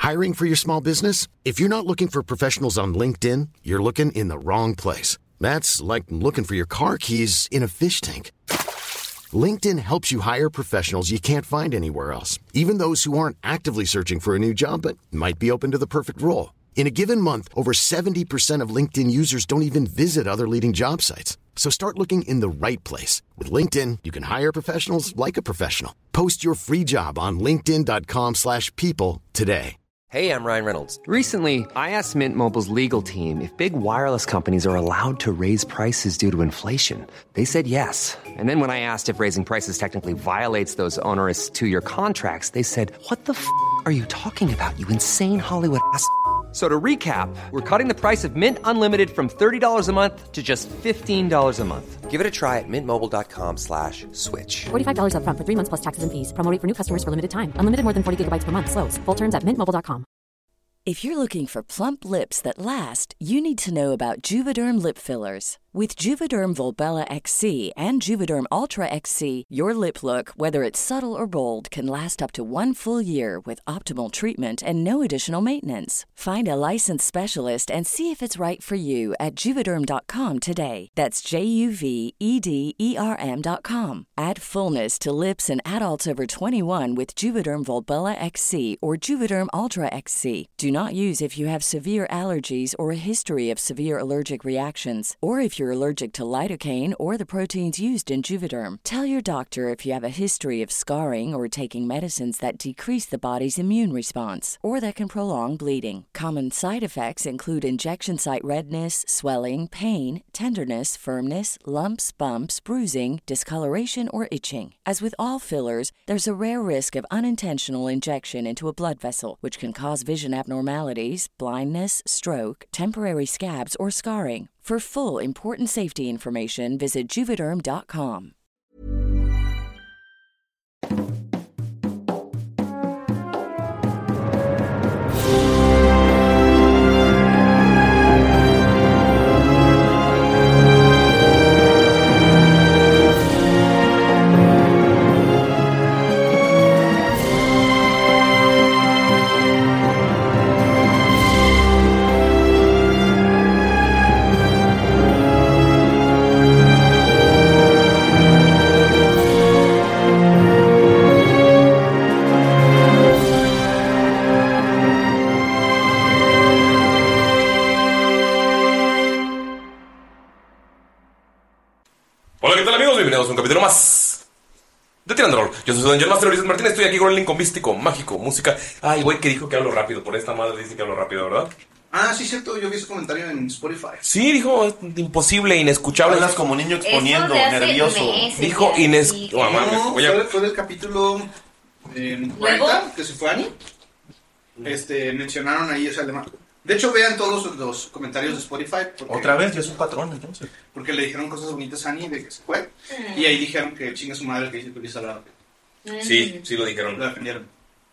Hiring for your small business? If you're not looking for professionals on LinkedIn, you're looking in the wrong place. That's like looking for your car keys in a fish tank. LinkedIn helps you hire professionals you can't find anywhere else, even those who aren't actively searching for a new job but might be open to the perfect role. In a given month, over 70% of LinkedIn users don't even visit other leading job sites. So start looking in the right place. With LinkedIn, you can hire professionals like a professional. Post your free job on linkedin.com/people today. Hey, I'm Ryan Reynolds. Recently, I asked Mint Mobile's legal team if big wireless companies are allowed to raise prices due to inflation. They said yes. And then when I asked if raising prices technically violates those onerous two-year contracts, they said, "What the f*** are you talking about, you insane Hollywood ass?" So to recap, we're cutting the price of Mint Unlimited from $30 a month to just $15 a month. Give it a try at mintmobile.com/switch. $45 up front for 3 months plus taxes and fees. Promo rate for new customers for limited time. Unlimited more than 40 gigabytes per month. Slows full terms at mintmobile.com. If you're looking for plump lips that last, you need to know about Juvederm lip fillers. With Juvederm Volbella XC and Juvederm Ultra XC, your lip look, whether it's subtle or bold, can last up to 1 full year with optimal treatment and no additional maintenance. Find a licensed specialist and see if it's right for you at Juvederm.com today. That's JUVEDERM.com. Add fullness to lips in adults over 21 with Juvederm Volbella XC or Juvederm Ultra XC. Do not use if you have severe allergies or a history of severe allergic reactions, or if you're allergic to lidocaine or the proteins used in Juvederm. Tell your doctor if you have a history of scarring or taking medicines that decrease the body's immune response or that can prolong bleeding. Common side effects include injection site redness, swelling, pain, tenderness, firmness, lumps, bumps, bruising, discoloration, or itching. As with all fillers, there's a rare risk of unintentional injection into a blood vessel, which can cause vision abnormalities, blindness, stroke, temporary scabs, or scarring. For full, important safety information, visit Juvederm.com. Hola, ¿qué tal, amigos? Bienvenidos a un capítulo más de Tirando Rol. Yo soy su Dungeon Master Ulises Martínez. Estoy aquí con el link con místico, mágico, música. Ay, güey, que dijo que hablo rápido. Por esta madre dice que hablo rápido, ¿verdad? Ah, sí, cierto. Yo vi ese comentario en Spotify. Sí, dijo, es imposible, inescuchable. Hablas como niño exponiendo, nervioso. Dijo Fue del capítulo 40, que se fue Ani. Mencionaron ahí ese alemán. De hecho, vean todos los comentarios de Spotify. Otra vez, ya es un patrón, entonces. Porque le dijeron cosas bonitas a Ani de que se fue. Y ahí dijeron que chinga su madre que dice que Luis Alado. Sí, sí lo dijeron. Lo defendieron.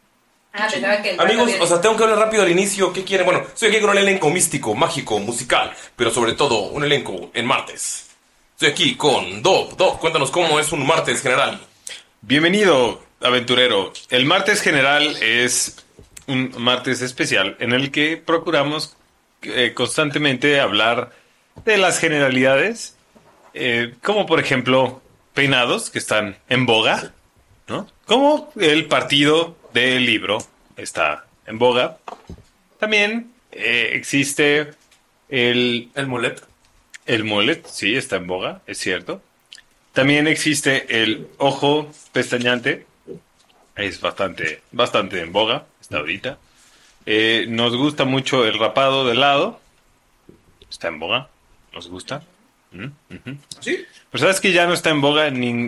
Amigos, o sea, tengo que hablar rápido al inicio. ¿Qué quieren? Bueno, estoy aquí con un elenco místico, mágico, musical, pero sobre todo un elenco en martes. Estoy aquí con Dob. Dob, cuéntanos cómo es un martes general. Bienvenido, aventurero. El martes general es un martes especial en el que procuramos constantemente hablar de las generalidades, como por ejemplo peinados que están en boga, ¿no? Como el partido del libro está en boga. También existe el mullet. El mullet, sí, está en boga, es cierto. También existe el ojo pestañante. Es bastante en boga, está ahorita. Nos gusta mucho el rapado de lado. Está en boga, nos gusta. ¿Sí? Pero sabes que ya no está en boga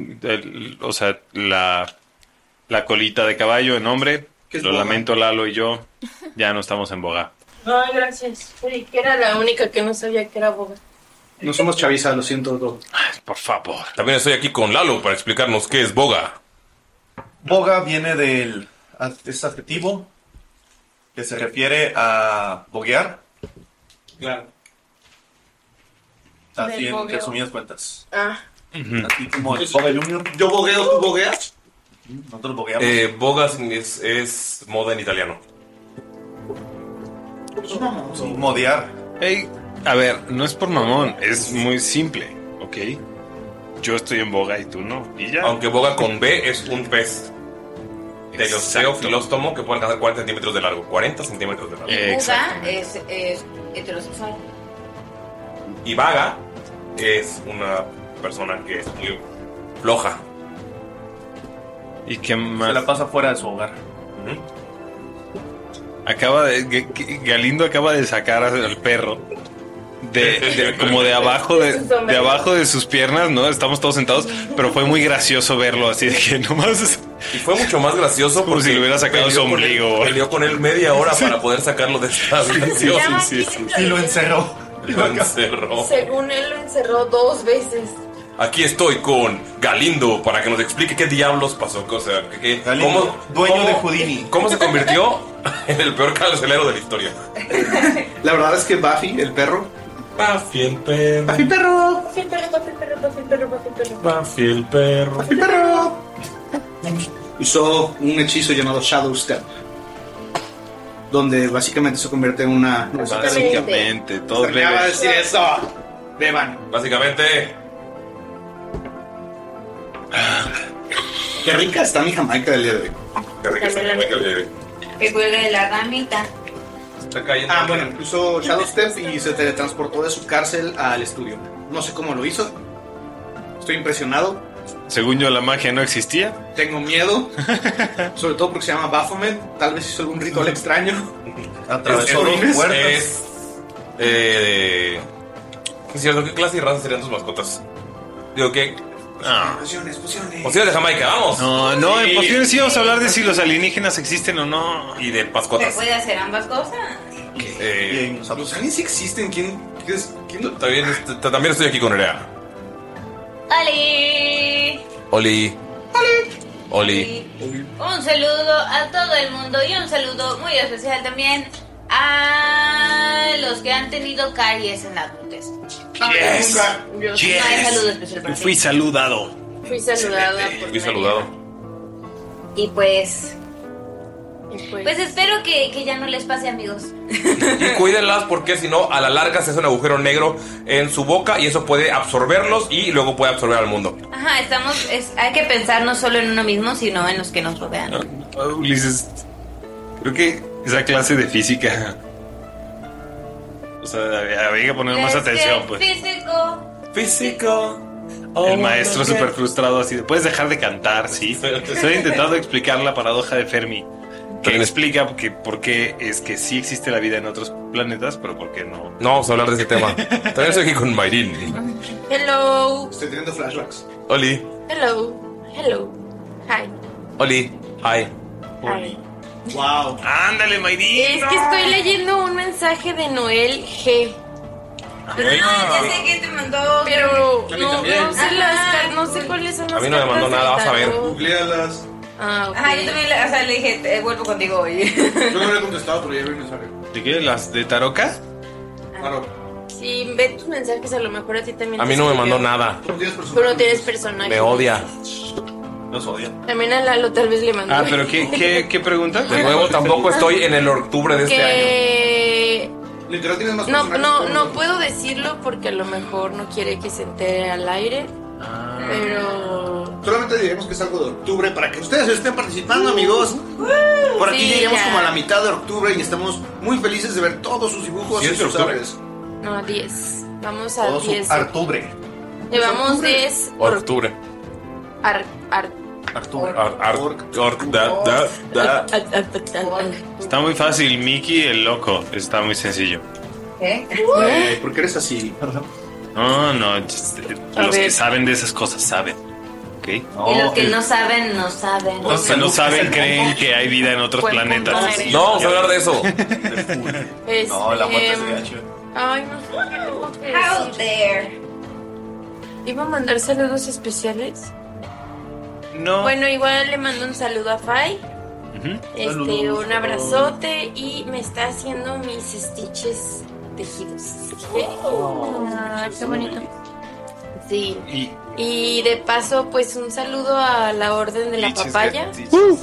la colita de caballo en hombre. Lo boga? lamento, Lalo y yo. Ya no estamos en boga. Ay, gracias. Oye, que era la única que no sabía que era boga. No somos chaviza, lo siento todo. Por favor. También estoy aquí con Lalo para explicarnos qué es boga. Boga viene del este adjetivo que se refiere a boguear. Claro. Así en resumidas cuentas. Así como el Boga Junior. Yo bogueo, ¿tú bogueas? Nosotros bogueamos. Boga es moda en italiano. Modear. Hey, a ver, no es por mamón, es muy simple, ¿ok? Yo estoy en boga y tú no, y ya. Aunque boga con B es un pez teleosteofilóstomo que puede alcanzar 40 centímetros de largo. 40 centímetros de largo. Y Buga es heterosexual. Y vaga es una persona que es muy floja. ¿Y qué más? Se la pasa fuera de su hogar. Galindo acaba de sacar al perro como de abajo de abajo de sus piernas, ¿no? Estamos todos sentados, pero fue muy gracioso verlo así de que nomás. Y fue mucho más gracioso como si le hubiera sacado su ombligo. Peleó con él media hora para poder sacarlo de esta habitación. Sí. Y lo encerró. Según él lo encerró 2 veces. Aquí estoy con Galindo para que nos explique qué diablos pasó. O sea, Galindo, dueño de Houdini. ¿Cómo se convirtió en el peor carcelero de la historia? La verdad es que Buffy, el perro. Buffy el perro. Buffy perro. Buffy el perro, Buffy el perro, Buffy el perro, Buffy el perro. Buffy el perro. Buffy el perro. Usó un hechizo llamado Shadow Step, donde básicamente se convierte en una... Básicamente, todos Me acaba de decir eso. Beban. Básicamente... Qué rica está mi Jamaica del día de hoy. Qué rica está mi Jamaica del día de hoy. Que cuelgue la ramita. Está cayendo. Bueno, usó Shadow Step y se teletransportó de su cárcel al estudio. No sé cómo lo hizo. Estoy impresionado. Según yo, la magia no existía. Tengo miedo. Sobre todo porque se llama Baphomet. Tal vez hizo algún ritual extraño. Atravesó dos puertas. Es cierto, ¿qué clase de raza serían tus mascotas? Digo, ¿qué? Pociones. Pociones de Jamaica, vamos. No, en pociones sí vamos a hablar de si los alienígenas existen o no. Y de ¿Se mascotas. puede hacer ambas cosas? Los aliens sí existen. ¿Quién? También estoy aquí con Nerea. ¡Oli! Oli. Un saludo a todo el mundo y un saludo muy especial también a los que han tenido caries en la adultez. Yes. Saludo especial para ti. Fui saludado. Fui saludada por Fui saludado. Y pues espero que ya no les pase, amigos. Y cuídenlas porque si no, a la larga se hace un agujero negro en su boca y eso puede absorberlos y luego puede absorber al mundo. Ajá, hay que pensar no solo en uno mismo, sino en los que nos rodean. Ulises, creo que esa clase de física, o sea, había que poner más atención, pues. Físico. El maestro súper frustrado así de, ¿puedes dejar de cantar? Sí. Estoy intentando explicar la paradoja de Fermi, que explica por qué es que sí existe la vida en otros planetas, pero por qué no. No vamos a hablar de ese tema. También estoy aquí con Mayrin. Hello. Estoy teniendo flashbacks. Oli. Hello. Hi. Oli. Hi. Hi. Wow. Ándale, Mayrin. Es que estoy leyendo un mensaje de Noel G. Ya sé que te mandó. Pero A mí no también. sé no sé cuáles son las A mí no me mandó nada, vas a ver. Googlealas. Ok. Ajá, yo también le dije, vuelvo contigo hoy. Yo no le he contestado, pero ya vi el mensaje. ¿De qué? ¿Las de Taroka? Claro. Si ve tus mensajes, a lo mejor a ti también. A mí no me mandó nada. Tú no tienes personaje. Me odia. Nos odian. También a Lalo tal vez le mandó. Ah, pero ¿qué pregunta? De nuevo, tampoco estoy en el octubre de este año. Que Literal tienes más no personajes. puedo decirlo porque a lo mejor no quiere que se entere al aire. Pero Solamente diremos que es algo de octubre para que ustedes estén participando, amigos. Por aquí Sí, llegamos ya. como a la mitad de octubre y estamos muy felices de ver todos sus dibujos ¿Sí y es de sus octubre? aves. no, 10. Vamos a Todos 10. Artubre. Llevamos 10 Octubre. Está muy fácil, Mickey el loco. Está muy sencillo. ¿Qué? ¿Por qué eres así? No, los que ver. saben de esas cosas saben. ¿Ok? Y los que no saben, no saben. Los que no saben creen que hay vida en otros Buen planetas. punto, Mary. No, vamos a hablar de eso. No, la muerte es de gacho. Ay, no sé qué tengo que Out decir. there. ¿Iba a mandar saludos especiales? No. Bueno, igual le mando un saludo a Fai. Un abrazote y me está haciendo mis stitches tejidos. Ah, qué bonito. Sí. Y Y de paso, pues un saludo a la Orden de la Liches, Papaya. liches.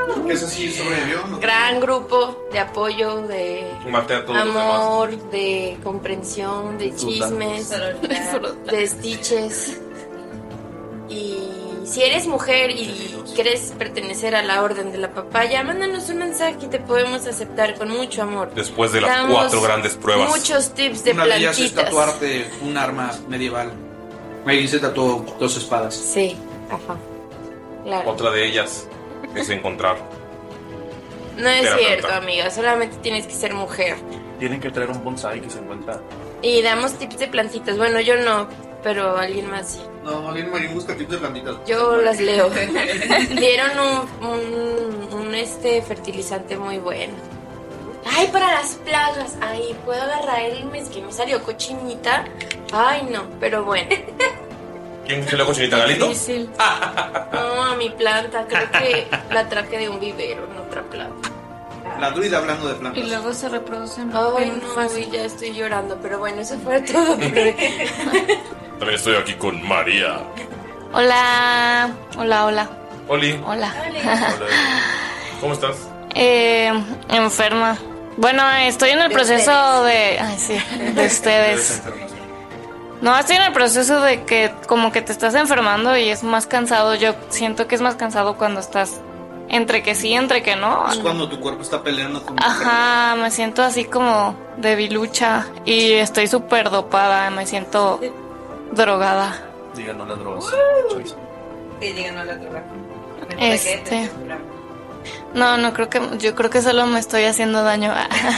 Que eso sí sobrevivió, ¿no? Gran grupo de apoyo, de Maté a todos los amor, de comprensión, de chismes, de stitches. Y si eres mujer y quieres pertenecer a la orden de la papaya, mándanos un mensaje y te podemos aceptar con mucho amor. Después de las Damos 4 grandes pruebas. Muchos tips de Una de ellas es plantitas. tatuarte un arma medieval. Ahí se tatuó 2 espadas. Sí, ajá. Claro. Otra de ellas es encontrar. No es Terapeuta. cierto, amiga. Solamente tienes que ser mujer. Tienen que traer un bonsai que se encuentra. Y damos tips de plantitas. Bueno, yo no, pero alguien más sí. No, alguien Marín busca tips de plantitas. Yo las leo. Dieron un fertilizante muy bueno. Ay, para las plagas. Ay, puedo agarrar el mes que me salió cochinita. Ay, no, pero bueno. ¿Quién se lo cochinita, Galito? Difícil. No, a mi planta. Creo que la traje de un vivero, en otra planta. La druida hablando de plantas. Y luego se reproducen. Ay, no, sí, ya estoy llorando. Pero bueno, eso fue todo. También estoy aquí con María. Hola. Oli. Hola. ¿Cómo estás? Enferma. Bueno, estoy en el proceso de... Ay, sí, de ustedes. No, estoy en el proceso de que como que te estás enfermando y es más cansado. Yo siento que es más cansado cuando estás entre que sí, entre que no. Es cuando tu cuerpo está peleando con... Ajá, me siento así como debilucha y estoy súper dopada, me siento drogada. Díganos las drogas. Sí, díganos la droga. No, yo creo que solo me estoy haciendo daño.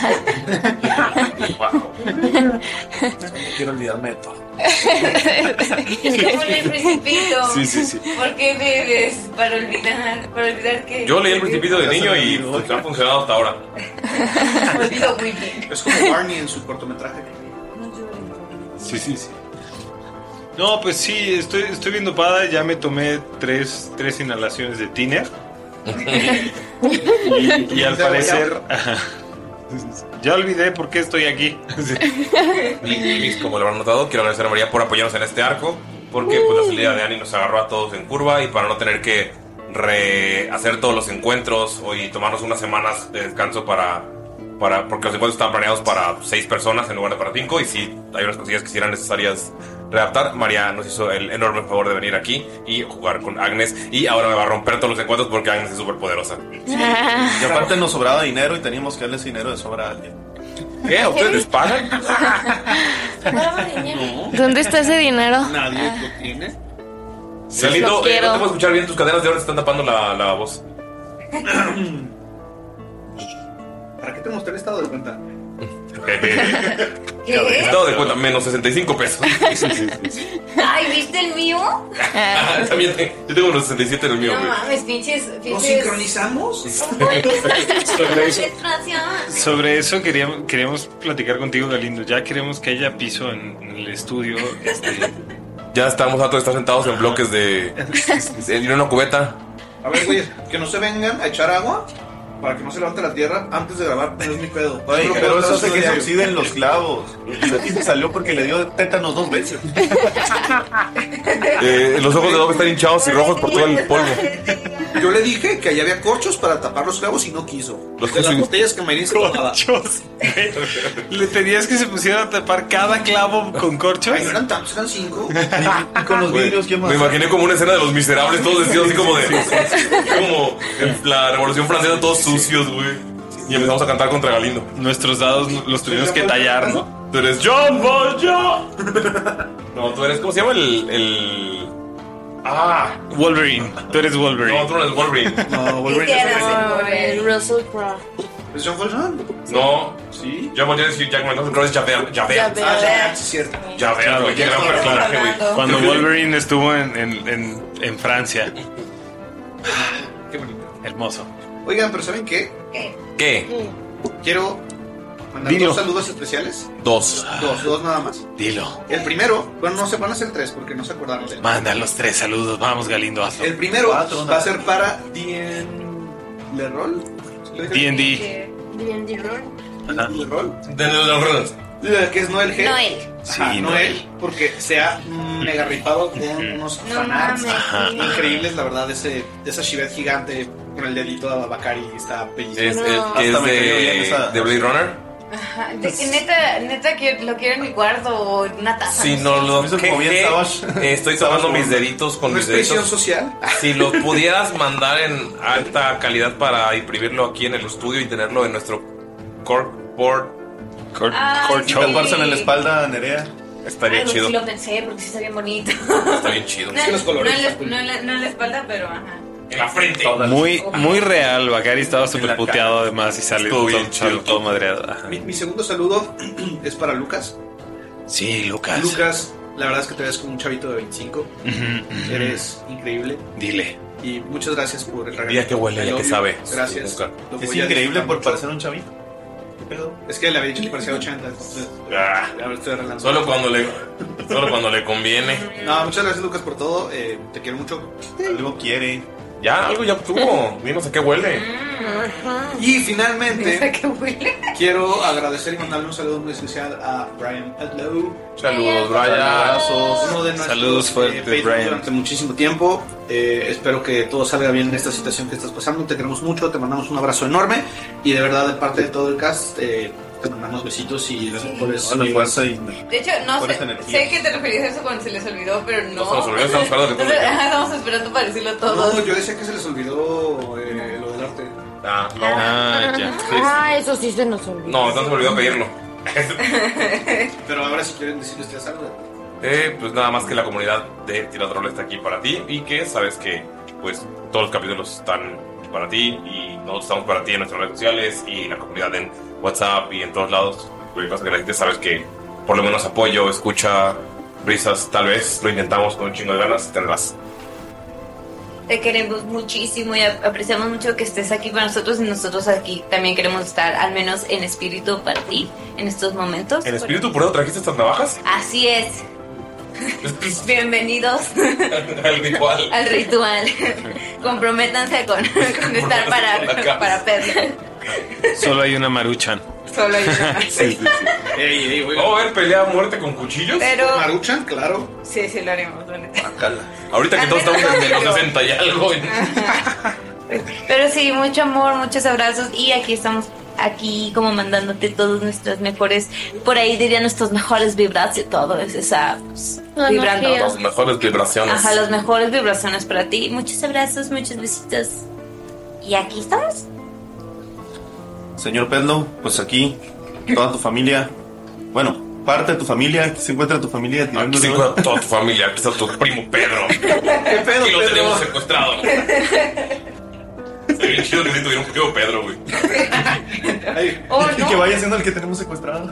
Quiero olvidarme de todo. Como en el Principito. Sí. ¿Por qué bebes? Para olvidar que... Yo leí El Principito de niño y pues, ha funcionado hasta ahora. Olvido muy bien. Es como Barney en su cortometraje. Sí. No, pues sí, estoy bien dopada. Ya me tomé tres inhalaciones de tiner. y al parecer ya olvidé por qué estoy aquí. Y como lo habrán notado, quiero agradecer a María por apoyarnos en este arco, porque pues la salida de Annie nos agarró a todos en curva y para no tener que rehacer todos los encuentros y tomarnos unas semanas de descanso para porque los encuentros estaban planeados para 6 personas en lugar de para 5 y sí hay unas cosillas que sí eran necesarias readaptar. María nos hizo el enorme favor de venir aquí y jugar con Agnes y ahora me va a romper todos los encuentros porque Agnes es súper poderosa. Y aparte nos sobraba dinero y teníamos que darle ese dinero de sobra a alguien. ¿Qué? ¿A ustedes les pagan? ¿Dónde está ese dinero? Nadie lo tiene. Salito, no te puedo escuchar bien, tus cadenas de oro te están tapando la voz. ¿Para qué te mostré el estado de cuenta? Estado de cuenta, menos 65 pesos. Ay, ¿viste el mío? También yo tengo unos 67 en el mío. No mames, pinches. ¿Nos sincronizamos? Sobre eso queríamos platicar contigo, Galindo. Ya queremos que haya piso en el estudio. Ya estamos a todos estar sentados en bloques en una cubeta. A ver, güey, que no se vengan a echar agua para que no se levante la tierra antes de grabar. No es mi pedo. Oye, pero eso hace que se oxiden los clavos. Y se salió porque le dio tétanos 2 veces. Los ojos de Dob están hinchados y rojos por todo el polvo. Yo le dije que allá había corchos para tapar los clavos y no quiso. De las botellas que me dicen corchos. Le pedías que se pusiera a tapar cada clavo con corchos. Ay, no eran tantos, eran 5. Y con los vidrios, ¿qué más? Me imaginé como una escena de Los Miserables, todos vestidos así como de. Como en la Revolución Francesa, todos sucios, güey. Y empezamos a cantar contra Galindo. Nuestros dados los tuvimos que tallar, ¿no? Tú eres John Valjean. No, tú eres. ¿Cómo se llama el. Wolverine. Tú eres Wolverine. No, tú no eres Wolverine. No, Wolverine es el Russell Crowe. ¿Es John Valjean? No. ¿Sí? John Valjean es Hugh Jackman, no, es Javert. Ah, ya, sí, es cierto. Javert, güey, qué gran personaje, güey. Cuando Wolverine estuvo en Francia. Qué bonito. Hermoso. Oigan, pero ¿saben qué? ¿Qué? Quiero mandar 2 saludos especiales. 2 nada más. Dilo. El primero, bueno, no se van a hacer 3 porque no se acordaron de él. Manda los 3 saludos. Vamos, Galindo, hazlo. El primero va a ser para D&D. D&D. D&D Roll. ¿De que es Noel G. Noel. Sí, Noel, porque se ha mega rifado con unos fanarts increíbles, la verdad, de esa Shivet gigante con el dedito a Bakari, está bellísimo. Es de Blade Runner. Ajá, de que neta que lo quiero en mi cuarto o en una taza. Sí, no, estoy tomando mis deditos con mis deditos. ¿Expresión social? Si lo pudieras mandar en alta calidad para imprimirlo aquí en el estudio y tenerlo en nuestro corkboard. Sí. Taparse en la espalda, Nerea. Estaría chido. Sí lo pensé porque sí está bien bonito. Está bien chido. No, es que los colores no en la espalda, pero ajá. En la frente. Muy real. Bakari estaba súper puteado además y salió todo madreado. Mi segundo saludo es para Lucas. Sí, Lucas. Lucas, la verdad es que te ves como un chavito de 25. Eres increíble. Dile. Y muchas gracias por el regalo. Mira que huele, ya que sabe. Gracias. Es increíble por parecer un chavito. ¿Qué pedo? Es que le había dicho que parecía 80. Entonces, estoy arreglando. Solo cuando le conviene. No, muchas gracias, Lucas, por todo. Te quiero mucho. Algo quiere. Ya, algo ya obtuvo. Dinos a qué huele. Y finalmente, quiero agradecer y mandarle un saludo muy especial a Brian Edlow. Saludos, Brian. Uno de nuestros Saludos fuertes, Brian. Durante muchísimo tiempo. Espero que todo salga bien en esta situación que estás pasando. Te queremos mucho, te mandamos un abrazo enorme. Y de verdad, de parte de todo el cast, te mandamos besitos y las mejores fuerza y de hecho, no sé que te referías a eso cuando se les olvidó, pero no. No se nos olvidó, estamos esperando que todo. Estamos esperando para decirlo todo. No, yo decía que se les olvidó lo del arte. Ah, eso sí se nos olvidó. No, no se me olvidó pedirlo. Pero ahora si quieren decir ustedes algo. Pues nada más que la comunidad de Tiradrol está aquí para ti y que sabes que pues todos los capítulos están para ti y nosotros estamos para ti en nuestras redes sociales y en la comunidad en WhatsApp y en todos lados. Lo que pasa es que la gente sabes que por lo menos apoyo, escucha, risas, tal vez lo intentamos con un chingo de ganas, tendrás. Te queremos muchísimo y apreciamos mucho que estés aquí para nosotros y nosotros aquí también queremos estar, al menos en espíritu, para ti en estos momentos. ¿En espíritu por eso trajiste estas navajas? Así es. Bienvenidos al ritual. Comprométanse con estar para Pedro. Solo hay una Maruchan. Solo hay una. Sí. ¿Vamos a ver pelea a muerte con cuchillos? Pero ¿Maruchan? Claro. Sí, lo haremos. Ahorita que todos estamos en los 60 y algo. Pero sí, mucho amor, muchos abrazos y aquí estamos. Aquí como mandándote todos nuestros mejores, por ahí dirían nuestros mejores vibras y todo es esa vibrando. Las mejores vibraciones. Ajá, las mejores vibraciones para ti. Muchos abrazos, muchos besitos. Y aquí estamos. Señor Pedlo, pues aquí, toda tu familia, bueno, parte de tu familia, aquí se encuentra tu familia. Aquí se encuentra toda tu familia, aquí está tu primo Pedro. ¿Qué pedo, y lo Pedro? tenemos secuestrado. Sería bien chido que sí tuviera un primo Pedro, güey. Y que vaya siendo el que tenemos secuestrado.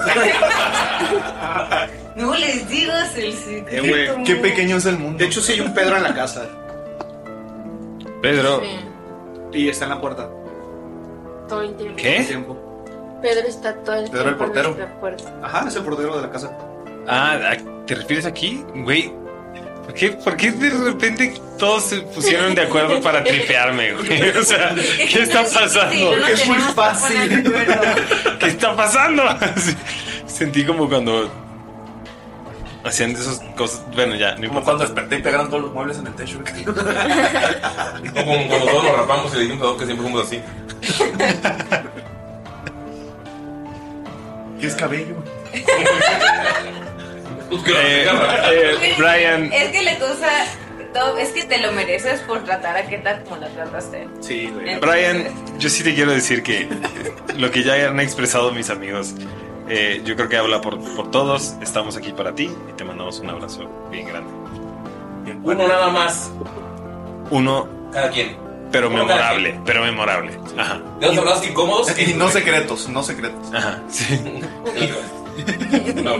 No les digas el secreto. Qué pequeño es el mundo. De hecho, sí hay un Pedro en la casa. Pedro. Sí. Y está en la puerta. Todo el tiempo. ¿Qué? Pedro está todo el Pedro el tiempo en portero. nuestra puerta. Ajá, es el portero de la casa. ¿Te refieres aquí? Güey, ¿por qué de repente todos se pusieron de acuerdo para tripearme, güey? O sea, ¿qué está pasando? Es muy fácil. ¿Qué está pasando? Sentí como cuando hacían esas cosas. Bueno, ya, no Como cuando desperté y pegaron todos los muebles en el techo. O como cuando todos nos rapamos y le dijimos a todos que siempre somos así. ¿Qué es cabello? Brian. Es que la cosa es que te lo mereces por tratar a Keta como la trataste. Sí, güey. Brian, yo sí te quiero decir que lo que ya han expresado mis amigos, yo creo que habla por todos. Estamos aquí para ti y te mandamos un abrazo bien grande. Uno nada más. Uno. Cada quien. Pero memorable, Ajá. De los abrazos incómodos. Y no secretos, no secretos. Ajá, sí. No.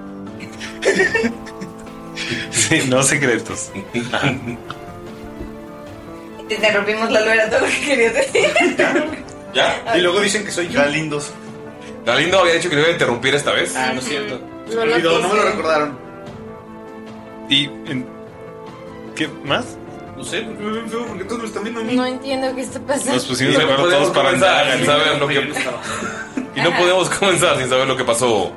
Sí, no secretos. Ajá. Te rompimos la lora, todo lo que querías decir. ¿Ya? Y luego dicen que soy yo. Galindos. Galindo había dicho que le iba a interrumpir esta vez. Ah, no es cierto. No No me lo recordaron. ¿Y qué más? No sé, porque todos lo están viendo a mí. No entiendo qué está pasando. Nos pusimos de acuerdo todos para comenzar sin saber lo que y no podemos comenzar sin saber lo que pasó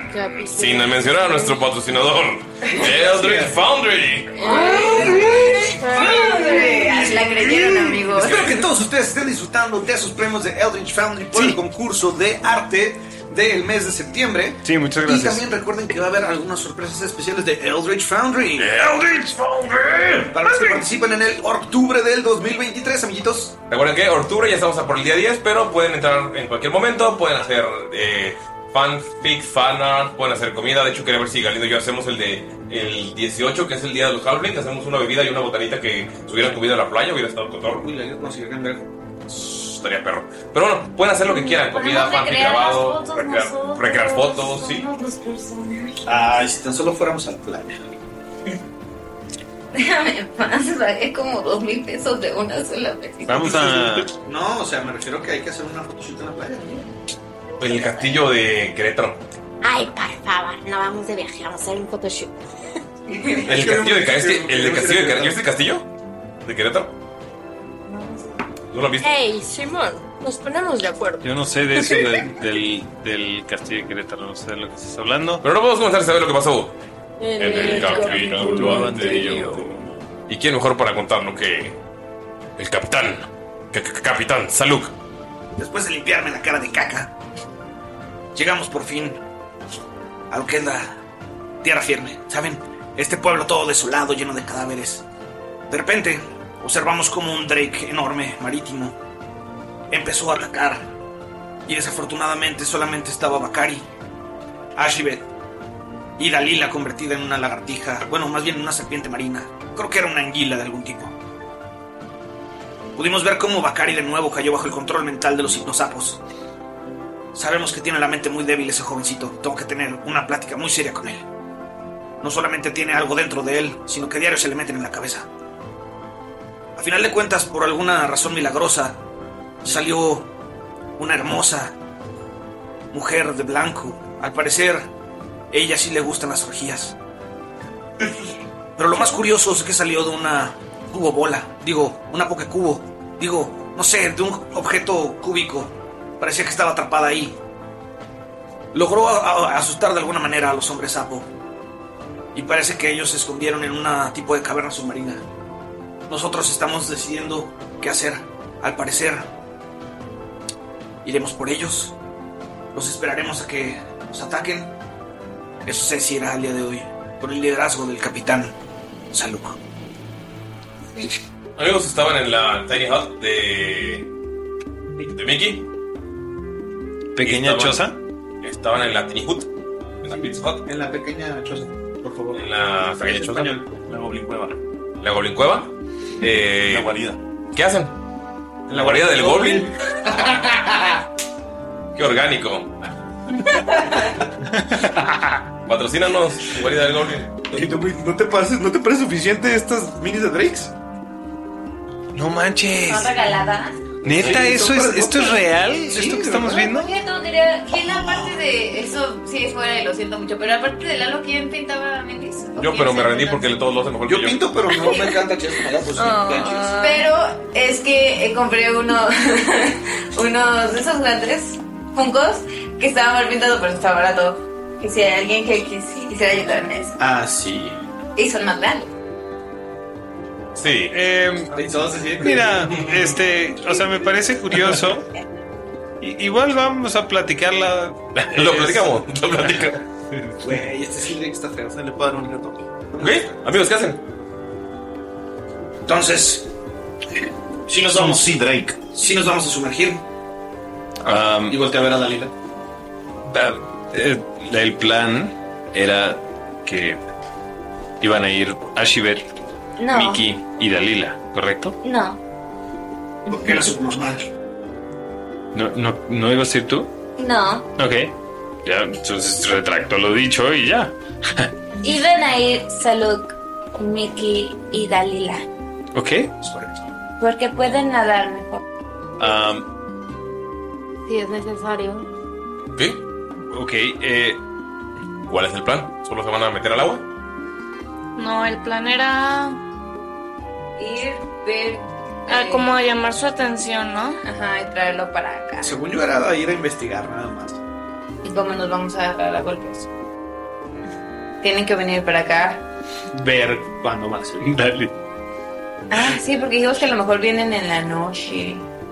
sin mencionar a nuestro patrocinador, Eldritch Foundry. La creyeron, amigos. Espero que todos ustedes estén disfrutando de sus premios de Eldritch Foundry por el concurso de arte del mes de septiembre. Sí, muchas gracias. Y también recuerden que va a haber algunas sorpresas especiales de Eldritch Foundry. Para los que participan en el octubre del 2023, amiguitos. Recuerden que octubre ya estamos a por el día 10, pero pueden entrar en cualquier momento, pueden hacer fanfic, fanart, pueden hacer comida. De hecho, quería ver si Galindo y yo hacemos el 18, que es el día de los Halflings. Hacemos una bebida y una botanita que se hubieran comido a la playa, hubiera estado con todo. Uy, la conseguí cambiar. Estaría perro. Pero bueno, pueden hacer lo que quieran: comida, fanfic, grabado, recrear fotos, sí. Ay, si tan solo fuéramos al playa. Déjame en paz, pagué como 2,000 pesos de una sola vez. Vamos a... No, o sea, me refiero que hay que hacer una photoshoot en la playa. En el castillo de Querétaro. Ay, por favor, no vamos de viaje, vamos a hacer un photoshoot. ¿El castillo de Querétaro? ¿El castillo de Querétaro? ¿Viste el castillo de Querétaro? ¿No lo viste? Hey, Simón, nos ponemos de acuerdo. Yo no sé de eso del castillo de Querétaro, no sé de lo que estás hablando. Pero no podemos comenzar a saber lo que pasó En el capítulo anterior. ¿Y quién mejor para contarlo que el capitán? Capitán Saluk. Después de limpiarme la cara de caca, llegamos por fin a lo que es la tierra firme. ¿Saben? Este pueblo todo desolado, lleno de cadáveres. De repente, observamos como un drake enorme, marítimo, empezó a atacar. Y desafortunadamente solamente estaba Bakari, Ashibet y Dalila convertida en una lagartija. Bueno, más bien una serpiente marina. Creo que era una anguila de algún tipo. Pudimos ver cómo Bakari de nuevo cayó bajo el control mental de los hipnosapos. Sabemos que tiene la mente muy débil ese jovencito. Tengo que tener una plática muy seria con él. No solamente tiene algo dentro de él, sino que diario se le meten en la cabeza. A final de cuentas, por alguna razón milagrosa, salió una hermosa mujer de blanco. Al parecer, ella sí le gustan las orgías. Pero lo más curioso es que salió de una una pokecubo. No sé, de un objeto cúbico. Parecía que estaba atrapada ahí. Logró asustar de alguna manera a los hombres sapo. Y parece que ellos se escondieron en una tipo de caverna submarina. Nosotros estamos decidiendo qué hacer. Al parecer, iremos por ellos. Los esperaremos a que nos ataquen. Eso se decidirá el día de hoy, con el liderazgo del capitán Saluk. Amigos, estaban en la Tiny Hut de Mickey. ¿Pequeña choza? Estaban en la Tiny Hut, en la Pizza Hut. En la pequeña choza, por favor. En la pequeña choza. La Goblin Cueva. ¿La Goblin Cueva? La guarida. ¿Qué hacen? ¿En la guarida del Goblin? ¡Qué orgánico! Patrocínanos, guarida del Goblin. ¿No te parece suficiente estas minis de Drakes? No manches. ¿Son regaladas? ¿Neta? Sí, ¿Esto es real? Sí, ¿Esto que estamos viendo? Oye, no, diría, ¿quién aparte de eso sí es fuera y lo siento mucho? Pero aparte de Lalo, ¿quién pintaba Mendes? Yo, pero me rendí porque todos lo hacen mejor que yo. Yo pinto, pero no me encanta Chess. Pero es que compré unos de esos grandes Funkos que estaban mal pintados, pero está barato. Y si hay alguien que quisiera ayudarme a eso. Ah, sí. Y son más grandes. Sí. Mira, o sea, me parece curioso. Igual vamos a platicarla. Lo platicamos. Güey, este Drake está feo. Se le puede dar un reto. ¿Ok? Amigos, ¿qué hacen? Entonces, si nos vamos. Sí, Drake. Si nos vamos a sumergir. Y voltea a ver a Dalila. El plan era que iban a ir Ashibet, No. Mickey y Dalila, ¿correcto? No. Porque era subnormal. ¿No ibas a ir tú? No. Ok. Ya, entonces retracto lo dicho y ya. Iban a ir Saluk, Mickey y Dalila. Ok. Porque pueden nadar mejor. Si es necesario. ¿Qué? Ok, ¿cuál es el plan? ¿Solo se van a meter al agua? No, el plan era Ir, ver. como llamar su atención, ¿no? Ajá, y traerlo para acá. Según yo era ir a investigar nada más. ¿Y cómo nos vamos a agarrar a golpes? Tienen que venir para acá. Ver cuándo va a ser. Dale. Sí, porque dijimos que a lo mejor vienen en la noche.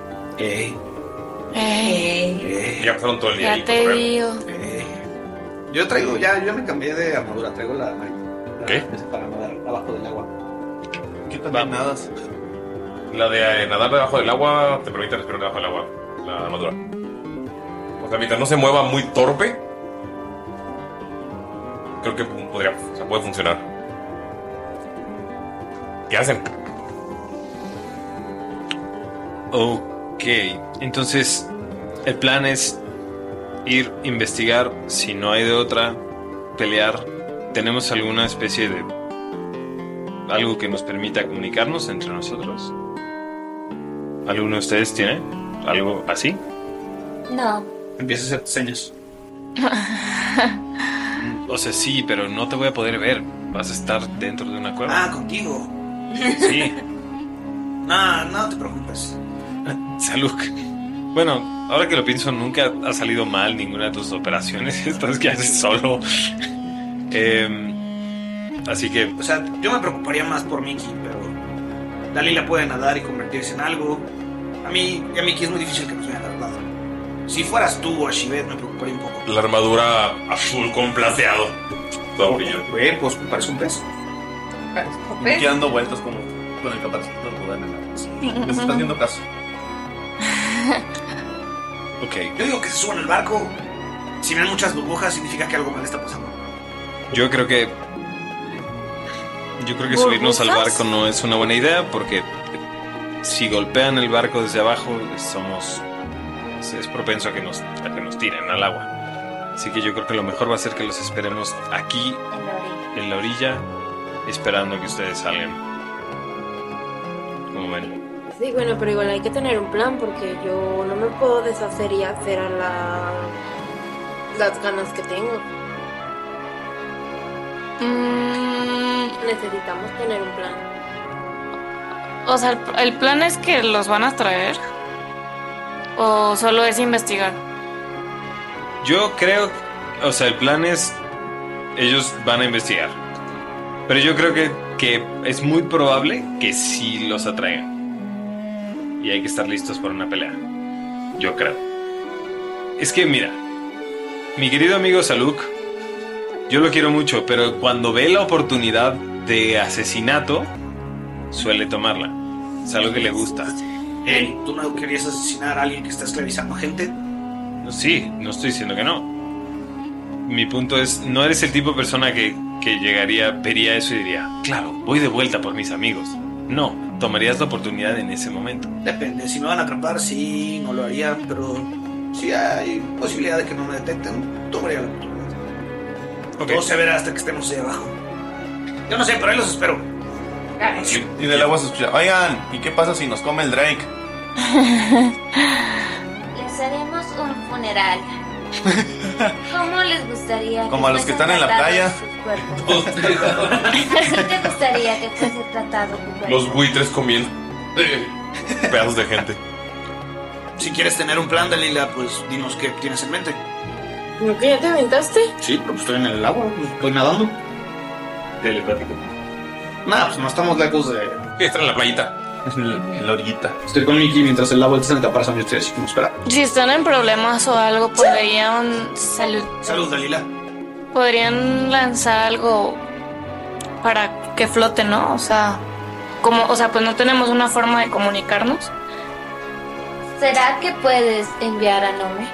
Ya pasaron todo el día. Ya te digo. Yo traigo, ya me cambié de armadura, traigo la ¿Qué? para nadar abajo del agua. ¿Qué también nadas? La de nadar debajo del agua te permite respirar debajo del agua, la armadura. O sea, mientras no se mueva muy torpe, creo que puede funcionar. ¿Qué hacen? Ok, entonces el plan es ir, investigar, si no hay de otra, pelear. ¿Tenemos alguna especie de algo que nos permita comunicarnos entre nosotros? ¿Alguno de ustedes tiene algo así? No. Empieza a hacer señas. O sea, sí, pero no te voy a poder ver. Vas a estar dentro de una cueva. Contigo. Sí. No te preocupes. Salud. Bueno, ahora que lo pienso, nunca ha salido mal ninguna de tus operaciones. Estás que haces solo. Así que... O sea, yo me preocuparía más por Mickey, pero Dalila puede nadar y convertirse en algo. A Mickey es muy difícil que nos vea, la verdad. Si fueras tú o Ashibet, me preocuparía un poco. La armadura azul con plateado. Todo brillante. Pues parece un pez. Y Mickey dando vueltas como con el caparazón del poder en la cabeza. ¿Me estás haciendo caso? Ok. Yo digo que se suban al barco. Si ven muchas burbujas, significa que algo mal está pasando. Yo creo que subirnos al barco no es una buena idea, porque si golpean el barco desde abajo es propenso a que nos tiren al agua. Así que yo creo que lo mejor va a ser que los esperemos aquí en la orilla, esperando que ustedes salgan. ¿Cómo ven? Sí, bueno, pero igual hay que tener un plan, porque yo no me puedo deshacer y hacer a las ganas que tengo. Necesitamos tener un plan. O sea, ¿el plan es que los van a traer? ¿O solo es investigar? Yo creo, o sea, el plan es, ellos van a investigar. Pero yo creo que es muy probable que sí los atraigan. Y hay que estar listos para una pelea. Yo creo. Es que mira, mi querido amigo Saluk, yo lo quiero mucho, pero cuando ve la oportunidad de asesinato, suele tomarla. Es algo que le gusta. ¿Tú no querías asesinar a alguien que está esclavizando a gente? Sí, no estoy diciendo que no. Mi punto es, no eres el tipo de persona que vería eso y diría, claro, voy de vuelta por mis amigos. No, tomarías la oportunidad en ese momento. Depende, si me van a atrapar, sí, no lo haría, pero si hay posibilidad de que no me detecten, tomaría la oportunidad. Okay. Todo se verá hasta que estemos ahí abajo. Yo no sé, pero ahí los espero. Y del agua se escucha, oigan, ¿y qué pasa si nos come el Drake? Les haremos un funeral. ¿Cómo les gustaría? Como a los que están en la playa. ¿Cómo te gustaría que fuese tratado tu cuerpo? Los buitres comiendo pedazos de gente. Si quieres tener un plan, Dalila, pues dinos qué tienes en mente. ¿No que ya te aventaste? Sí, pero pues estoy en el agua, estoy nadando. Telepático. Nada, pues no estamos lejos de... ¿Qué? Están en la playita. En la orillita. Estoy con Mickey mientras el agua está en el caparazón. Yo estoy así como espera. Si están en problemas o algo, podrían... Salud, Dalila. Podrían lanzar algo para que flote, ¿no? O sea, pues no tenemos una forma de comunicarnos. ¿Será que puedes enviar a Nome?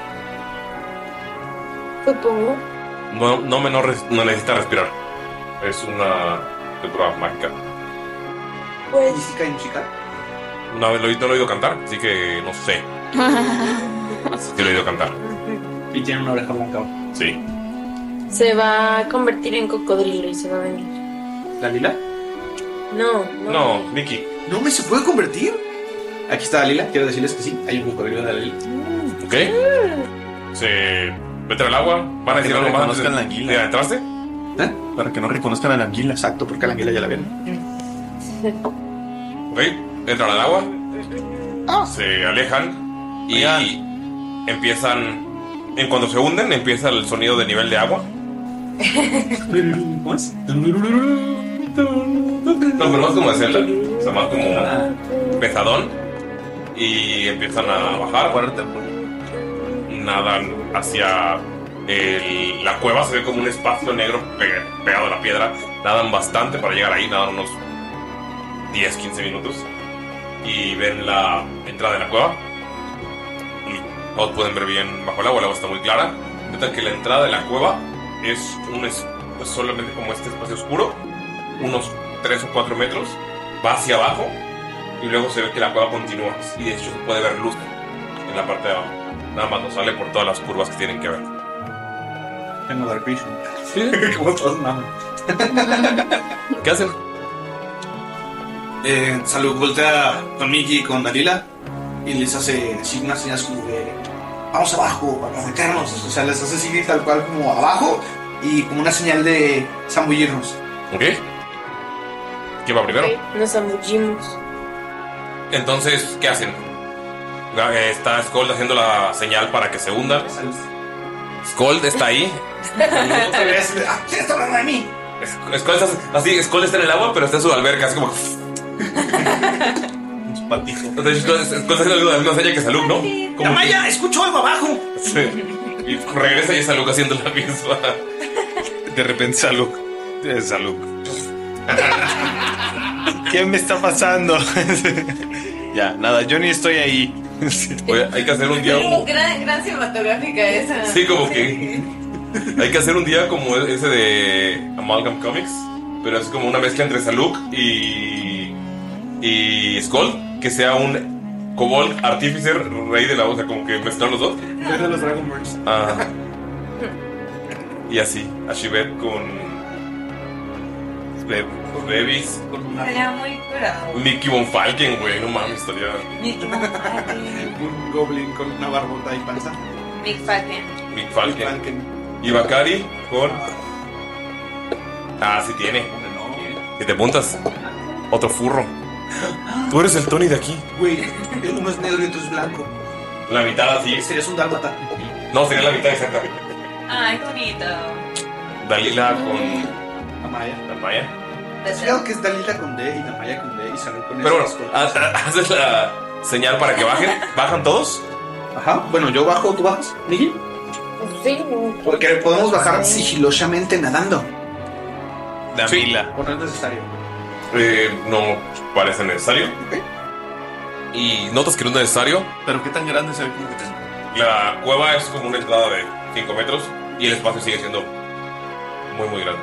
Supongo. No necesita respirar. Es una criatura mágica. Pues... ¿Física y musical? No lo he oído cantar, así que no sé. Sí lo he oído cantar. Y tiene una oreja blanca. Sí. Se va a convertir en cocodrilo y se va a venir. ¿Dalila? No, Mickey. ¿No se puede convertir? Aquí está Dalila, quiero decirles que sí, hay un cocodrilo de Dalila. Ok. Se mete al agua. ¿Van a decir algo más antes la anguila. de adentrarse? Para que no reconozcan a la anguila. Exacto, porque a la anguila ya la vieron. Ok, entran al agua. Se alejan y empiezan... En cuando se hunden, empieza el sonido de nivel de agua. ¿Cómo es? No, pero más como de Zelda. O sea, más como pesadón. Y empiezan a bajar. Nadan hacia la cueva. Se ve como un espacio negro pegado a la piedra. Nadan bastante para llegar ahí. Nadan unos 10-15 minutos. Y ven la entrada de la cueva. Y todos pueden ver bien bajo el agua está muy clara. Notan que la entrada de la cueva es solamente como este espacio oscuro, unos 3 o 4 metros, va hacia abajo y luego se ve que la cueva continúa y de hecho se puede ver luz en la parte de abajo. Nada más nos sale por todas las curvas que tienen que ver. Tengo Dark Vision. Sí, como todos mames. ¿Qué hacen? Salud voltea con Mickey y con Dalila y les hace así unas señas como de vamos abajo para acercarnos. O sea, les hace así tal cual como abajo y como una señal de zambullirnos. Ok. ¿Quién va primero? Nos zambullimos. Entonces, ¿qué hacen? Está Skold haciendo la señal para que se hundan. Skold está ahí. ¿Quién está hablando de mí? Skold está en el agua, pero está en su alberca. Es como... Patijo. Entonces, Skold está haciendo una señal que Saluk, ¿no? Como Maya, escucho algo abajo. Sí. Y regresa y Saluk haciendo la misma. De repente Saluk. ¿Qué me está pasando? Ya, nada, yo ni estoy ahí. Oye, hay que hacer un día como... Gran cinematográfica esa. Sí, como que... Hay que hacer un día como ese de Amalgam Comics, pero es como una mezcla entre Saluk y Skold, que sea un Kobold Artificer, rey de la voz, como que mezclar los dos. Rey de los Dragonborns. Y así, Ashibet con Bevis. Sería muy curado. Mickey Von Falken, güey, no mames, estaría... Un goblin con una barbota y panza. Mick Falken. Mick Falken. Y Bakari con... sí tiene. Si te apuntas, otro furro. Tú eres el Tony de aquí. Güey, uno es negro y otro es blanco. La mitad así. Serías un dálmata. No, sería la mitad exacta. Ay, qué bonito. Dalila con... Damaya. Creo que es Dalila con D y Damaya con D y Salud con S. Pero bueno, haces la señal para que bajen. ¿Bajan todos? Ajá, bueno, yo bajo, ¿tú bajas, Miki? Sí. Porque podemos bajar sigilosamente nadando. Damila. ¿O no es necesario? No parece necesario. Y notas que no es necesario. ¿Pero qué tan grande se ve como que tengo? La cueva es como una entrada de 5 metros y el espacio sigue siendo muy, muy grande.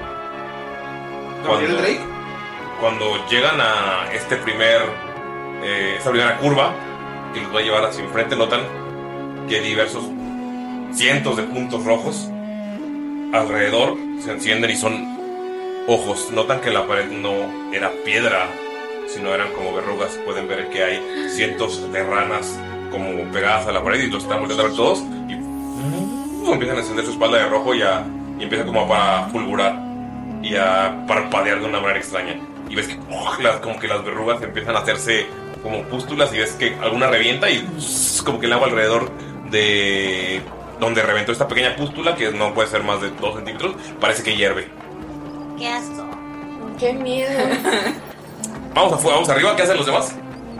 Cuando llegan a esta primera curva que los va a llevar hacia enfrente, notan que diversos cientos de puntos rojos alrededor se encienden y son ojos. Notan que la pared no era piedra, sino eran como verrugas. Pueden ver que hay cientos de ranas como pegadas a la pared y los están volviendo a ver todos y empiezan a encender su espalda de rojo y empieza como a fulgurar y a parpadear de una manera extraña. Y ves que como que las verrugas empiezan a hacerse como pústulas y ves que alguna revienta y como que el agua alrededor de donde reventó esta pequeña pústula, que no puede ser más de 2 centímetros, parece que hierve. Qué asco. Qué miedo. Vamos arriba, ¿qué hacen los demás?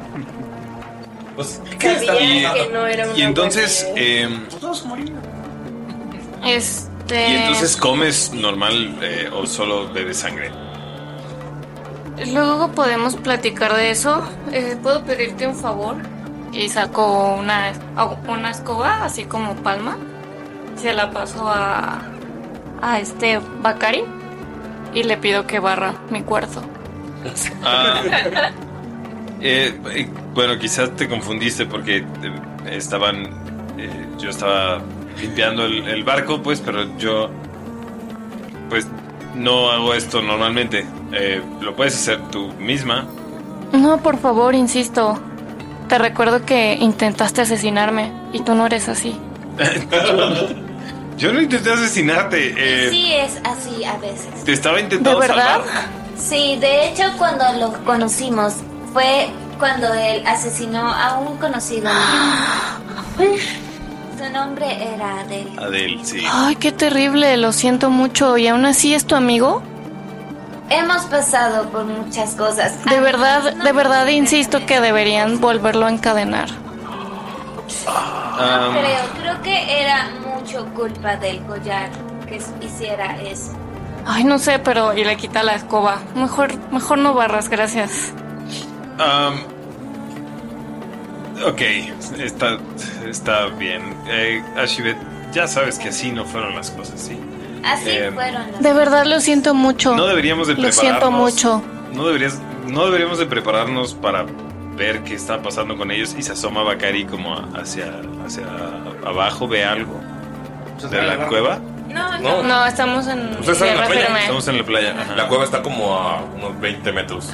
Pues, Sabía que no era una y entonces todos morimos. ¿Y entonces comes normal o solo bebes sangre? Luego podemos platicar de eso. ¿Puedo pedirte un favor? Y saco una escoba, así como palma. Se la paso a Bakari y le pido que barra mi cuarto. Bueno, quizás te confundiste porque yo estaba limpiando el barco, pues, pero yo pues no hago esto normalmente. Lo puedes hacer tú misma. No, por favor, insisto. Te recuerdo que intentaste asesinarme y tú no eres así. Yo no intenté asesinarte. Sí, es así a veces. Te estaba intentando ¿De verdad? salvar. Sí, de hecho, cuando lo conocimos fue cuando él asesinó a un conocido mío. Su nombre era Adel. Adel, sí. Ay, qué terrible, lo siento mucho. ¿Y aún así es tu amigo? Hemos pasado por muchas cosas. De verdad insisto que deberían volverlo a encadenar. Creo que era mucho culpa del collar que hiciera eso. Ay, no sé, pero... Y le quita la escoba. Mejor no barras, gracias. Ok, está bien. Ashibet, ya sabes que así no fueron las cosas, ¿sí? Así fueron las De verdad lo siento mucho. No deberíamos de Lo prepararnos. siento mucho. No deberíamos de prepararnos para ver qué está pasando con ellos. Y se asoma Bakari como hacia abajo, ve algo de la cueva. No, estamos en ¿Ustedes están en la tierra playa? firme. Estamos en la playa. Ajá. La cueva está como a unos 20 metros.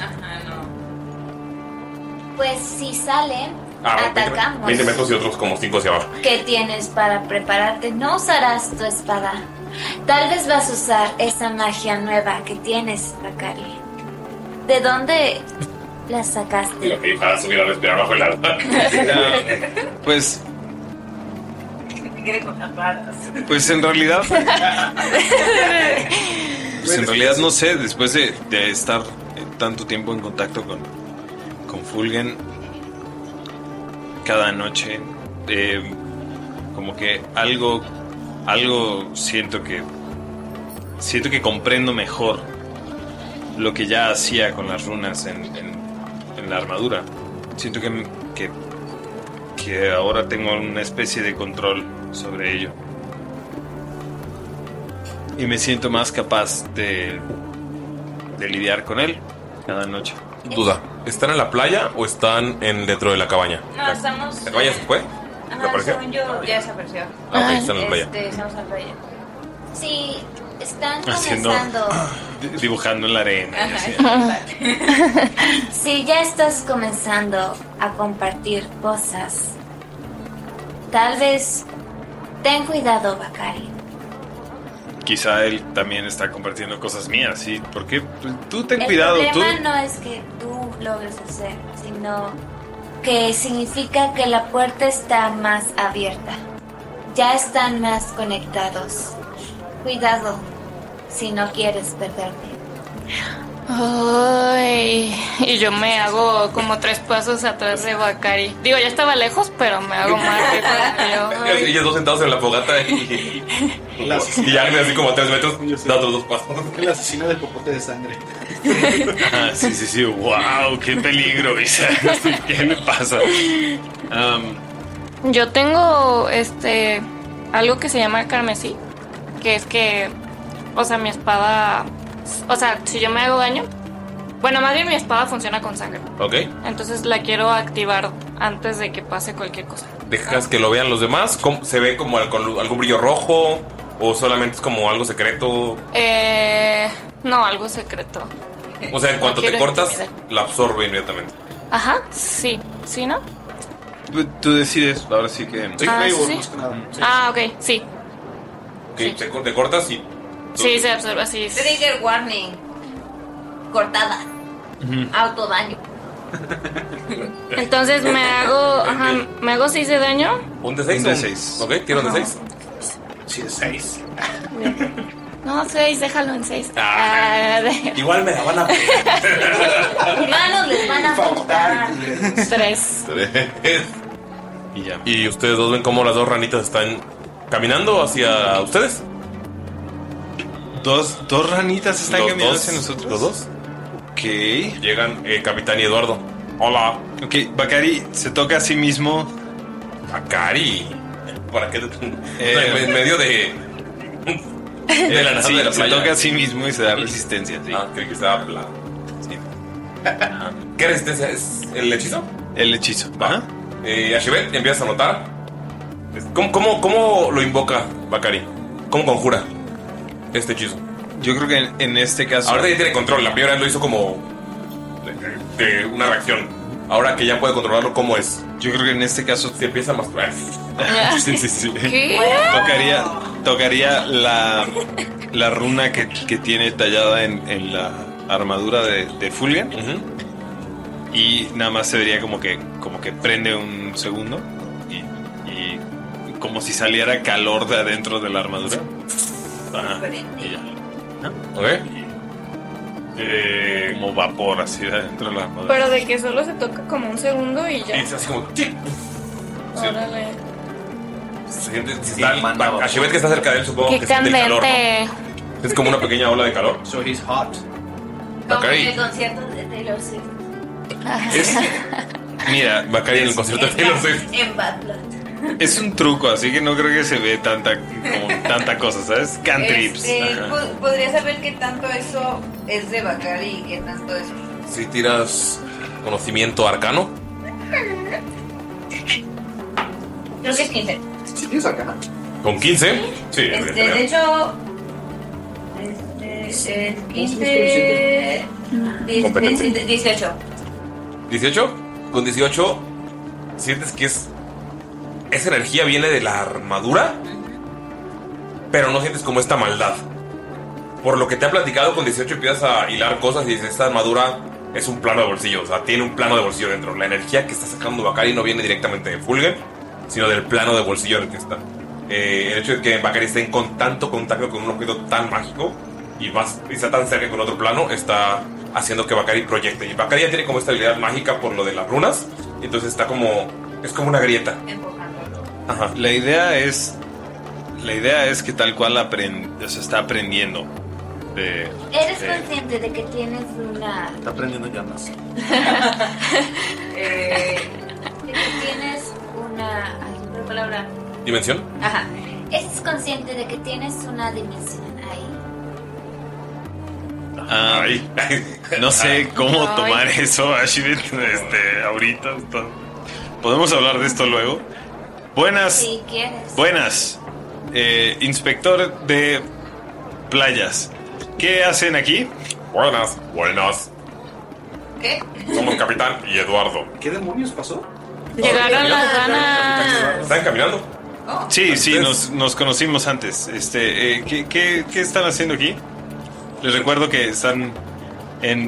Pues si salen, 20 atacamos. 20 metros y otros como 5 hacia abajo. ¿Qué tienes para prepararte? No usarás tu espada. Tal vez vas a usar esa magia nueva que tienes, Bakari. ¿De dónde la sacaste? Y lo que para subir a respirar bajo el agua. Pues en realidad. Pues en realidad no sé, después de estar tanto tiempo en contacto con Fulgen, cada noche, como que algo siento que comprendo mejor lo que ya hacía con las runas en la armadura. Siento que ahora tengo una especie de control sobre ello. Y me siento más capaz de lidiar con él cada noche. Duda, ¿están en la playa o están dentro de la cabaña? No, estamos... ¿La cabaña se fue? ¿Desapareció? Según yo, ya desapareció. Ok, están en la playa. Estamos en la playa. Sí, están Haciendo, comenzando... dibujando en la arena. y así. Si ya estás comenzando a compartir cosas, tal vez ten cuidado, Bakari. Quizá él también está compartiendo cosas mías, ¿sí? Porque tú ten El cuidado, tú. problema no es que tú logres hacer, sino que significa que la puerta está más abierta. Ya están más conectados. Cuidado si no quieres perderte. Ay, y yo me hago como 3 pasos atrás de Bakari. Digo, ya estaba lejos, pero me hago más rápido. Y ellos dos sentados en la fogata y Agnes así como a 3 metros, da otros 2 pasos. El asesino del popote de sangre. Ah, sí, wow, qué peligro, Isa. ¿Qué me pasa? Yo tengo algo que se llama carmesí, que es que, o sea, mi espada, o sea, si yo me hago daño, bueno, más bien mi espada funciona con sangre. Ok. Entonces la quiero activar antes de que pase cualquier cosa. ¿Dejas que lo vean los demás? ¿Se ve como con algún brillo rojo? ¿O solamente es como algo secreto? No, algo secreto. O sea, en cuanto te quiero cortas, intimidar. la absorbe inmediatamente. Ajá, sí, ¿sí, no? Tú decides, ahora sí que... Sí, ¿sí? Ah, ok, sí. Ok, te cortas y... Sí, se absorbe así. Trigger warning. Cortada. Autodaño. Entonces me hago 6 de daño. ¿Un de 6? Un de 6. Ok, tiro un de 6. Sí, de 6. No, 6, déjalo en 6. Igual me la van a... Manos les van a faltar. 3. Y ya. ¿Y ustedes dos ven cómo las 2 ranitas están caminando hacia ustedes? ¿Dos ranitas están Los caminando dos, hacia nosotros? ¿Los dos? Ok. Llegan Capitán y Eduardo. Hola. Ok, Bakari se toca a sí mismo. Bakari. ¿Para qué? En medio de la nada sí, de la se playa. toca a sí mismo y se da resistencia. Sí. Ah, creí que estaba plano. Sí. ¿Qué resistencia es? ¿El hechizo? El hechizo. Ajá. Ashibet, empiezas a notar. ¿Cómo lo invoca Bakari? ¿Cómo conjura este hechizo? Yo creo que en este caso... Ahora ya tiene control. La primera vez lo hizo como de una reacción. Ahora que ya puede controlarlo, ¿cómo es? Yo creo que en este caso... Se empieza a masturbar. Sí. ¿Qué? Tocaría la runa que tiene tallada en la armadura de Fulgen. Y nada más se vería como que prende un segundo y como si saliera calor de adentro de la armadura. Ajá. Y ya. Ok. Como vapor así dentro de la armadura. Pero de que solo se toca como un segundo y ya. Y es así como. ¡Sí! Órale. Ashibet, que está cerca de él, supongo Qué que siente el calor, candente. ¿no? Es como una pequeña ola de calor. So he's hot. Como en el concierto de Taylor Swift. Mira, Bacari en el concierto de Taylor Swift. En Bad Blood. Es un truco, así que no creo que se ve tanta cosa, ¿sabes? Cantrips. ¿Podría saber qué tanto eso es de Bacari y qué tanto es? Si tiras conocimiento arcano. Creo que es 15. ¿Sí tienes arcana? ¿Con 15? Sí. De hecho, 15, 18. ¿18? Con 18 sientes que esa energía viene de la armadura, pero no sientes como esta maldad. Por lo que te ha platicado, con 18 empiezas a hilar cosas y dices, esta armadura es un plano de bolsillo, o sea, tiene un plano de bolsillo dentro. La energía que está sacando Bacari no viene directamente de Fulgen, sino del plano de bolsillo en el que está. El hecho de que Bacari esté en tanto contacto con un objeto tan mágico y está tan cerca con otro plano, está haciendo que Bacari proyecte. Y Bacari ya tiene como esta habilidad mágica por lo de las runas, entonces está como... es como una grieta. Ajá. La idea es que tal cual se está aprendiendo. ¿Eres consciente de que tienes una... Está prendiendo llamas. de que tienes una... ay, ¿qué palabra? ¿Dimensión? Ajá. ¿Eres consciente de que tienes una dimensión ahí? No sé cómo tomar eso, Ashibet, ahorita. ¿Podemos hablar de esto luego? Buenas. Si quieres. Buenas. Inspector de playas. ¿Qué hacen aquí? Buenas. ¿Qué? Somos Capitán y Eduardo. ¿Qué demonios pasó? Llegaron las ganas. ¿Están caminando? Sí, nos conocimos antes. ¿Qué están haciendo aquí? Les recuerdo que están en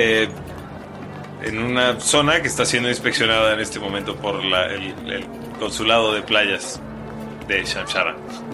una zona que está siendo inspeccionada en este momento por el consulado de playas de Shamshara.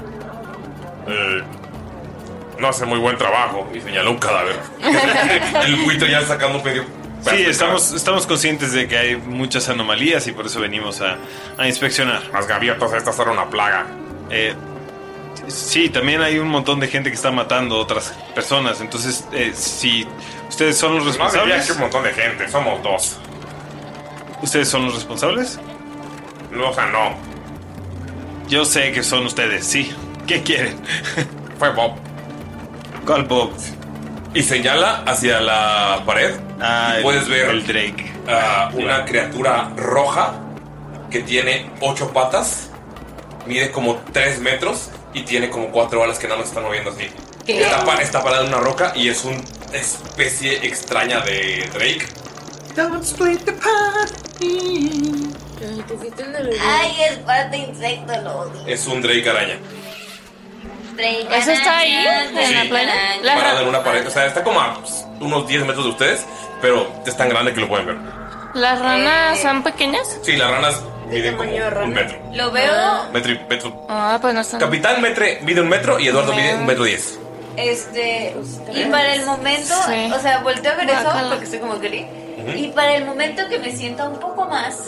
No hace muy buen trabajo. Y señaló un cadáver. El buito ya sacando medio... Sí, estamos conscientes de que hay muchas anomalías y por eso venimos a inspeccionar. Las gaviotas, estas son una plaga. Sí, también hay un montón de gente que está matando a otras personas. Entonces, si ustedes son los responsables... No diría que un montón de gente, somos 2. ¿Ustedes son los responsables? No, o sea, no. Yo sé que son ustedes, sí. ¿Qué quieren? Fue Bob. ¿Cuál Bob? Y señala hacia la pared. Puedes ver el Drake. Una criatura roja que tiene 8 patas, mide como 3 metros y tiene como 4 alas que nada más están moviendo así. Está parada en una roca y es una especie extraña de Drake. Don't split the party. Ay, es parte insecto, lo odio. Es un Drake araña. ¿Eso está ahí? ¿En la playa? Parado en una pared. O sea, está como a unos 10 metros de ustedes, pero es tan grande que lo pueden ver. ¿Las ranas son pequeñas? Sí, las ranas miden como 1 metro. Lo veo. Metro. Ah, pues no están. Capitán mide 1 metro y Eduardo mide 1,10 metros. Y para el momento, Sí. o sea, volteo a ver eso Guácala. porque estoy como gris. Y para el momento que me sienta un poco más,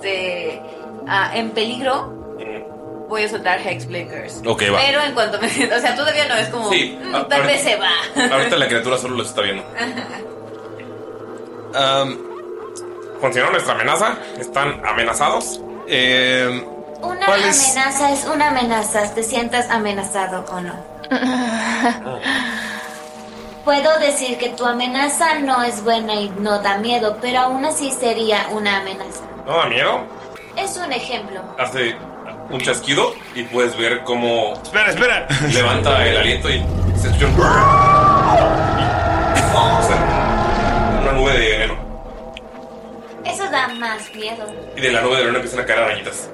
en peligro, voy a soltar Hexblade Curse. Ok, va. Pero en cuanto me sienta, o sea, todavía no es como, Sí, tal vez se va. Ahorita la criatura solo los está viendo. ¿Funcionó nuestra amenaza? ¿Están amenazados? Una amenaza es una amenaza, te sientas amenazado o no. Puedo decir que tu amenaza no es buena y no da miedo, pero aún así sería una amenaza. ¿No da miedo? Es un ejemplo. Hace un chasquido y puedes ver cómo... Espera. Levanta el aliento y se escucha un... O sea, una nube de veneno. Eso da más miedo. Y de la nube de veneno empiezan a caer arañitas.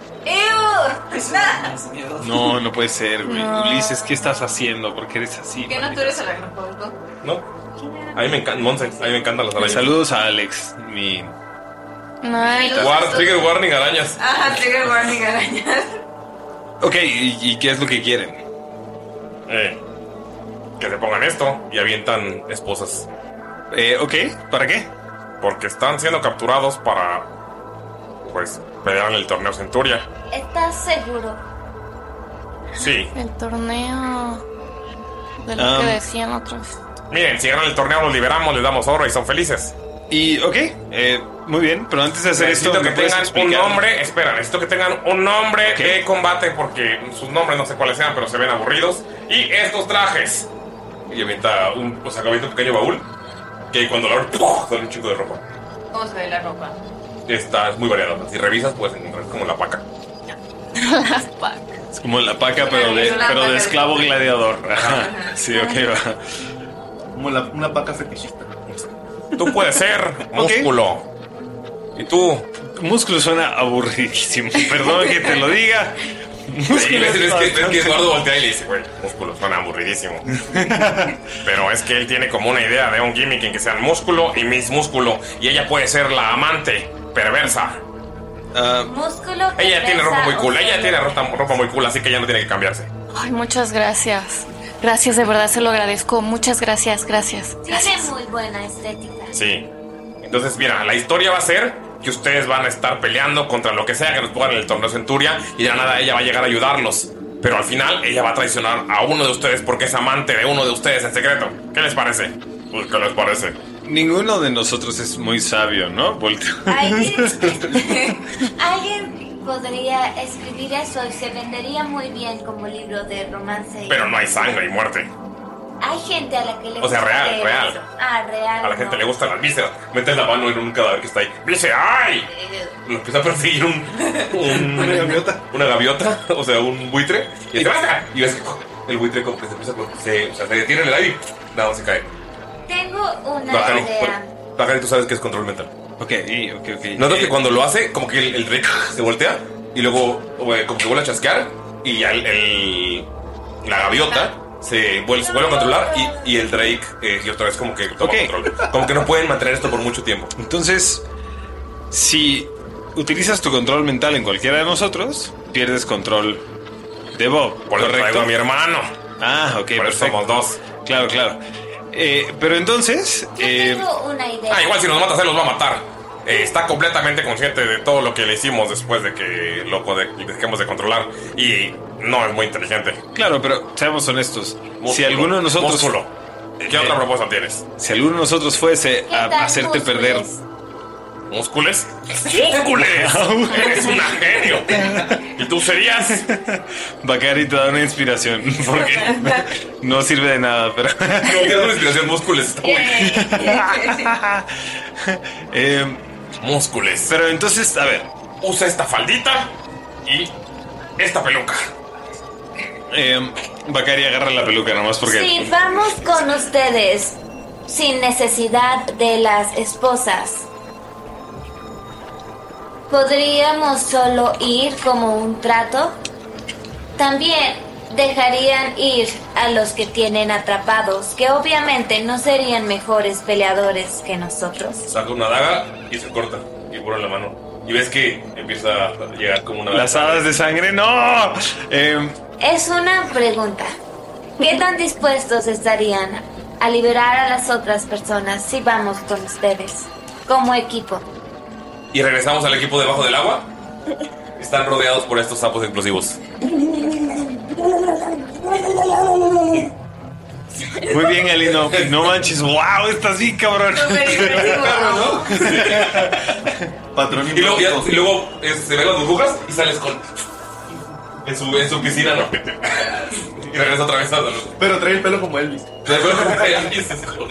No, no puede ser, güey. No. Ulises, ¿qué estás haciendo? ¿Por qué eres así? ¿Que no tú eres aracnofóbico? ¿No? A mí me encanta, Monse, a mí me encantan las arañas. Saludos a Alex, mi... Trigger warning arañas. Ajá, trigger warning arañas. Ok, ¿y qué es lo que quieren? Que se pongan esto y avientan esposas. Ok, ¿para qué? Porque están siendo capturados para, pues, pelear en el torneo Centuria. ¿Estás seguro? Sí. El torneo de lo que decían otros. Miren, si ganan el torneo los liberamos, les damos oro y son felices. Y, ok, muy bien, pero antes de hacer necesito esto... que tengan un nombre, necesito que tengan un nombre de combate porque sus nombres no sé cuáles sean, pero se ven aburridos. Y estos trajes. Y avienta un pequeño baúl que cuando lo abre, sale un chico de ropa. ¿Cómo se ve la ropa? Es muy variada. Si revisas, puedes encontrar como la paca. Las pacas. Es como la paca, pero de esclavo gladiador. Ajá. Sí, ok, va. Como una paca fetichista. Tú puedes ser músculo. ¿Y tú? Músculo suena aburridísimo. Perdón que te lo diga. Músculo es que Eduardo voltea y le dice, güey, músculo suena aburridísimo. Pero es que él tiene como una idea de un gimmick en que sean músculo y Miss Músculo. Y ella puede ser la amante perversa. Músculo. Ella tiene ropa muy cool. Ella tiene ropa muy cool, así que ella no tiene que cambiarse. Ay, muchas gracias. Gracias, de verdad se lo agradezco. Muchas gracias, gracias. Tiene muy buena estética. Sí. Entonces, mira, la historia va a ser que ustedes van a estar peleando contra lo que sea que nos pongan en el torneo Centuria y de la nada ella va a llegar a ayudarlos. Pero al final ella va a traicionar a uno de ustedes porque es amante de uno de ustedes en secreto. ¿Qué les parece? Pues, ¿qué les parece? Ninguno de nosotros es muy sabio, ¿no? Volteo. Alguien podría escribir eso y se vendería muy bien como libro de romance. Pero no hay sangre y muerte. Hay gente a la que le O sea, gusta real, leer real. eso. Real. A la gente le gustan las vísceras. Metes la mano en un cadáver que está ahí. Dice, ¡ay! Lo empieza a perseguir una gaviota, o sea, un buitre. Y dice, ¡basta! Y ves que el buitre como que se empieza se detiene en el aire y nada, se cae. Tengo una idea. Bacari, tú sabes que es control mental. Ok. Notas que cuando lo hace, como que el Drake se voltea y luego como que vuelve a chasquear y ya la gaviota se vuelve a controlar y el Drake y otra vez como que toma control. Como que no pueden mantener esto por mucho tiempo. Entonces, si utilizas tu control mental en cualquiera de nosotros, pierdes control de Bob. Por eso traigo a mi hermano. Ok, por eso somos dos. Claro. Pero entonces... Tengo una idea. Igual si nos matas, él los va a matar. Está completamente consciente de todo lo que le hicimos después de que lo dejemos de controlar. Y no es muy inteligente. Claro, pero seamos honestos. Si alguno de nosotros... Músculo. ¿Qué otra propuesta tienes? Si alguno de nosotros fuese a hacerte perder... ¿Múscules? ¡Múscules! ¡Eres un genio! ¿Y tú serías? Bacari te da una inspiración. Porque no sirve de nada, pero... No, que da una inspiración, múscules. Está bueno. Múscules. Pero entonces, a ver. Usa esta faldita y esta peluca. Bacari agarra la peluca nomás porque... Sí, vamos con ustedes. Sin necesidad de las esposas. ¿Podríamos solo ir como un trato? También dejarían ir a los que tienen atrapados, que obviamente no serían mejores peleadores que nosotros. Saca una daga y se corta y pone la mano. Y ves que empieza a llegar como una... Las hadas de sangre, ¡no! Es una pregunta. ¿Qué tan dispuestos estarían a liberar a las otras personas si vamos con ustedes, como equipo? Y regresamos al equipo debajo del agua. Están rodeados por estos sapos explosivos. Muy bien, Alino. No manches. ¡Wow! Estás bien, cabrón. Patrón y luego se ven las burbujas y sales con... En su piscina, ¿no? Y regresa otra vez a la luz. Pero trae el pelo como Elvis. Trae el pelo como Elvis.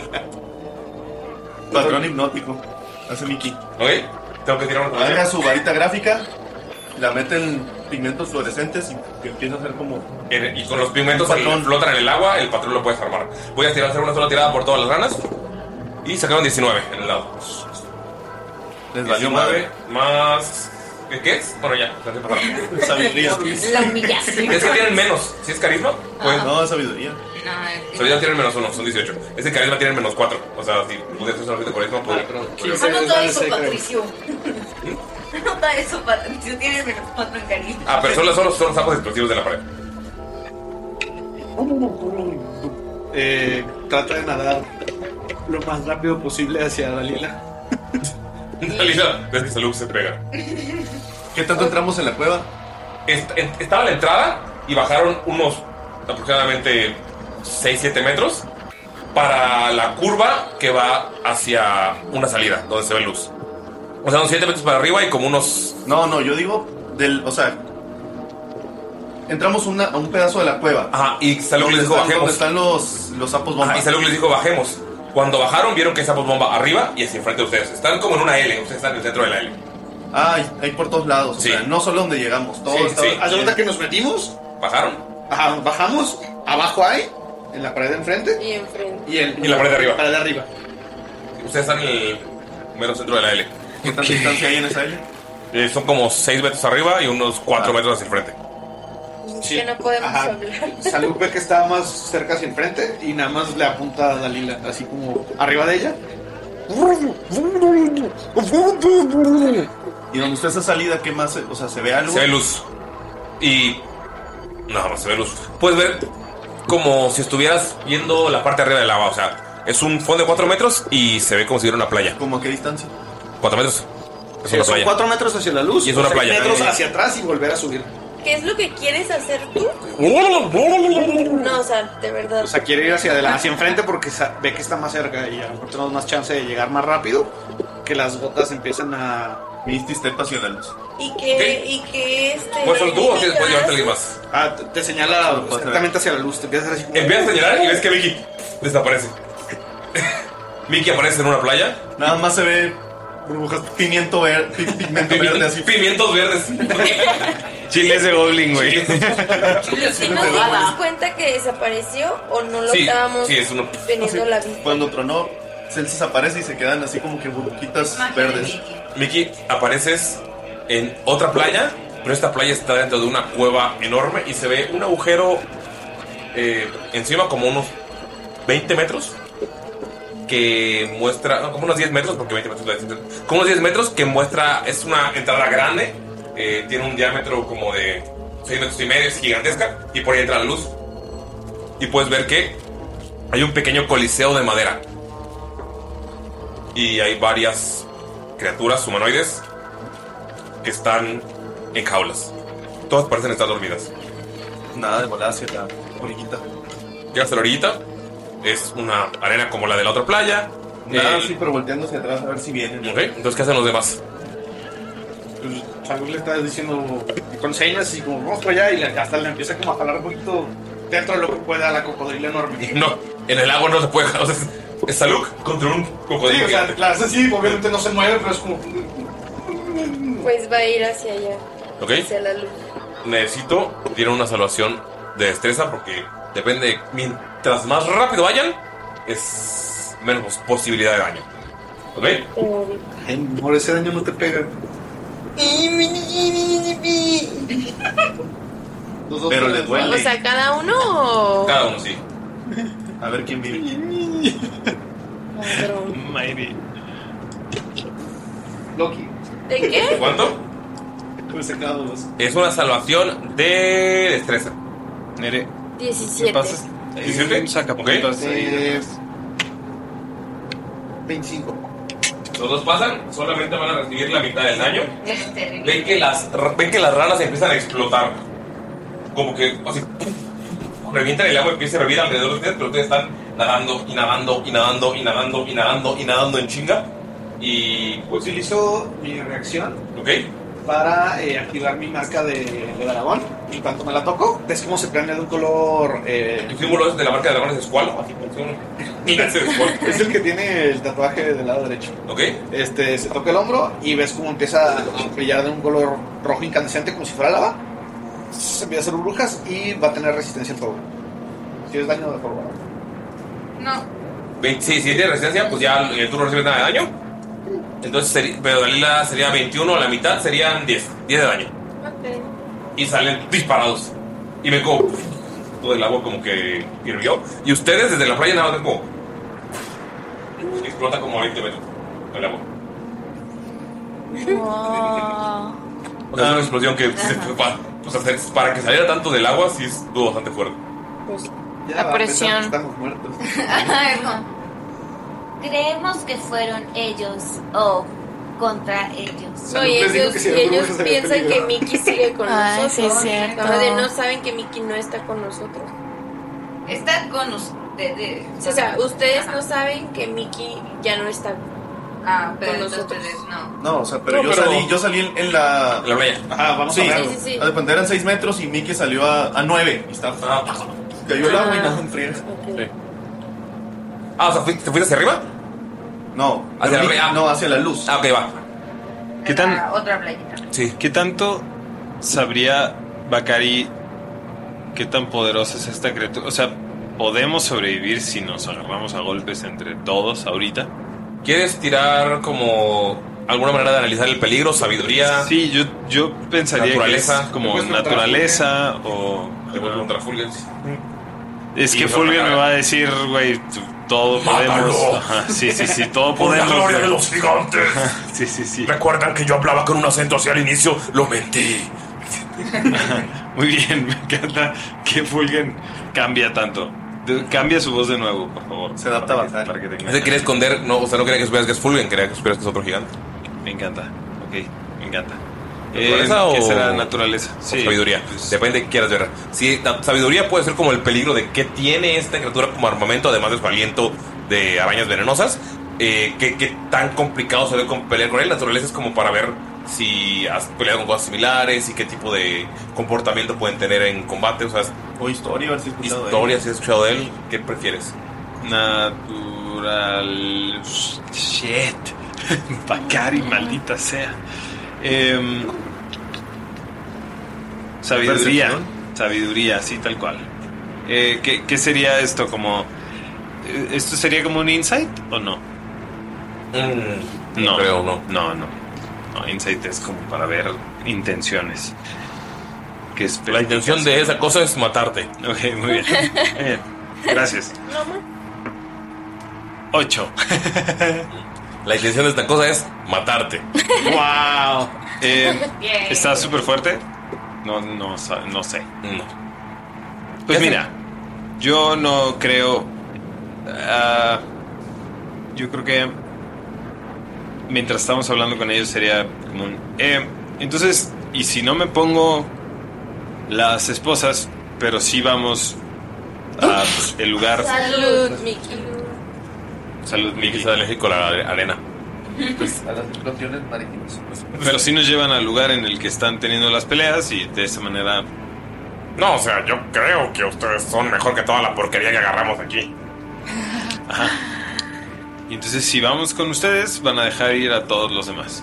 Patrón hipnótico. Hace Mickey. ¿Ok? Tengo que tirar una... Agarra su varita gráfica, la mete en pigmentos fluorescentes y que empieza a hacer como... Y con los pigmentos que flotan en el agua, el patrón lo puedes armar. Voy a hacer una sola tirada por todas las ranas. Y sacaron 19 en el lado. Les valió 19 más... ¿Qué es? Bueno, ya. Sabiduría. La humillación. Es que tienen menos. ¿Sí es carisma? Pues, no, sabiduría. Sabiduría tienen menos 1, son 18. Ese carisma tiene menos 4. O sea, si pudieras usar de carisma, podría. Anota eso, Patricio. Anota eso, Patricio. Tiene menos 4 en carisma. Pero son los sapos explosivos de la pared. Trata de nadar lo más rápido posible hacia Dalila. Dalila, ves que Saluk se pega. ¿Qué tanto entramos en la cueva? Estaba la entrada y bajaron unos aproximadamente 6-7 metros para la curva que va hacia una salida donde se ve luz. O sea, unos 7 metros para arriba y como unos... No, yo digo o sea, entramos a un pedazo de la cueva. Ajá, y Saluk les dijo bajemos. Donde están los sapos bomba. Ajá, y Saluk les dijo bajemos. Cuando bajaron vieron que hay sapos bomba arriba y hacia enfrente de ustedes. Están como en una L, ustedes están en el centro de la L. Ah, hay por todos lados, sí. O sea, no solo donde llegamos. Todo ¿Hace cuenta que nos metimos? ¿Bajaron? Ajá, bajamos, abajo hay, en la pared de enfrente. Y enfrente. Y la pared de arriba. La pared de arriba. Ustedes están en el mero centro de la L. ¿Qué tanta distancia hay en esa L? Son como 6 metros arriba y unos 4 metros hacia el frente. Sí. Que no podemos Ajá. hablar. Salud ve que está más cerca hacia el frente y nada más le apunta a Dalila, así como arriba de ella. Y donde está esa salida, ¿qué más? O sea, ¿se ve algo? Se ve luz. Y... nada más se ve luz. Puedes ver como si estuvieras viendo la parte de arriba del agua. O sea, es un fondo de 4 metros y se ve como si fuera una playa. ¿Cómo a qué distancia? 4 metros. Es Sí, una son playa. 4 metros hacia la luz Y es una 6 playa. metros hacia atrás y volver a subir. ¿Qué es lo que quieres hacer tú? No, o sea, de verdad. O sea, quiere ir hacia adelante, hacia enfrente porque ve que está más cerca y a lo mejor tenemos más chance de llegar más rápido. Que las gotas empiezan a... Misty step hacia la luz. ¿Y que ¿Puedes ser tú o puedes llevarte a alguien más? Ah, te señala exactamente hacia la luz. Te empiezas a hacer así como... Empiezas a señalar y ves que Mickey desaparece. Mickey aparece en una playa. Nada más se ve burbujas, pimiento verde así. Pimientos verdes. Chiles de goblin, güey. ¿Y nos dimos cuenta que desapareció o no lo estábamos teniendo la vista? Cuando tronó, él desaparece y se quedan así como que burbujitas verdes. Mickey, apareces en otra playa, pero esta playa está dentro de una cueva enorme y se ve un agujero encima como unos 20 metros que muestra, no, como unos 10 metros, porque 20 metros como unos 10 metros que muestra, es una entrada grande, tiene un diámetro como de 6 metros y medio, es gigantesca, y por ahí entra la luz y puedes ver que hay un pequeño coliseo de madera y hay varias criaturas humanoides que están en jaulas. Todas parecen estar dormidas. Nada de volar hacia la orillita. Llegas a la orillita, es una arena como la de la otra playa. Nada, sí, pero volteando hacia atrás a ver si vienen. Ok, entonces ¿qué hacen los demás? Salud le está diciendo con señas y como vamos para allá y hasta le empieza como a jalar un poquito dentro de lo que pueda la cocodrila enorme. No, en el agua no se puede, o sea, es Saluk contra un cocodrilo. Sí, o sea, claro, sí, obviamente no se mueve, pero es como... Pues va a ir hacia allá. Ok. Hacia la luz. Necesito que tienen una salvación de destreza porque depende, mientras más rápido vayan, es menos posibilidad de daño. ¿Ok? Ay, amor, ese daño no te pega. Pero le duele. O sea, cada uno o... Cada uno, sí. A ver quién vive. Maybe. Loki. ¿De qué? ¿Cuánto? Es una salvación de destreza. Nere. 17. ¿17? Saca puntos. 25. Los dos pasan, solamente van a recibir la mitad del daño. Ven que las ranas empiezan a explotar. Como que así, revientan el agua y empieza a hervir alrededor de ustedes, pero ustedes están nadando y nadando y nadando y nadando y nadando y nadando en chinga. Y pues utilizo mi reacción. Ok. Para activar mi marca de dragón. Y cuando me la toco, ves cómo se planea de un color. El símbolo de la marca de dragón es escualo. Es el que tiene el tatuaje del lado derecho. Ok. Se toca el hombro y ves cómo empieza a brillar de un color rojo incandescente como si fuera lava. Se empieza a hacer burbujas y va a tener resistencia al fuego. Si es daño de fuego. No. Sí, si tiene resistencia, pues ya tú no recibes nada de daño. Entonces, pero Dalila sería 21, la mitad serían 10 de daño. Ok. Y salen disparados. Y ven como todo el agua como que hirvió. Y ustedes desde la playa nada más ven como explota como a 20 metros el agua. Wow. O sea, es una explosión que para que saliera tanto del agua sí estuvo bastante fuerte. Pues Ya, la presión. Estamos muertos. creemos que fueron ellos o contra ellos. No, y ellos piensan que Mickey sigue con nosotros. Sí, es cierto. No saben que Mickey no está con nosotros. Está con ustedes. Sí, o sea, ustedes no saben que Mickey ya no está pero con nosotros. No, o sea, pero yo salí en la playa. Ajá, vamos a ver. Sí. Eran 6 metros y Mickey salió a 9. Y estaba. Cayó el agua y nada en frío. Okay. O sea, ¿te fuiste hacia arriba? No, hacia la playa. No, hacia la luz. Ok, va. ¿Qué tan? Otra playita. Sí. ¿Qué tanto sabría Bakari qué tan poderosa es esta criatura? O sea, ¿podemos sobrevivir si nos agarramos a golpes entre todos ahorita? ¿Quieres tirar como alguna manera de analizar el peligro, sabiduría? Sí, yo pensaría naturaleza, que es como naturaleza o... contra Fulgen. Es que Fulgen me va a decir, güey, todo podemos. Ajá, sí, todo podemos. Por la gloria de los gigantes. Sí. ¿Recuerdan que yo hablaba con un acento hacia el inicio? Lo mentí. Muy bien, me encanta que Fulgen cambia tanto. Cambia su voz de nuevo, por favor. Se adapta bastante. Para que tenga. ¿Se quiere esconder? No, o sea, no quería que supieras que es Fulgen, quería que supieras que es otro gigante. Me encanta, ok, me encanta. ¿Naturaleza ¿Qué o será naturaleza? Sí. Sabiduría. Depende de qué quieras ver. Sí, sabiduría puede ser como el peligro de qué tiene esta criatura como armamento, además de su aliento de arañas venenosas. Qué tan complicado se ve pelear con él. Naturaleza es como para ver si has peleado con cosas similares y qué tipo de comportamiento pueden tener en combate. O sea, o historia, a ver si has escuchado historia, si has escuchado de él. ¿Qué prefieres? Natural. Shit. Bakari, maldita sea. Sabiduría, sí, tal cual. ¿Qué sería esto? ¿Esto sería como un insight o no? No creo, no. No, insight es como para ver intenciones. La intención de esa cosa es matarte. Ok, muy bien. Gracias. 8. La intención de esta cosa es matarte. ¡Wow! ¿Está súper fuerte? No sé. No. Pues mira, yo no creo... yo creo que mientras estamos hablando con ellos sería como un... entonces, ¿y si no me pongo las esposas, pero sí vamos a el lugar? Salud, Mickey. Salud, Mickey. Está alérgico a la arena. Pues a las explosiones marítimas. Pero sí nos llevan al lugar en el que están teniendo las peleas y de esa manera... No, o sea, yo creo que ustedes son mejor que toda la porquería que agarramos aquí. Ajá. Y entonces si vamos con ustedes, van a dejar ir a todos los demás.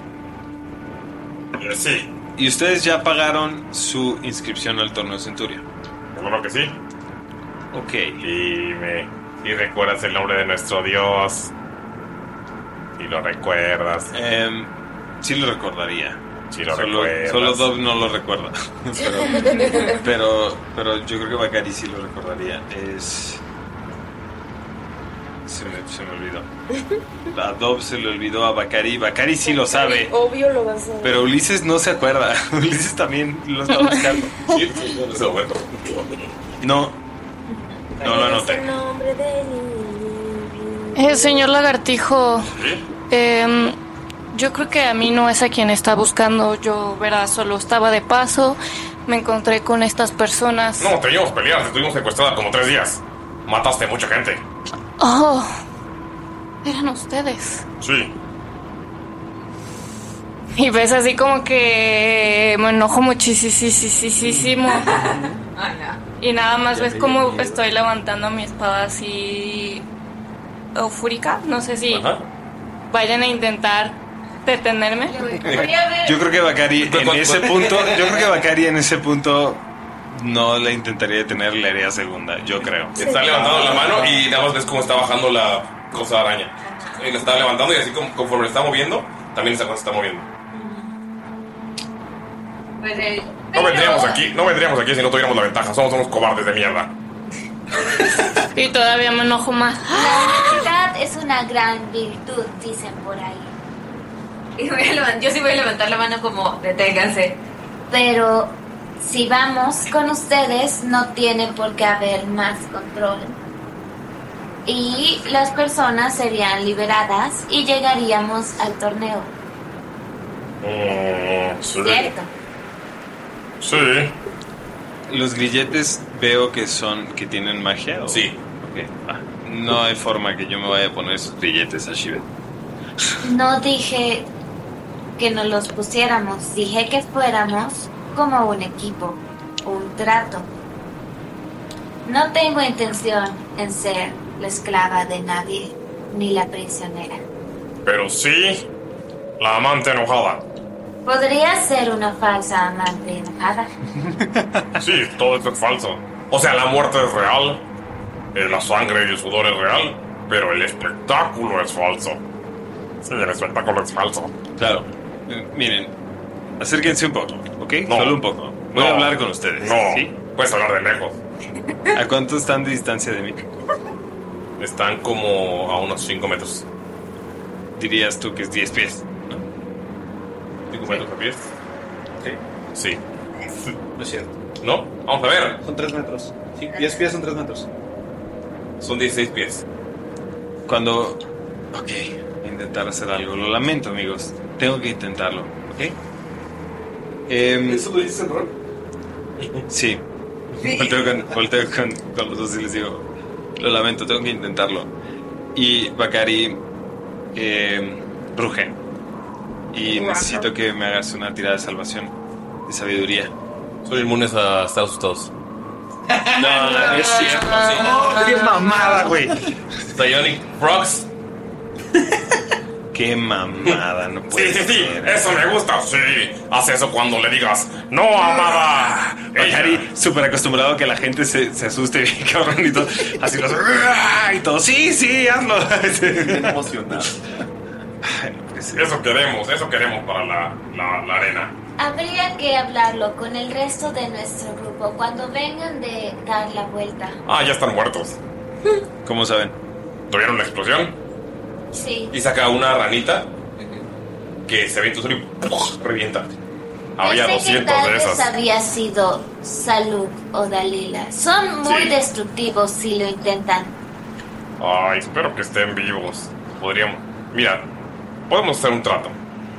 Sí. Y ustedes ya pagaron su inscripción al torneo Centurio. Seguro que sí. Ok. Y recuerdas el nombre de nuestro dios. Y lo recuerdas. Sí lo recordaría. Sí lo recuerdas. Solo Dob no lo recuerda. pero yo creo que Bakari sí lo recordaría. Se me olvidó. A Dob se le olvidó, a Bakari. Bakari sí lo sabe. Obvio lo vas a ver. Pero Ulises no se acuerda. Ulises también lo está buscando. No lo anoté. Señor Lagartijo, yo creo que a mí no es a quien está buscando. Yo, solo estaba de paso. Me encontré con estas personas. No, te íbamos a pelear. Te estuvimos secuestrada como 3 días. Mataste mucha gente. Oh, eran ustedes. Sí. Y ves así como que me enojo muchísimo. Y nada más ves como estoy levantando mi espada así eufórica. No sé si vayan a intentar detenerme. Yo creo que Bakari en ese punto no la intentaría detener, le haría segunda, yo creo. Está levantando la mano y nada más ves cómo está bajando la cosa de araña. Y la está levantando y así conforme la está moviendo, también esa cosa se está moviendo. No vendríamos aquí si no tuviéramos la ventaja. Somos unos cobardes de mierda. Y todavía me enojo más. La humildad es una gran virtud, dicen por ahí. Y yo sí voy a levantar la mano como deténganse. Pero si vamos con ustedes, no tiene por qué haber más control. y las personas serían liberadas y llegaríamos al torneo. Sí. ¿Cierto? Sí. Los grilletes veo que tienen magia. ¿O? Sí. Okay. No hay forma que yo me vaya a poner esos grilletes a Shivet. No dije que nos los pusiéramos, dije que fuéramos como un equipo, un trato. No tengo intención en ser la esclava de nadie, ni la prisionera. Pero sí, la amante enojada. Podría ser una falsa amante enojada. Sí, todo esto es falso. O sea, la muerte es real, la sangre y el sudor es real, pero el espectáculo es falso. Sí, el espectáculo es falso. Claro. Miren, acérquense un poco, ¿ok? No. Solo un poco. Voy a hablar con ustedes. No, ¿sí? puedes hablar de lejos. ¿A cuánto están de distancia de mí? Están como a unos 5 metros. Dirías tú que es 10 pies. 5 metros a pies. Sí. No es cierto. ¿No? Vamos a ver. Son 3 metros. Sí, 10 pies son 3 metros. Son 16 pies. Cuando... Ok, voy a intentar hacer algo. Lo lamento, amigos. Tengo que intentarlo, ¿ok? ¿Eso lo dices en rol? Sí. Volteo con los dos y les digo, lo lamento, tengo que intentarlo. Y Bakari ruge. Y necesito que me hagas una tirada de salvación, de sabiduría. Son inmunes a estar asustados. No, es cierto. ¡Qué mamada, güey! Psionic Frogs. Qué mamada, no puede Sí, ser. eso me gusta, sí. Haz eso cuando le digas, ¡no, amada! Bakari, súper acostumbrado a que la gente se asuste bien cabrón y todo. Así los... y todo, sí, hazlo. Bien emocionado. Eso queremos para la arena. Habría que hablarlo con el resto de nuestro grupo cuando vengan de dar la vuelta. Ah, ya están muertos. ¿Cómo saben? ¿Tuvieron una explosión? Sí. Y saca una ranita que se avienta solo y ¡puf! Revienta. Había Pensé que 200 tal de vez esas. había sido Salud o Dalila. Son muy Sí. destructivos si lo intentan. Ay, espero que estén vivos. Podríamos... Mira, podemos hacer un trato.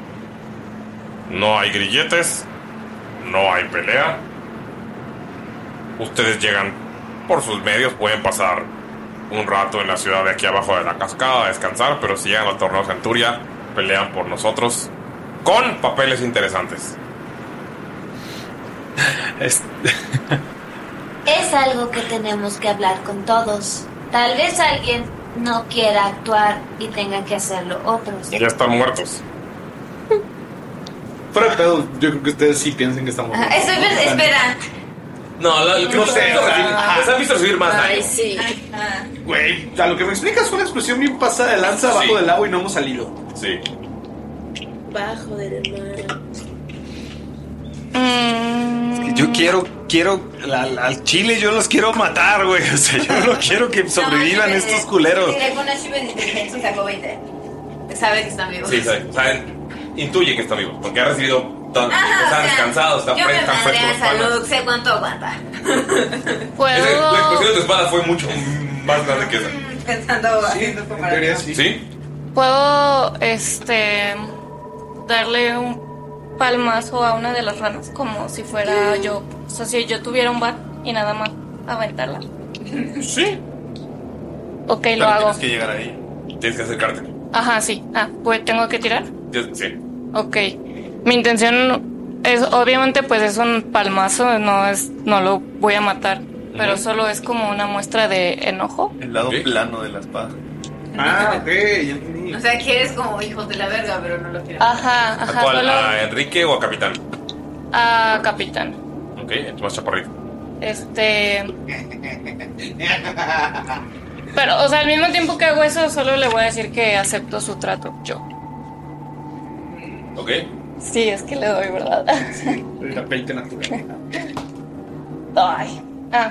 No hay grilletes, no hay pelea. Ustedes llegan por sus medios, pueden pasar un rato en la ciudad de aquí abajo de la cascada a descansar, pero si llegan al torneo Centuria, pelean por nosotros con papeles interesantes. Es algo que tenemos que hablar con todos. Tal vez alguien no quiera actuar y tengan que hacerlo otros. Ya están muertos. Fuera de pedo, yo creo que ustedes sí piensen que estamos. Espera. No, no sé. Les han visto recibir más daño. Ay, sí. Güey, a lo que me explicas fue una explosión bien pasada de lanza abajo Sí. del agua y no hemos salido. Sí. Bajo del mar. Yo quiero al chile, yo los quiero matar, güey. O sea, yo no quiero que sobrevivan estos culeros. Con una chiva de inteligencia y sacó 20. Sabe que están vivos. Sí, saben, intuye que está vivo, porque ha recibido están descansados, están Yo me frescos madré con a los panas. Salud, sé cuánto aguanta. ¿Puedo? La explosión de tu espada fue mucho más grande que esa. Pensando haciendo como ¿Sí? ¿Puedo, darle un palmazo a una de las ranas como si fuera yo? O sea, si yo tuviera un bar y nada más aventarla. Sí. Ok, lo hago. Tienes que llegar ahí. Tienes que acercarte. Ajá, sí. Pues tengo que tirar. Sí. Ok. Mi intención es, obviamente, pues es un palmazo, no lo voy a matar, pero solo es como una muestra de enojo. El lado plano de la espada. Ah, ok, ya entendí. O sea, quieres como hijos de la verga, pero no lo quieres. Ajá, ¿A cuál? solo ¿A Enrique o a Capitán? a Capitán. Ok, es más chaparrito. Pero, o sea, al mismo tiempo que hago eso, solo le voy a decir que acepto su trato, yo. Ok. Sí, es que le doy, ¿verdad? La 20 natural. Ay.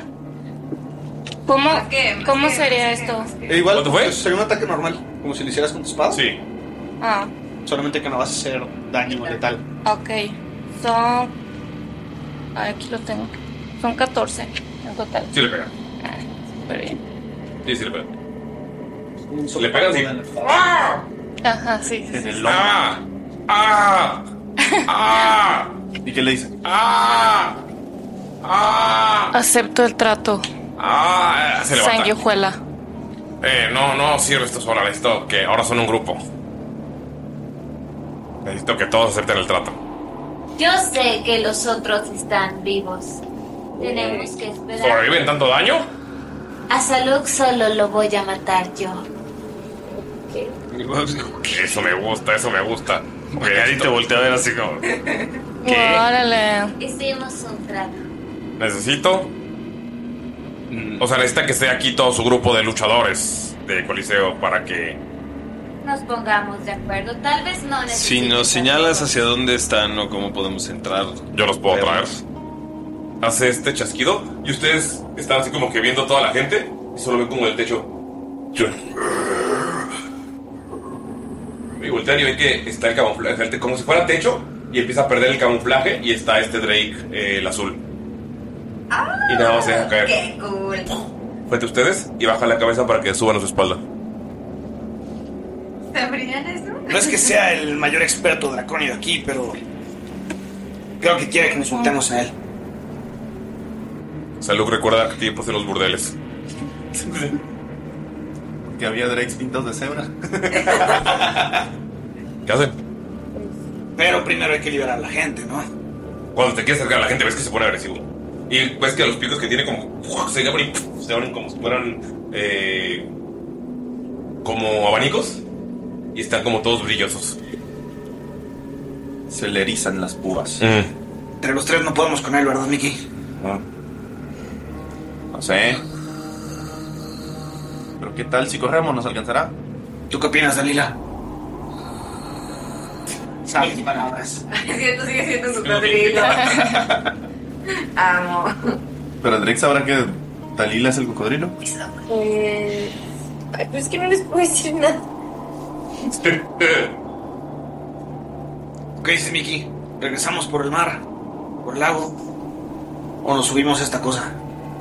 ¿Cómo sería esto? Igual, ¿Cuánto fue? pues, sería un ataque normal, como si lo hicieras con tu espada. Sí. Solamente que no vas a hacer daño letal. Ok. Son... aquí lo tengo. Son 14 en total. Sí le pega. Súper bien. Sí le pega. Le pegas y... Ajá, sí. En el lomo. ¿Y qué le dice? Acepto el trato. Se levanta. Sanguijuela. No sirve esto sola. Necesito que ahora son un grupo. Necesito que todos acepten el trato. Yo sé que los otros están vivos. Tenemos que esperar. ¿Sobreviven tanto daño? A Saluk solo lo voy a matar yo. Eso me gusta. Porque nadie te voltea a ver así como... Órale. Hicimos un trato. Necesito... O sea, necesita que esté aquí todo su grupo de luchadores de Coliseo para que... Nos pongamos de acuerdo. Tal vez no necesitemos. Si nos señalas hacia dónde están o cómo podemos entrar, yo los puedo traer. Hace este chasquido y ustedes están así como que viendo toda la gente y solo ven como el techo. Y voltean y ven que está el camuflaje, como si fuera techo, y empieza a perder el camuflaje y está este Drake, el azul. Y nada más se deja caer. ¡Qué cool! Frente a ustedes y baja la cabeza para que suban a su espalda. ¿Sabrían eso? No es que sea el mayor experto dracónido aquí, pero creo que quiere que nos juntemos a él. Salud recuerda tiempos en los burdeles. Que había Drakes pintados de cebra. ¿Qué hacen? Pero primero hay que liberar a la gente, ¿no? Cuando te quieres acercar a la gente ves que se pone agresivo. Y ves que los picos que tiene como... Se abren como si fueran... como abanicos. Y están como todos brillosos. Se le erizan las púas. Entre los tres no podemos con él, ¿verdad, Mickey? No sé. Pero ¿qué tal si corremos? ¿Nos alcanzará? ¿Tú qué opinas, Dalila? Sabes palabras. Siento, sigue siendo su cocodrilo. Amo. ¿Pero Drake sabrá que Dalila es el cocodrilo? Ay, pero es que no les puedo decir nada. ¿Qué dices, Mickey? ¿Regresamos por el mar? ¿Por el lago? ¿O nos subimos a esta cosa?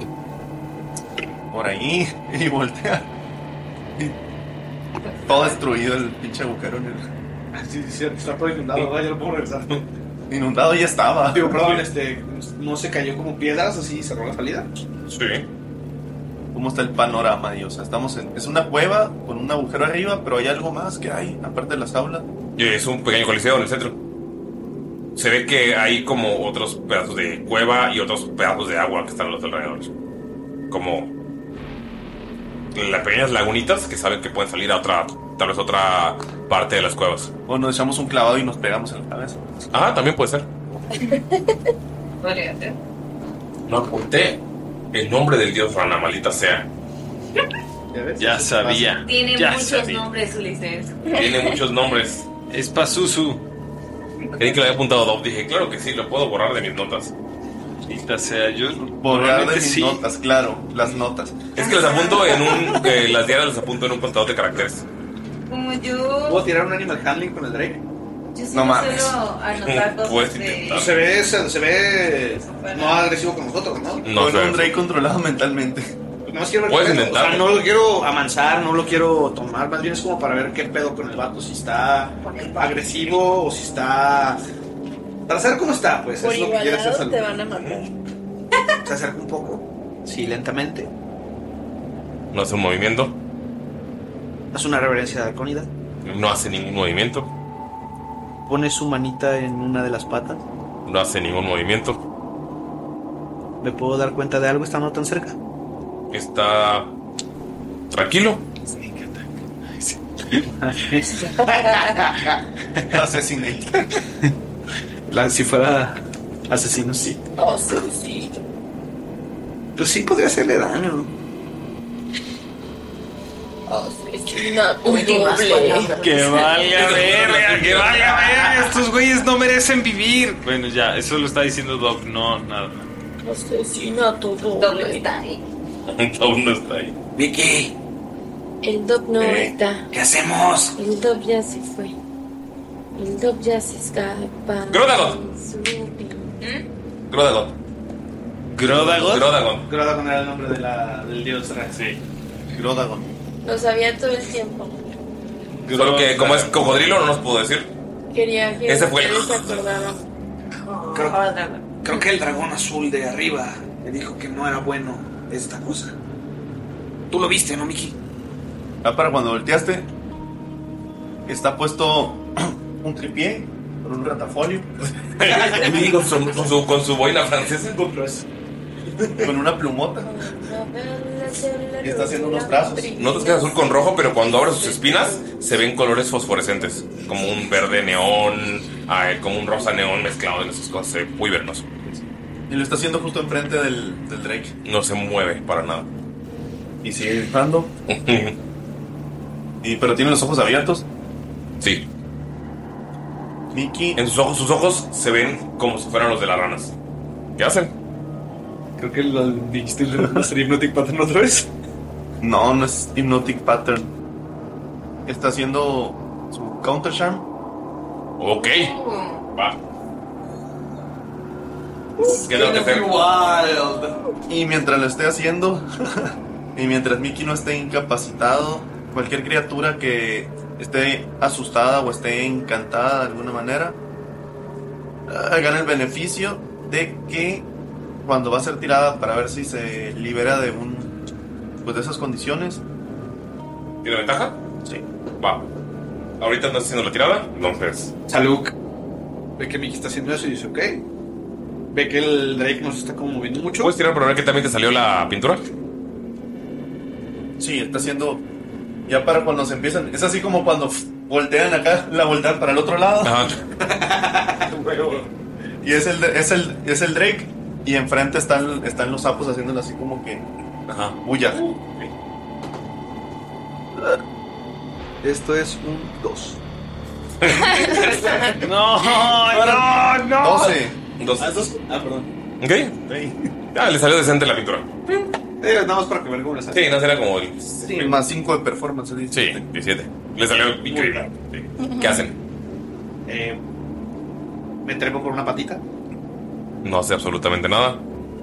Por ahí. Y voltea. Y todo destruido el pinche agujero en el... Sí, está todo inundado, ya lo puedo regresar. Inundado ya estaba. Digo, perdón, ¿no se cayó como piedras así y cerró la salida? Sí. ¿Cómo está el panorama, Dios? Estamos en... Es una cueva con un agujero arriba, pero hay algo más que hay, aparte de las jaulas. Y es un pequeño coliseo en el centro. Se ve que hay como otros pedazos de cueva y otros pedazos de agua que están a los alrededores. Como las pequeñas lagunitas que saben que pueden salir a otra, tal vez otra parte de las cuevas. O nos echamos un clavado y nos pegamos en la cabeza. También puede ser. Podría ser. No apunté el nombre del dios Rana, maldita sea. Ya sabía. Tiene muchos nombres, Ulises. Tiene muchos nombres. Es Pazuzu. Creí que lo había apuntado Dob. Dije, claro que sí, lo puedo borrar de mis notas. Maldita sea, yo... Borrar de mis notas, claro, las notas. Es que las apunto en un... las diarias las apunto en un contador de caracteres. Como yo. ¿Puedo tirar un animal handling con el Drake? Yo sí No mames. suelo anotar cosas Puedes de... intentar. Se ve no agresivo con nosotros, ¿no? No Con sé. un Drake controlado mentalmente. No más quiero ver Puedes qué pedo. intentarlo. O sea, no lo quiero amansar, no lo quiero tomar. Más bien es como para ver qué pedo con el vato. Si está agresivo o si está... Para saber cómo está, pues. Por Es lo que quiere hacer igualado Salud. te van a matar. Se acerca un poco. Sí, lentamente. No hace un movimiento. Haz una reverencia dracónida. No hace ningún movimiento. Pone su manita en una de las patas. No hace ningún movimiento. ¿Me puedo dar cuenta de algo estando tan cerca? Está... tranquilo. Assassinate. Si fuera asesino, sí. Asesino. Pues sí podría hacerle daño. Asesinato Últimas doble. palabras. Que valga verga, que valga verga. Estos güeyes no merecen vivir. Bueno, ya, eso lo está diciendo Doc, no, nada. Asesinato ¿Dónde doble. está ahí? Aún no está ahí. Vicky, El Doc no está. ¿qué hacemos? El Doc ya se fue. El Doc ya se escapa. Grodagon. Grodagon. ¿Grodagon? Grodagon. Grodagon era el nombre del dios Rex. Sí. Grodagon. Lo sabía todo el tiempo. Solo que como es cocodrilo no nos pudo decir. Quería que Ese fue. ustedes se acordaran. Creo que el dragón azul de arriba le dijo que no era bueno esta cosa. Tú lo viste, ¿no, Mickey? Para cuando volteaste, está puesto un tripié con un ratafolio. con su boina francesa. Con una plumota. Y está haciendo unos brazos. Notas que es azul con rojo, pero cuando abre sus espinas se ven colores fosforescentes. Como un verde neón, como un rosa neón mezclado en esas cosas. Se ve muy vernoso. Y lo está haciendo justo enfrente del Drake. No se mueve para nada. Y sigue gritando. Pero tiene los ojos abiertos. Sí. Mickey. En sus ojos se ven como si fueran los de las ranas. ¿Qué hacen? Creo que lo dijiste sería Hypnotic Pattern otra vez. No es Hypnotic Pattern. Está haciendo su Counter Charm. Ok. Va. Y mientras lo esté haciendo, y mientras Mickey no esté incapacitado, cualquier criatura que esté asustada o esté encantada de alguna manera, gana el beneficio de que cuando va a ser tirada para ver si se libera de de esas condiciones. ¿Tiene ventaja? Sí. Va. Ahorita no está haciendo la tirada, entonces. Saluk ve que Mickey está haciendo eso y dice, ok. Ve que el Drake no se está como moviendo mucho. ¿Puedes tirar para ver que también te salió la pintura? Sí, está haciendo. Ya para cuando se empiezan. Es así como cuando voltean acá, la voltean para el otro lado. Ajá. Y es el Drake. Y enfrente están los sapos haciéndolo así como que. Ajá. Bulla. Esto es un 2. No. 12. Perdón. Ok. Le salió decente la pintura. Nada más para que vean cómo le sale. Sí, no será como el. Sí, más 5 de performance. 17. Sí, 17. Le salió increíble. Sí. ¿Qué hacen? Me trepo por una patita. No hace absolutamente nada.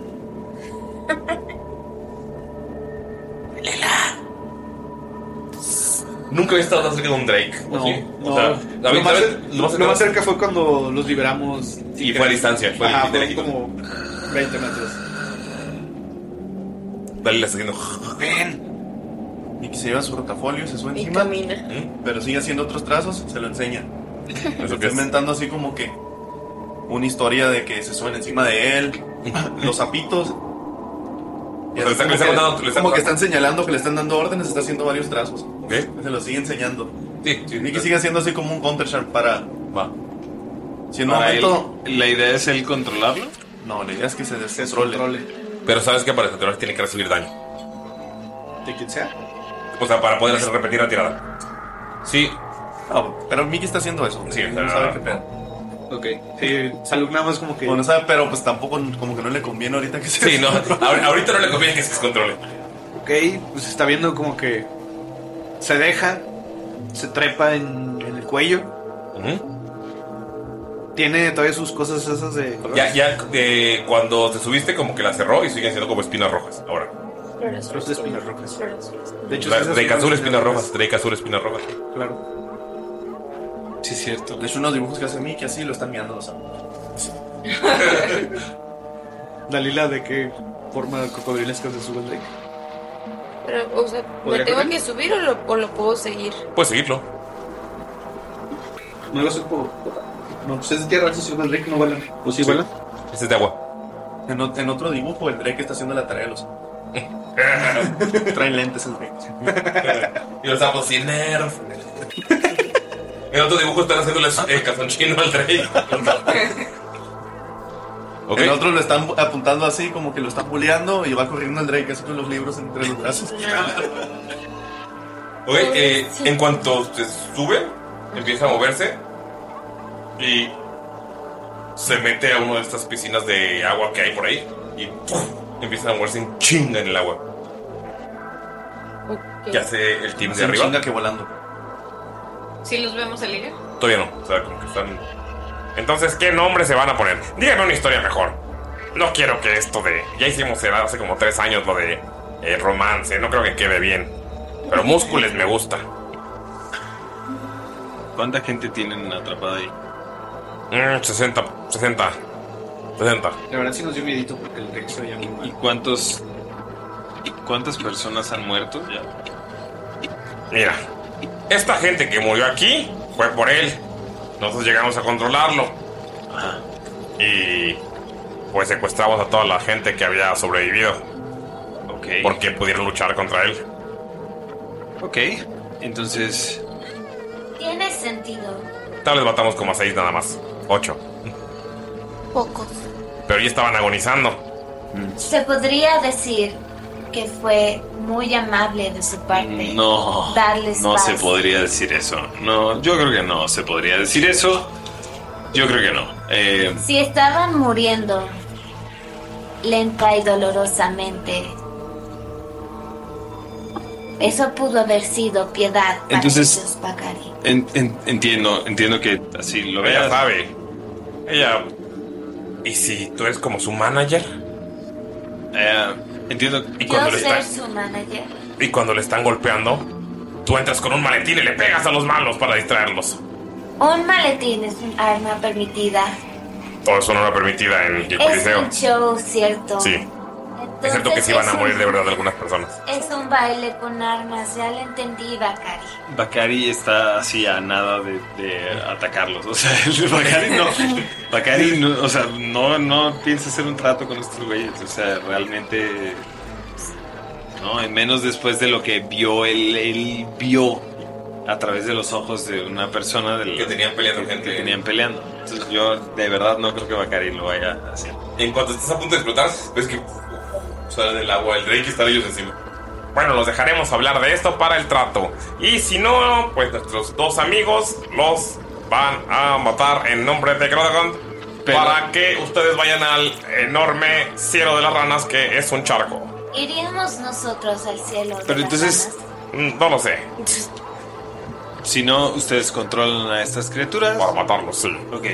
Nunca había estado tan cerca de un Drake. No, ¿sí? no. O sea, lo más cerca fue cuando los liberamos. Y fue a distancia. Fue como 20 metros. Dale, le está haciendo. Ven. Y que se lleva su rotafolio, se sube encima. Pero sigue haciendo otros trazos, se lo enseña. Está inventando así como que una historia de que se suben encima de él, los sapitos. Y como que están señalando que le están dando órdenes, está haciendo varios trazos. Se los sigue enseñando. Sí, Mickey sigue haciendo así como un counter charm para. Va. Si en un momento. ¿La idea es él controlarlo? No, la idea es que se descontrole. Pero sabes que para descontrolar tiene que recibir daño. ¿De quien sea? O sea, para poder hacer repetir la tirada. Sí. Pero Mickey está haciendo eso. Sí, no sabe qué pedo. Ok. Sí, Salud nada más como que. Bueno, sabe, pero pues tampoco como que no le conviene ahorita que se. Sí, no. Ahorita no le conviene que se descontrole. Ok, pues está viendo como que se deja, se trepa en el cuello. Tiene todavía sus cosas esas de color. Ya cuando te subiste como que la cerró y siguen siendo como espinas rojas ahora. Flores de espinas rojas. De hecho, Drake azul, espinas rojas. Drake azul, espinas rojas. Claro. Sí, es cierto. De hecho, unos dibujos que hace Mickey así lo están mirando los amos. Dalila, ¿de qué forma cocodrilesca se sube el Drake? Pero, o sea, ¿me tengo que subir o lo puedo seguir? Puedes seguirlo. No lo sé por. No, pues es de tierra, si sube el Drake no vuela. ¿O sí vuela? Ese es de agua. En otro dibujo, el Drake está haciendo la tarea de los. Traen lentes el Drake. Y los sapos sin nerf. En otro dibujo están haciendo el calzonchino al Drake. Okay. En otro lo están apuntando así, como que lo están bulleando y va corriendo el Drake así con los libros entre los brazos. Ok, en cuanto se sube, empieza a moverse y se mete a una de estas piscinas de agua que hay por ahí y ¡puf! Empieza a moverse en chinga en el agua. Okay. ¿Qué hace el team de arriba? Chinga que volando. ¿Sí los vemos salir? Todavía no, o sea, como que están... Entonces, ¿qué nombre se van a poner? Díganme una historia mejor. No quiero que esto de... Ya hicimos hace como 3 años lo de romance, no creo que quede bien. Pero músculos me gusta. ¿Cuánta gente tienen atrapada ahí? 60. La verdad sí nos dio miedito porque el Rex se veía muy mal. ¿Y cuántas personas han muerto ya? Mira, esta gente que murió aquí fue por él. Nosotros llegamos a controlarlo. Ajá. Y pues secuestramos a toda la gente que había sobrevivido. Ok. Porque pudieron luchar contra él. Ok, entonces... Tiene sentido. Tal vez matamos como a 6 nada más. 8. Pocos. Pero ya estaban agonizando. Se podría decir que fue muy amable de su parte. No, darles no paz. se podría decir eso. No, yo creo que no se podría decir eso. Yo creo que no. Si estaban muriendo lenta y dolorosamente, eso pudo haber sido piedad para Entonces, ellos, Bakari. Entiendo que así lo veas. Ella sabe. Ella... ¿Y si tú eres como su manager? Entiendo. Yo ser su manager. Y cuando le están golpeando, tú entras con un maletín y le pegas a los malos para distraerlos. Un maletín es un arma permitida. Todo eso no era permitida en el Es coliseo. un show, ¿cierto? Sí. Es cierto que sí van a morir de verdad algunas personas. Es un baile con armas, ya lo entendí, Bakari. Bakari está así a nada de atacarlos. O sea, Bakari no. Bakari no, o sea, no piensa hacer un trato con estos güeyes. O sea, realmente. No, y menos después de lo que vio. Él vio a través de los ojos de una persona que tenían peleando gente. Que tenían peleando. Entonces yo de verdad no creo que Bakari lo vaya a hacer. En cuanto estás a punto de explotar, ves que sale del agua el Drake y están ellos encima. Bueno, los dejaremos hablar de esto para el trato. Y si no, pues nuestros 2 amigos los van a matar en nombre de Grodagon para que ustedes vayan al enorme cielo de las ranas, que es un charco. ¿Iríamos nosotros al cielo? Pero entonces, no lo sé. Si no, ustedes controlan a estas criaturas. Para matarlos, sí. Ok.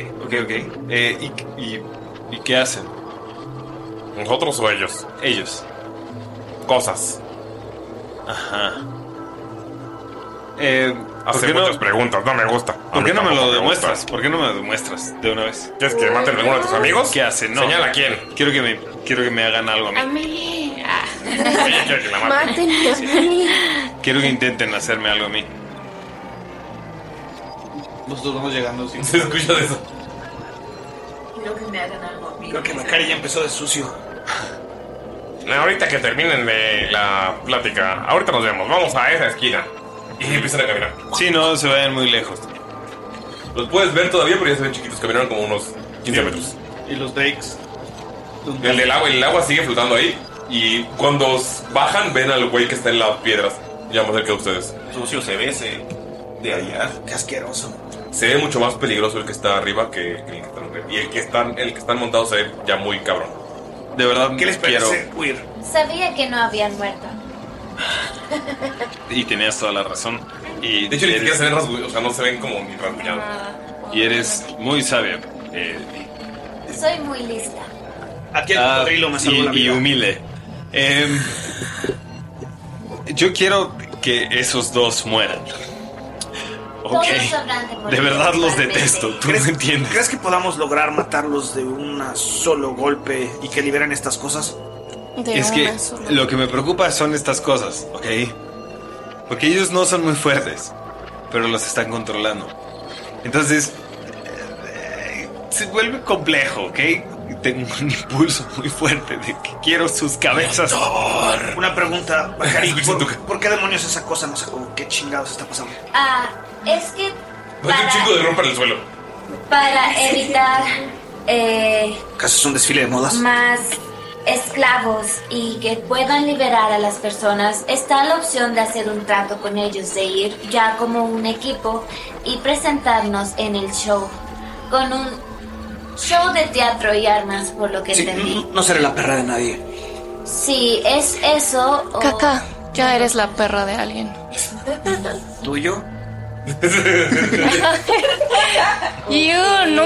¿Y qué hacen? ¿Nosotros o ellos? Ellos. Cosas. Ajá. Hace muchas preguntas, no me gusta. ¿Por qué no me lo demuestras? ¿Por qué no me lo demuestras de una vez? ¿Quieres que maten a alguno de tus amigos? ¿Qué hacen? No. Señala a quién. Quiero que me hagan algo a mí. A mí. Quiero que la maten. Mátenme a mí. Quiero que intenten hacerme algo a mí. Nosotros vamos llegando. Sí. Se escucha de eso. Quiero que me hagan algo a mí. Creo que Bakari ya empezó de sucio. Ahorita que terminen de la plática, ahorita nos vemos. Vamos a esa esquina. Y empiezan a caminar. Sí, no se vayan muy lejos. Los puedes ver todavía, pero ya se ven chiquitos. Caminaron como unos 15 metros. ¿Y los Drakes? El agua sigue flotando ahí. Y cuando bajan, ven al güey que está en las piedras. Ya más cerca de ustedes. Sucio se ve ese de allá. Qué asqueroso. Se ve mucho más peligroso el que está arriba que el que está arriba. Y el que están montados se ve ya muy cabrón. De verdad, ¿qué les parece huir? Sabía que no habían muerto. Y tenías toda la razón. Y de hecho, ni siquiera se ven rasguñados, o sea, no se ven como ni rasguñados. Y eres muy sabia. Soy muy lista. Aquí el cocodrilo me salvó la vida. Y humilde. Yo quiero que esos 2 mueran. Ok. De verdad los detesto. Tú no entiendes. ¿Crees que podamos lograr matarlos de un solo golpe y que liberen estas cosas? Es que lo que me preocupa son estas cosas, ¿ok? Porque ellos no son muy fuertes, pero los están controlando. Entonces, se vuelve complejo, ¿ok? Tengo un impulso muy fuerte de que quiero sus cabezas. Una pregunta, Bakari, ¿por qué demonios esa cosa no sé qué chingados está pasando? Es que Un chingo de ropa en el suelo. para evitar ¿Acaso es un desfile de modas? más esclavos y que puedan liberar a las personas, está la opción de hacer un trato con ellos, de ir ya como un equipo y presentarnos en el show con un show de teatro y armas, por lo que entendí. No seré la perra de nadie. Sí, es eso o... Caca, ya eres la perra de alguien. ¿Tú y yo?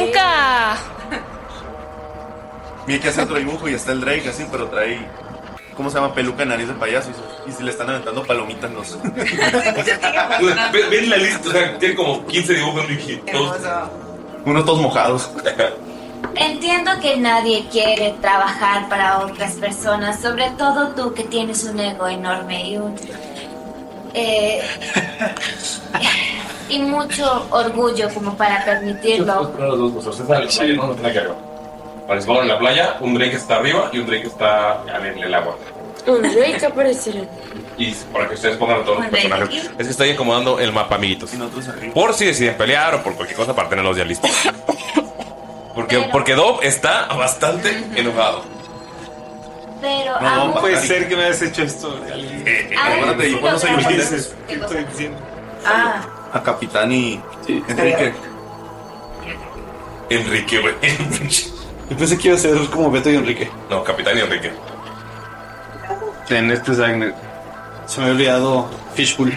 Nunca. Vi que hacer otro dibujo y está el Drake así, pero trae ¿cómo se llama? Peluca de nariz de payaso. Y si le están aventando palomitas, no sé. Ven la lista, o sea, tiene como 15 dibujos en Ricky. Unos todos mojados. Entiendo que nadie quiere trabajar para otras personas, sobre todo tú que tienes un ego enorme y mucho orgullo como para permitirlo. Vale, se ponen en la playa, un Drake está arriba y un Drake está en el agua. Un Drake aparecerá. Y para que ustedes pongan a todos los personajes. Es que estoy acomodando el mapa, amiguitos. Por si deciden pelear o por cualquier cosa para tenerlos ya listos. Porque Dob está bastante enojado. Pero no puede ser que me hayas hecho esto. Acuérdate, yo cuando soy un dices. A Capitán y Enrique. Enrique, güey. Yo pensé que iba a ser como Beto y Enrique. No, Capitán y Enrique. En este es Agnes. Se me había olvidado Fishpool.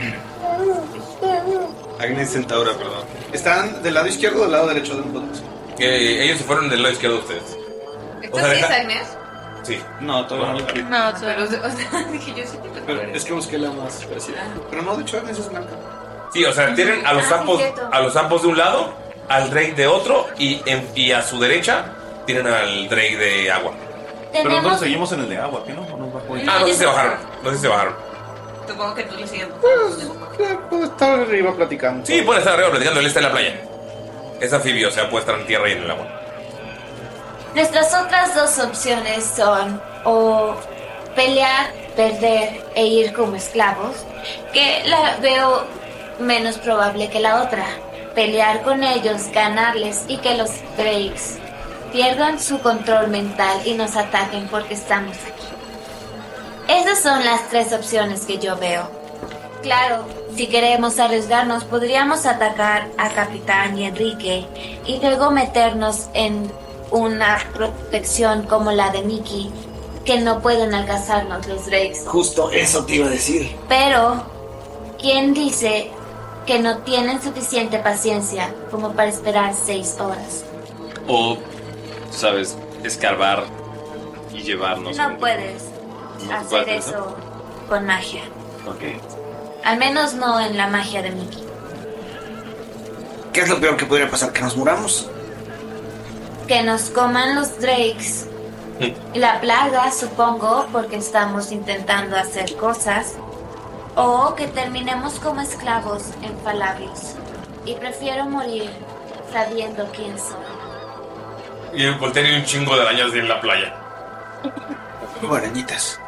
Agnes Centaura, perdón. ¿Están del lado izquierdo o del lado derecho de nosotros? Ellos se fueron del lado izquierdo de ustedes. ¿Esto sí es Agnes? Sí. No, todavía no. No, pero, o sea, dije yo sí que Pero es que busqué la más parecida. Pero no, de hecho Agnes es blanca. Sí, o sea, tienen a los sapos de un lado, al Drake de otro y a su derecha tienen al Drake de agua. Pero nosotros seguimos en el de agua, ¿qué no? No sé si se bajaron. Supongo que tú le sigues. Puedo estar arriba platicando. Sí, puede estar arriba platicando, él está en la playa. Es anfibio, o sea, puede estar en tierra y en el agua. Nuestras otras dos opciones son o pelear, perder e ir como esclavos, que la veo menos probable que la otra. Pelear con ellos, ganarles y que los Drakes pierdan su control mental y nos ataquen porque estamos aquí. Esas son las tres opciones que yo veo. Claro, si queremos arriesgarnos, podríamos atacar a Capitán y Enrique y luego meternos en una protección como la de Mickey, que no pueden alcanzarnos los Drakes. Justo eso te iba a decir. Pero, ¿quién dice que no tienen suficiente paciencia como para esperar 6 horas? O, ¿sabes? Escarbar y llevarnos. No puedes hacer eso con magia. Ok. Al menos no en la magia de Mickey. ¿Qué es lo peor que podría pasar? ¿Que nos muramos? Que nos coman los Drakes. La plaga, supongo, porque estamos intentando hacer cosas. O que terminemos como esclavos en Falabios. Y prefiero morir sabiendo quién soy. Y en Voltaire hay un chingo de arañas en la playa. Arañitas.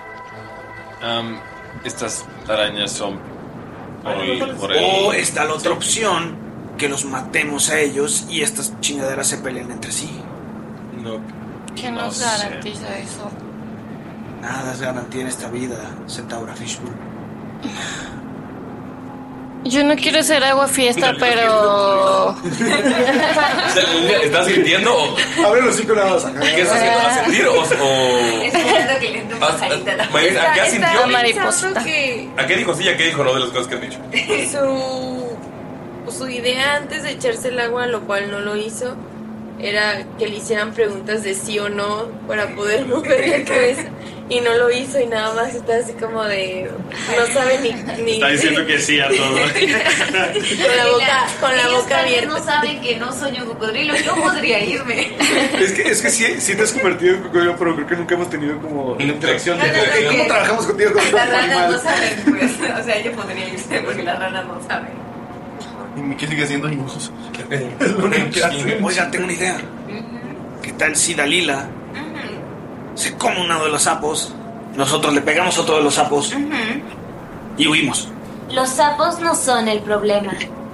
Estas arañas son por O está la otra opción, que los matemos a ellos y estas chingaderas se peleen entre sí. No. ¿Quién nos garantiza eso? Nada es garantía en esta vida, Centaura Fishpool. Yo no quiero hacer agua fiesta, pero... ¿Estás sintiendo o...? Abre los 5 lados acá. ¿Qué estás haciendo? ¿A sentir o...? Esperando que le entre una pajarita. ¿A qué sintió? Mariposita. ¿A qué dijo sí y a qué dijo no de las cosas que has dicho? Su idea antes de echarse el agua, lo cual no lo hizo, era que le hicieran preguntas de sí o no para poder mover la cabeza. Y no lo hizo y nada más está así como de... No sabe ni está diciendo que sí a todo. con la boca abierta. No saben que no soy un cocodrilo. Yo podría irme. Es que sí te has convertido en cocodrilo, pero creo que nunca hemos tenido como una interacción. ¿Cómo trabajamos contigo con Las ranas no saben, pues. O sea, ella podría irse porque las ranas no saben. Y Mickey sigue haciendo dibujos. Oigan, tengo una idea. ¿Qué tal si Dalila se come uno de los sapos? Nosotros le pegamos a otro de los sapos y huimos. Los sapos no son el problema.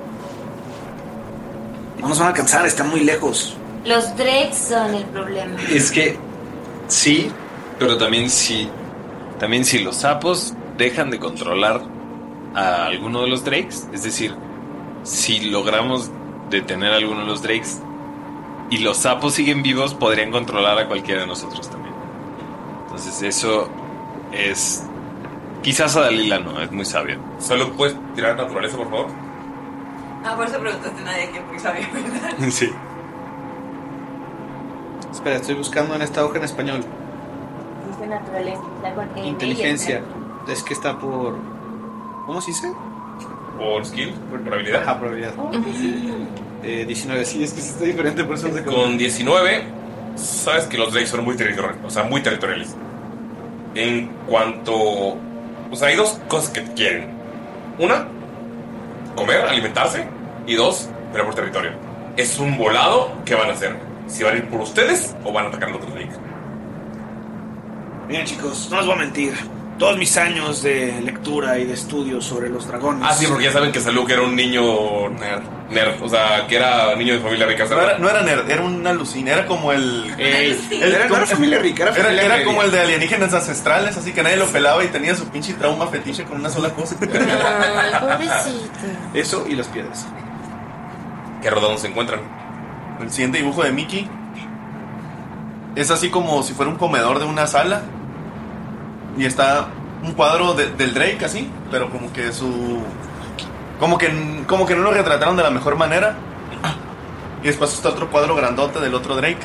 No nos van a alcanzar, están muy lejos. Los Drakes son el problema. Es que sí, pero también si los sapos dejan de controlar a alguno de los Drakes, es decir, si logramos detener a alguno de los Drakes y los sapos siguen vivos, podrían controlar a cualquiera de nosotros también. Entonces eso es... Quizás a Dalila no, es muy sabio. ¿Solo puedes tirar naturaleza, por favor? Por eso preguntaste a nadie que es muy sabio, ¿verdad? Sí. Espera, estoy buscando en esta hoja en español. de naturaleza. Está con N y Inteligencia. el Es que está por... ¿Cómo se dice? ¿Por skill? ¿Por habilidad? Ajá, por habilidad. 19, sí, es que está diferente, por eso Con 19, sabes que los Drakes son muy territoriales. O sea, muy territoriales. En cuanto... O sea, hay dos cosas que quieren. Una, comer, alimentarse. Y dos, pelear por territorio. Es un volado que van a hacer. Si van a ir por ustedes o van a atacar al otro Drake. Miren, chicos, no les voy a mentir. Todos mis años de lectura y de estudio sobre los dragones. Ah, sí, porque ya saben que Saluk era un niño nerd. O sea, que era niño de familia rica. No era nerd, era una alucina. Era como el. No era familia rica, era como el de alienígenas ancestrales, así que nadie lo pelaba y tenía su pinche trauma fetiche con una sola cosa. Ay, pobrecito. Eso y las piedras. ¿Qué rodados se encuentran? El siguiente dibujo de Mickey es así como si fuera un comedor de una sala. Y está un cuadro del Drake así, pero como que como que no lo retrataron de la mejor manera. Y después está otro cuadro grandote del otro Drake.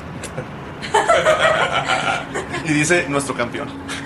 Y dice, nuestro campeón.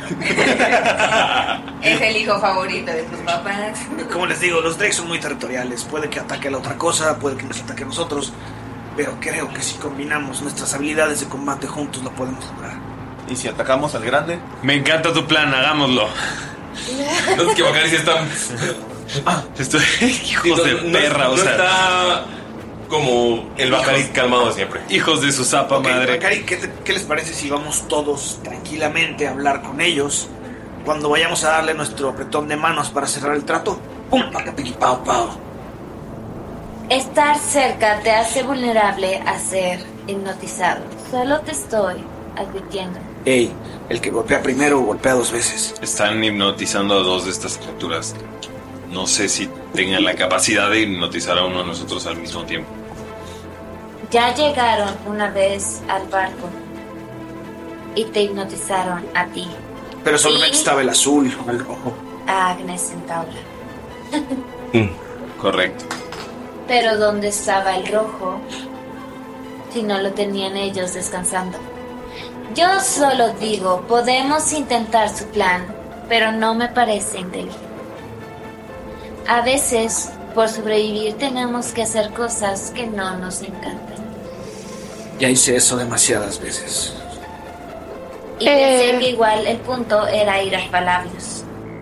Es el hijo favorito de tus papás. Como les digo, los Drakes son muy territoriales. Puede que ataque a la otra cosa, puede que nos ataque a nosotros. Pero creo que si combinamos nuestras habilidades de combate juntos lo podemos lograr. ¿Y si atacamos al grande? Me encanta tu plan, hagámoslo. No es que Bacari sí está... Estoy... Hijos de perra, o sea... está como el Bacari calmado de siempre. Hijos de su zapa madre. Bacari, ¿qué les parece si vamos todos tranquilamente a hablar con ellos? Cuando vayamos a darle nuestro apretón de manos para cerrar el trato. ¡Pum! ¡Pacapiqui, pau, pau! Estar cerca te hace vulnerable a ser hipnotizado. Solo te estoy advirtiendo. Ey, el que golpea primero golpea dos veces. Están hipnotizando a dos de estas criaturas. No sé si tengan la capacidad de hipnotizar a uno de nosotros al mismo tiempo. Ya llegaron una vez al barco y te hipnotizaron a ti, Pero solamente estaba el azul o el rojo. a Agnes Centaura. Correcto. Pero ¿dónde estaba el rojo si no lo tenían ellos descansando? Yo solo digo, podemos intentar su plan, pero no me parece inteligente. A veces, por sobrevivir, tenemos que hacer cosas que no nos encantan. Ya hice eso demasiadas veces. Y pensé que igual el punto era ir a palabrios.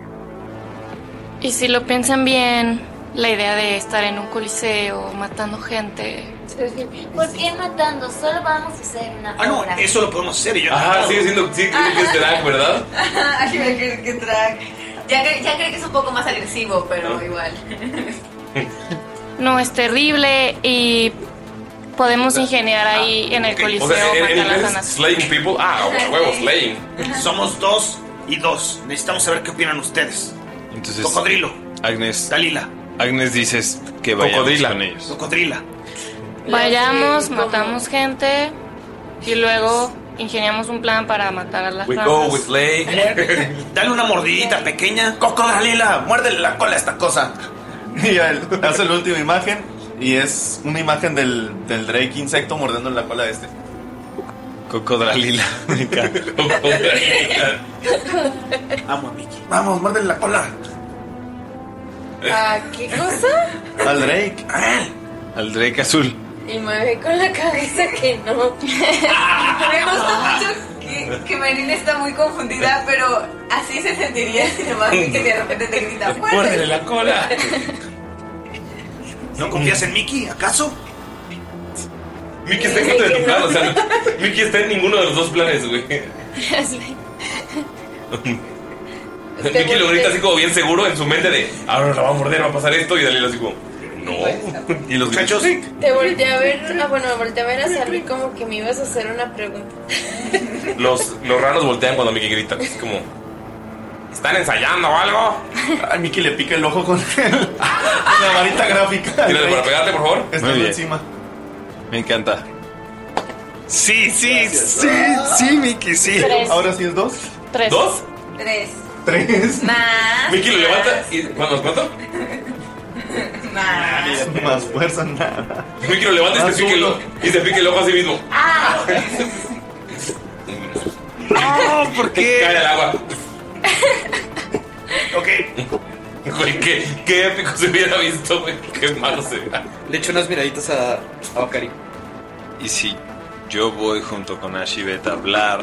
Y si lo piensan bien, la idea de estar en un coliseo matando gente... ¿Por qué matando? Solo vamos a hacer una hora. Eso lo podemos hacer y yo... Ajá, sigue siendo... Sí, creo que es drag, ¿verdad? Qué drag. Ya creo que es un poco más agresivo, pero igual. No, es terrible y podemos ingeniar ahí en el coliseo. O sea, en matar las inglés, anas. slaying people. Ah, huevo, slaying. Somos 2 y 2. Necesitamos saber qué opinan ustedes. Entonces, Cocodrilo. Agnes. Dalila. Agnes dices que vayamos con ellos. Cocodrila. Vayamos, matamos gente y luego ingeniamos un plan para matar a las We ranas. go, we slay. Dale una mordidita pequeña. Cocodrila, muérdele la cola a esta cosa. Y él hace la última imagen. Y es una imagen del Drake insecto mordiendo la cola de este. Cocodrila. Me encanta. Amo a Mickey. Vamos, muérdele la cola. ¿Ah, qué cosa? Al Drake. Al Drake azul. Y me ve con la cabeza que no. Me gusta mucho que Marina está muy confundida, pero así se sentiría si nomás que de repente te grita Muérdele la cola. ¿No confías en Mickey, acaso? Mickey está en contra de tu plan, o sea, Mickey está en ninguno de los dos planes, güey. Mickey lo grita así como bien seguro en su mente de ahora la va a morder, va a pasar esto, y Dalila así como no. Y los muchachos Te volteé a ver, me volteé a ver hacia mí como que me ibas a hacer una pregunta. los raros voltean cuando Mickey grita, así como ¿están ensayando o algo? A Mickey le pica el ojo con la varita gráfica. Tírale para pegarle, por favor. Está Muy bien. encima. Me encanta. Sí, Mickey, sí. 3. Ahora sí es 2. 3. ¿2? 3 3. más. Mickey lo levanta y ¿cuánto? Más fuerza, nada. Mickey lo levanta y se pica el ojo a sí mismo. No, ¿por qué? Cae al agua. Ok. Güey, qué épico se hubiera visto, güey. Qué malo se ve. Le echo unas miraditas a Bakari. ¿Y si yo voy junto con Ashibet a hablar?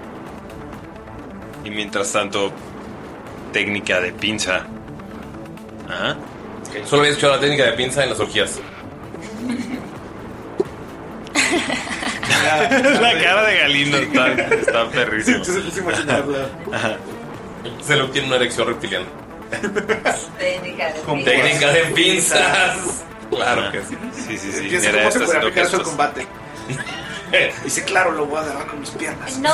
Y mientras tanto, técnica de pinza. ¿Ah? Okay. Solo había escuchado la técnica de pinza en las orgías. La cara de Galindo está perrísima. Se puso a imaginarla. Se le obtiene una erección reptiliana. Técnica de pinzas. Claro que sí. Sí. Empieza Mira, como está que haciendo aplicar su gestos. combate. Dice, claro, lo voy a agarrar con mis piernas. No.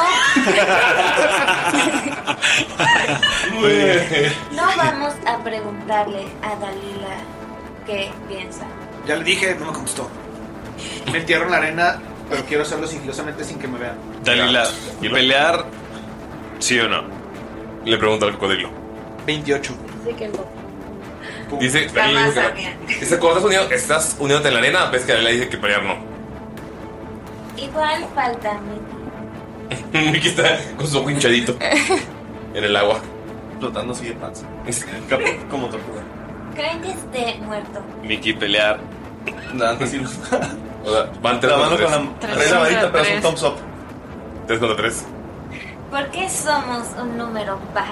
No vamos a preguntarle a Dalila qué piensa. Ya le dije, no me contestó. Me entierro en la arena, pero quiero hacerlo sigilosamente sin que me vean. Dalila, ¿pelear sí o no? Le pregunto al cocodrilo. 28. Dice que no. Dice, Jamás dice, sabía. dice, cuando estás uniéndote en la arena, ves que Dalila dice que pelear no. Igual falta Mickey. Mickey está con su ojo hinchadito en el agua. Flotando así de panza. Como tortuga. ¿Creen que esté muerto? Mickey, pelear. Nada, así. O sea, van 3 La mano contra con 3. la red lavadita, pero es un thumbs up. 3 contra 3. ¿Por qué somos un número par?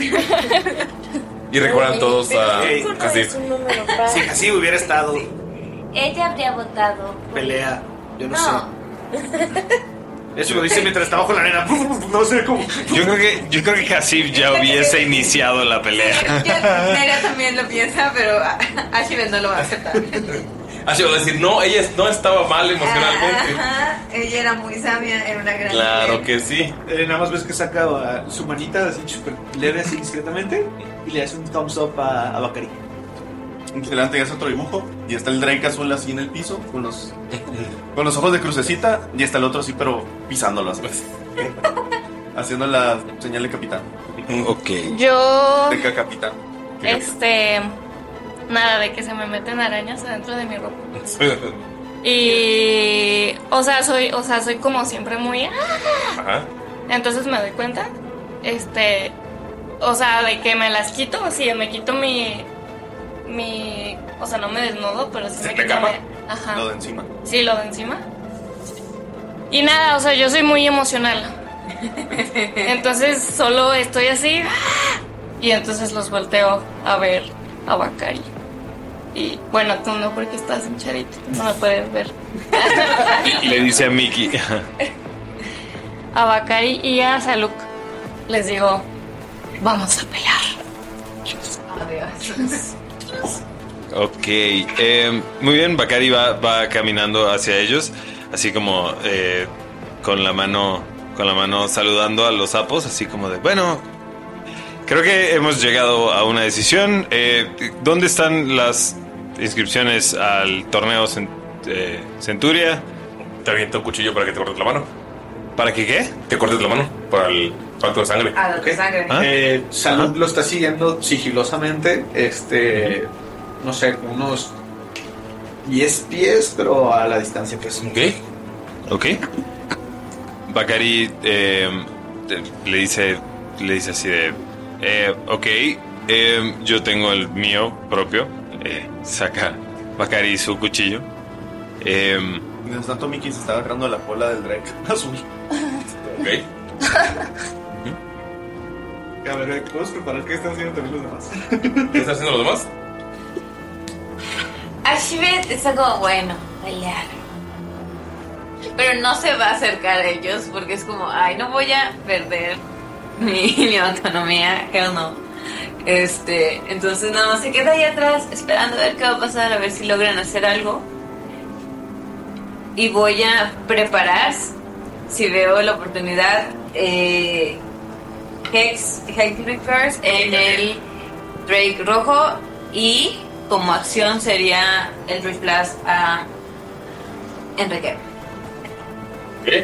Y recuerdan todos a Casi. Hasib. Si Hasib hubiera estado Ella habría votado. pelea, yo no, No. sé. Eso lo dice mientras está bajo la arena. No sé cómo. Yo creo que Hasib ya hubiese iniciado la pelea. Nerea también lo piensa, pero Ashibet no lo va a aceptar. Hasib va a decir, no, ella no estaba mal emocionalmente. Ajá, ella era muy sabia, era una gran Claro mujer. que sí. Nada más ves que saca su manita así súper leve, así discretamente, y le hace un thumbs up a Bakari. Delante ya es otro dibujo. Y está el Drake azul así en el piso, con los ojos de crucecita. Y está el otro así, pero pisándolo así. Haciendo la señal de capitán. Ok. Yo, De capitán. nada, de que se me meten arañas adentro de mi ropa. Y, o sea, soy como siempre muy... Ajá. Entonces me doy cuenta, o sea, de que me las quito, sí, me quito mi, o sea, no me desnudo, pero sí ¿Se me te quito capa? ajá. Lo de encima. Sí, lo de encima. Y nada, o sea, yo soy muy emocional. Entonces solo estoy así. Y entonces los volteo a ver a Bakari. Y bueno, tú no, porque estás hinchadito, no me puedes ver. Le dice a Mickey. A Bakari y a Saluk les digo, vamos a pelear. Adiós. Ok, muy bien, Bakari va caminando hacia ellos, así como con la mano saludando a los sapos, así como de, bueno, creo que hemos llegado a una decisión. ¿Dónde están las inscripciones al torneo Centuria? Te aviento un cuchillo para que te cortes la mano. ¿Para que qué? Te cortes la mano para el pacto de sangre. A la sangre. ¿Ah? Salud lo está siguiendo sigilosamente. No sé, unos 10 pies, pero a la distancia, pues. Ok. Bakari le dice así de, ok, yo tengo el mío propio. Saca Bakari su cuchillo. Mientras tanto, Mickey se está agarrando a la cola del Drake azul. Ok. A ver, ¿podemos preparar qué están haciendo también los demás? ¿Qué están haciendo los demás? Ashibet está como, bueno, pelear. Pero no se va a acercar a ellos porque es como, ay, no voy a perder mi autonomía, hell no. Entonces nada más se queda ahí atrás esperando a ver qué va a pasar, a ver si logran hacer algo. Y voy a preparar, si veo la oportunidad, Hex Reapers en el Drake rojo, y como acción sería el Drift Blast a Enrique. ¿Qué?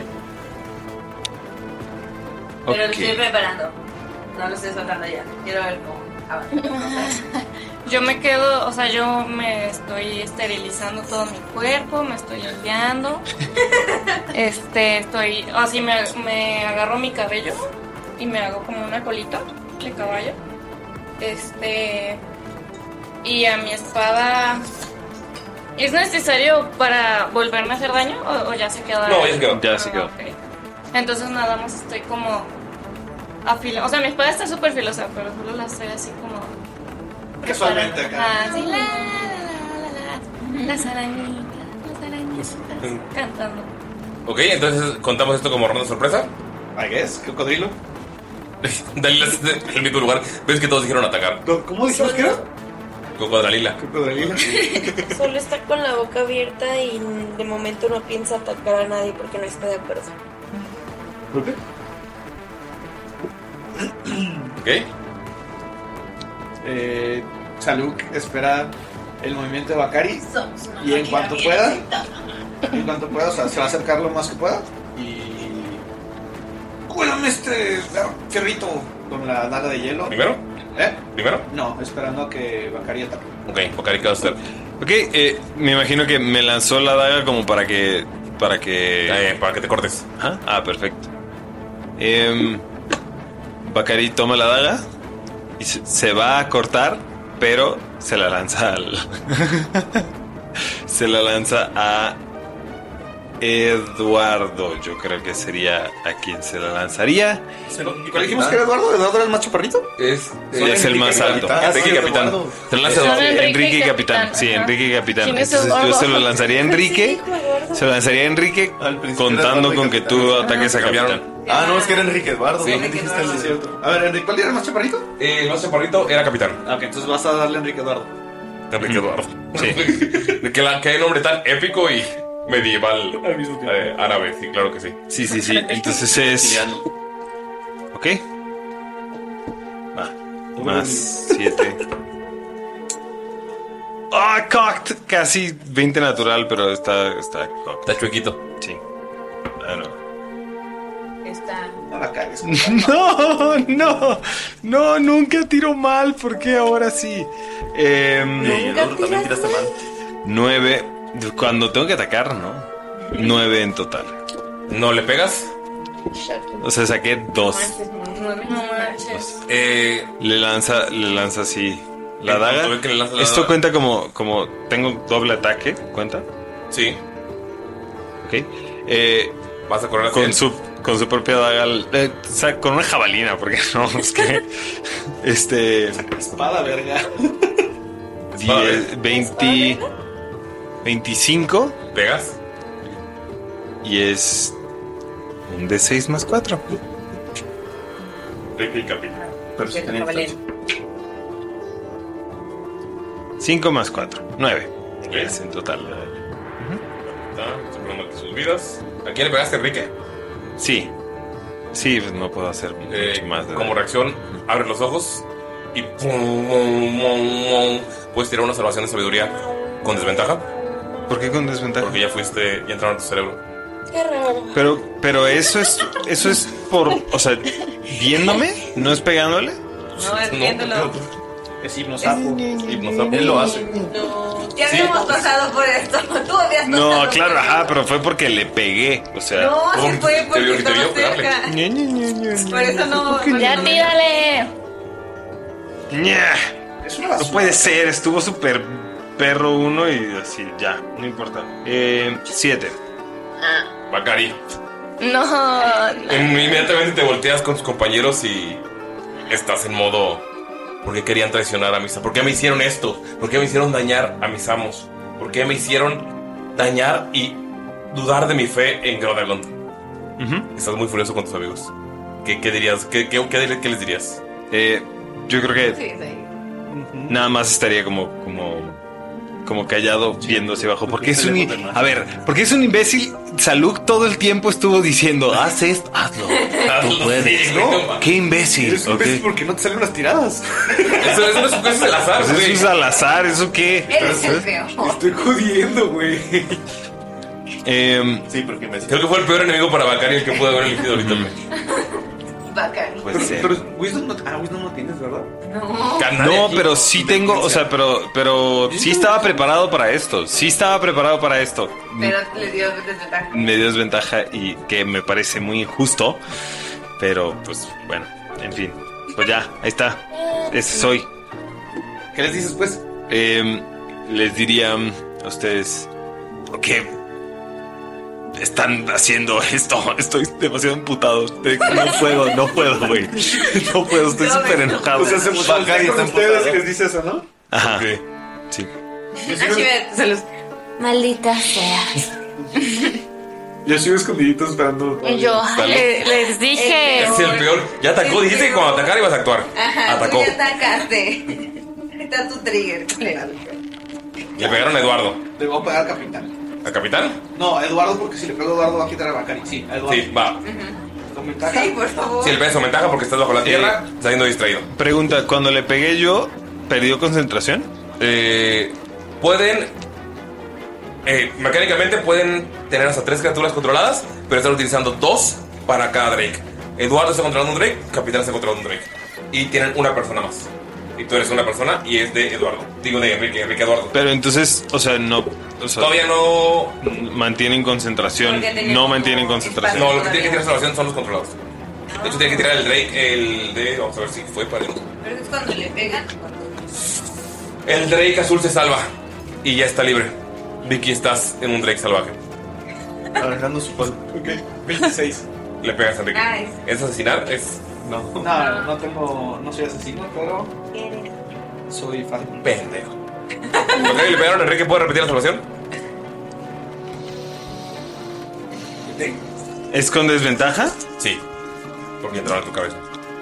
Pero lo estoy preparando. No lo estoy soltando ya. Quiero ver cómo avanza. yo me quedo, o sea, yo me estoy esterilizando todo mi cuerpo, me estoy limpiando. Estoy, así me agarro mi cabello y me hago como una colita de caballo. Y a mi espada, ¿es necesario para volverme a hacer daño o ya se quedó? No, ya se quedó. Ya se quedó. Okay. Entonces nada más estoy como afilando. O sea, mi espada está súper filosa, pero solo la estoy así como casualmente acá. Así las arañitas cantando. Ok, entonces contamos esto como ronda sorpresa. I guess, cocodrilo. Dalila es el mismo lugar. Ves que todos dijeron atacar. ¿Cómo dijimos que era? Cocodrila. Solo está con la boca abierta y de momento no piensa atacar a nadie porque no está de acuerdo. ¿Por qué? Ok. Saluk espera el movimiento de Bakari y en cuanto pueda, o sea, se va a acercar lo más que pueda y cuélame este fierrito con la daga de hielo. ¿Primero? ¿Primero? No, esperando a que Bakari ataque. Ok, Bakari, ¿qué vas a hacer? Ok, me imagino que me lanzó la daga como para que te cortes. Ajá. Ah, perfecto. Bakari toma la daga y se va a cortar, pero se la lanza se la lanza a Eduardo. Yo creo que sería a quien se la lanzaría. ¿Cuál dijimos que era Eduardo? ¿Eduardo era el más chaparrito? Es el más alto. Enrique y Capitán. Se lanza Enrique y Capitán. Sí, Enrique y Capitán. Entonces yo se lo lanzaría a Enrique. Se lo lanzaría a Enrique contando con que tú ataques a Capitán. Ah, no, es que era Enrique Eduardo. Sí. Dijiste el cierto. A ver, Enrique, ¿cuál era el más chaparrito? El más chaparrito era Capitán. Ok, entonces vas a darle a Enrique Eduardo. Enrique Eduardo. Sí. que nombre tan épico y medieval. Al mismo tiempo. Árabe, sí, claro que sí. Sí. Entonces es. Ok. Va. Más 7. Ah, cocked. Casi 20 natural, pero está cocked. Está chuequito. Sí. Ah, no. No la cagues. No, nunca tiro mal. ¿Por qué ahora sí? También tiraste mal. 9. Cuando tengo que atacar, ¿no? 9 en total. ¿No le pegas? O sea, saqué 2. No manches. Le lanza así la daga. Esto cuenta como tengo doble ataque. ¿Cuenta? Sí. Ok. Vas a correr hacia con su propia daga, con una jabalina, porque no, es que espada verga. 25. ¿Pegas? Y es un D6 más 4. Enrique y Capitán. 5 más 4, 9. Es en total. Estoy poniendo aquí sus vidas. ¿A quién le pegaste, Enrique? Sí, pues no puedo hacer mucho más. Como reacción, abres los ojos y puedes tirar una salvación de sabiduría con desventaja. ¿Por qué con desventaja? Porque ya entraron a tu cerebro. Qué raro. Pero eso es por, o sea, viéndome, no es pegándole. No, es viéndolo. Es hipnosapo. Él lo hace. No. Ya habíamos pasado por esto. Tú habías pasado. No, claro, ajá, pero fue porque le pegué. O sea, no, sí fue porque estaba cerca. Por eso no. Ya tírale. No puede ser, estuvo súper perro uno y así, ya, no importa. 7. Bakari. No. Inmediatamente te volteas con tus compañeros y estás en modo. ¿Por qué querían traicionar a mis amos? ¿Por qué me hicieron esto? ¿Por qué me hicieron dañar a mis amos? ¿Por qué me hicieron dañar y dudar de mi fe en Grodagon? Estás muy furioso con tus amigos. ¿Qué dirías? ¿Qué les dirías? Yo creo que Sí. nada más estaría como callado viendo hacia abajo. Porque es porque es un imbécil. Saluk todo el tiempo estuvo diciendo: haz esto, hazlo. Tú puedes. No. Qué imbécil. Eres un imbécil porque no te salen las tiradas. Eso no es al azar, Pues eso es al azar, ¿eso qué? Eres el feo. Estoy jodiendo, güey. Sí, porque me Creo que fue el peor enemigo para Bakari el que pudo haber elegido ahorita. Bacari. Pero Wisdom no tienes, ¿verdad? No, pero sí tengo, o sea, pero sí estaba preparado para esto. Pero le dio desventaja. Me dio desventaja y que me parece muy injusto. Pero, pues, bueno, en fin. Pues ya, ahí está. Ese soy. ¿Qué les dices, pues? Les diría a ustedes que están haciendo esto. Estoy demasiado emputado. No puedo, güey. No puedo, estoy súper enojado. O sea, se Bacari con ustedes y les dice eso, ¿no? Ajá. Sí. Se los... Maldita sea. Yo sigo escondidito esperando. Yo les dije. Es el peor. Ya atacó, dijiste que cuando atacara ibas a actuar. Ajá, Atacó. tú ya atacaste. Está tu trigger. Le pegaron a Eduardo. Le voy a pegar al capitán. ¿Al capitán? No, a Eduardo, porque si le pego a Eduardo va a quitar a Bacari. Sí, a Eduardo. Sí, va. ¿Con ventaja? Sí, por favor. Si le pegas con ventaja porque estás bajo la tierra, saliendo distraído. Pregunta, cuando le pegué yo, ¿perdió concentración? Pueden... mecánicamente pueden tener hasta 3 criaturas controladas, pero están utilizando 2 para cada Drake. Eduardo está controlando un Drake, Capitán está controlando un Drake. Y tienen una persona más. Y tú eres una persona y es de Eduardo. Digo de Enrique Eduardo. Pero entonces, o sea, no... O sea, todavía no... Mantienen concentración. No mantienen concentración. No, lo que tiene que tirar salvación son los controlados. De hecho, tiene que tirar el Drake, el de... Vamos a ver si fue para el... Pero es cuando le pegan. El Drake azul se salva y ya está libre. Vicky, estás en un Drake salvaje. Arrancando su palo. Ok, 26. Le pegas a Enrique. Nice. ¿Es asesinar? Es... No tengo... No soy asesino, pero... Soy fácil. Pendejo. Ok, le pegaron a Enrique. ¿Puede repetir la salvación? ¿Es con desventaja? Sí. Porque entraron a tu cabeza.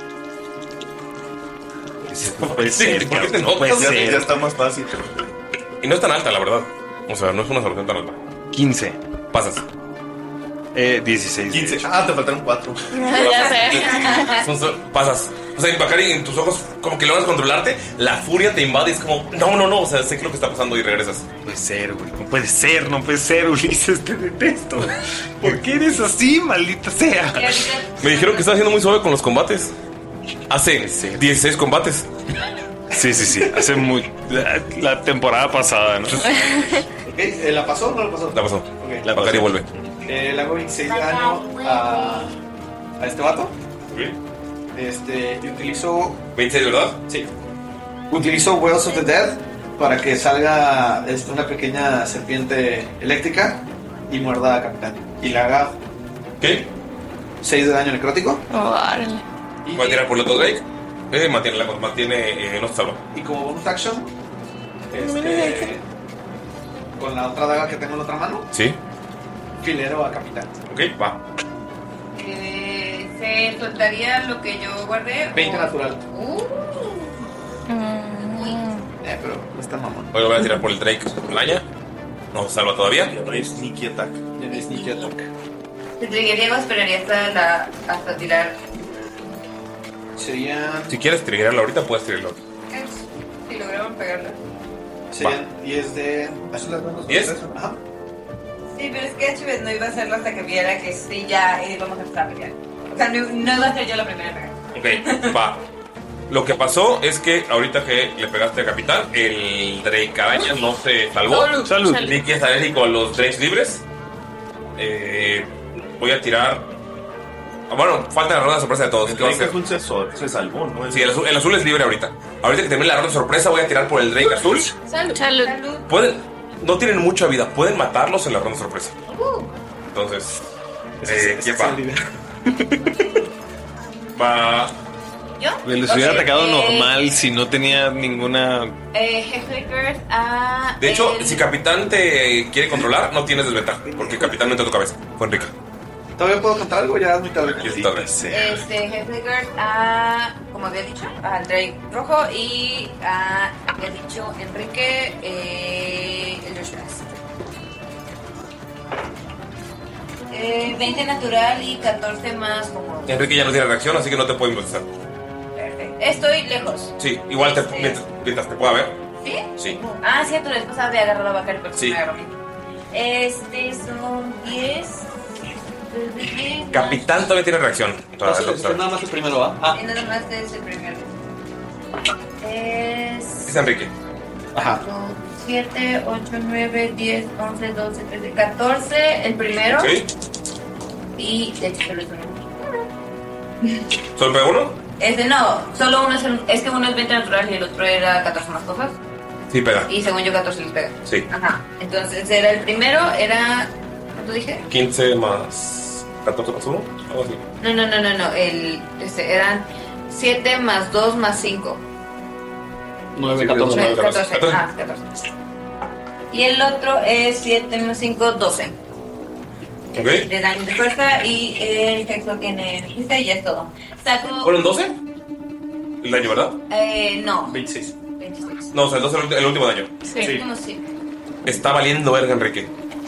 No puede ser, ¿por qué te no puede enojas? ser. Ya está más fácil. Y no es tan alta, la verdad. O sea, no es una salvación tan alta. 15. Pasas. 16. 15. Ah, te faltaron 4. Ya sé. Pasas. O sea, Bacari, en tus ojos como que logras controlarte. La furia te invade y es como, no. O sea, sé que lo que está pasando y regresas. No puede ser, güey. No puede ser, Ulises. Te detesto. ¿Por qué eres así, maldita sea? Me dijeron que estás siendo muy suave con los combates. Hace 16 combates. Sí. Hace muy... La temporada pasada, ¿no? Ok, ¿la pasó o no la pasó? La pasó. Ok. La Bacari vuelve. Le hago 26 de daño a este vato. Y utilizo... 26, ¿verdad? Sí. Utilizo Wells of the Dead para que salga una pequeña serpiente eléctrica y muerda a Capitán. Y le haga... ¿Qué? 6 de daño necrótico. Órale. ¿Va a tirar por el otro Drake? Mantiene no se salva. Y como bonus action, con la otra daga que tengo en la otra mano, Sí. filero a Capitán. Ok, va. Se soltaría lo que yo guardé. 20 natural. Mm. Pero no está mamón. Voy a volver a tirar por el Drake. ¿Laña? No se salva todavía. Ya no hay sneaky attack. Ya no es sneaky attack. Se triggería o esperaría hasta tirar. Serían... Si quieres triggerarla ahorita, puedes triggerarla. Si logramos pegarla. Serían 10 de... ¿Eso las manos? 10. Ajá. Sí, pero es que H no iba a hacerlo hasta que viera que sí, ya vamos a empezar a pelear. O sea, no iba a ser yo la primera a pegar. Ok, va. Lo que pasó es que ahorita que le pegaste al capitán, el Drake araña no se salvó. Salud. Vicky es alérgico a los Drakes libres. Voy a tirar. Bueno, falta la ronda de sorpresa de todos. El ¿Qué va a Drake hacer? azul se salvó, ¿no? Sí, el azul es libre ahorita. Ahorita que termine la ronda de sorpresa, voy a tirar por el Drake azul. Salud. No tienen mucha vida, pueden matarlos en la ronda de sorpresa. Entonces, ¿quién va? Va. ¿Yo? Me los hubiera atacado normal si no tenía ninguna... Hellflicker a... De hecho, si Capitán te quiere controlar, no tienes desventaja, porque Capitán no entra a tu cabeza. Fue Enrique. ¿Todavía puedo cantar algo? Ya es muy tarde. Hellflicker a... Como había dicho, al Drake rojo y a... Había dicho Enrique... el Joshua. 20 natural y 14 más como... Enrique ya no tiene reacción, así que no te puede impulsar. Perfecto. Estoy lejos. Sí, igual mientras te pueda ver. ¿Sí? Sí. Ah, cierto, la esposa había agarrado a Bacari, pero Sí. me agarró a mí. Son 10... Capitán todavía tiene reacción. Nada más el primero, ¿va? Y nada más es el primero. Es Enrique. Ajá. 7, 8, 9, 10, 11, 12, 13, 14. El primero. Sí. Y de hecho solo es uno. ¿Solo pega uno? No, solo uno es que uno es 20 natural y el otro era 14 más cosas. Sí, pega. Y según yo 14 les pega. Sí. Ajá. Entonces era el primero, era... ¿Cuánto dije? 15 más 14 más 1. Algo así. No. Eran 7 más 2 más 5. 9, 14. 14. Ah, 14. Y el otro es 7 más 5, 12. Ok. De daño de fuerza y el sexo tiene 15 y ya es todo. Saco... ¿Fueron 12? El daño, ¿verdad? No. 26. 26. No, o sea, el 12 es el último daño. Sí. Como sí. Está valiendo verga, Enrique.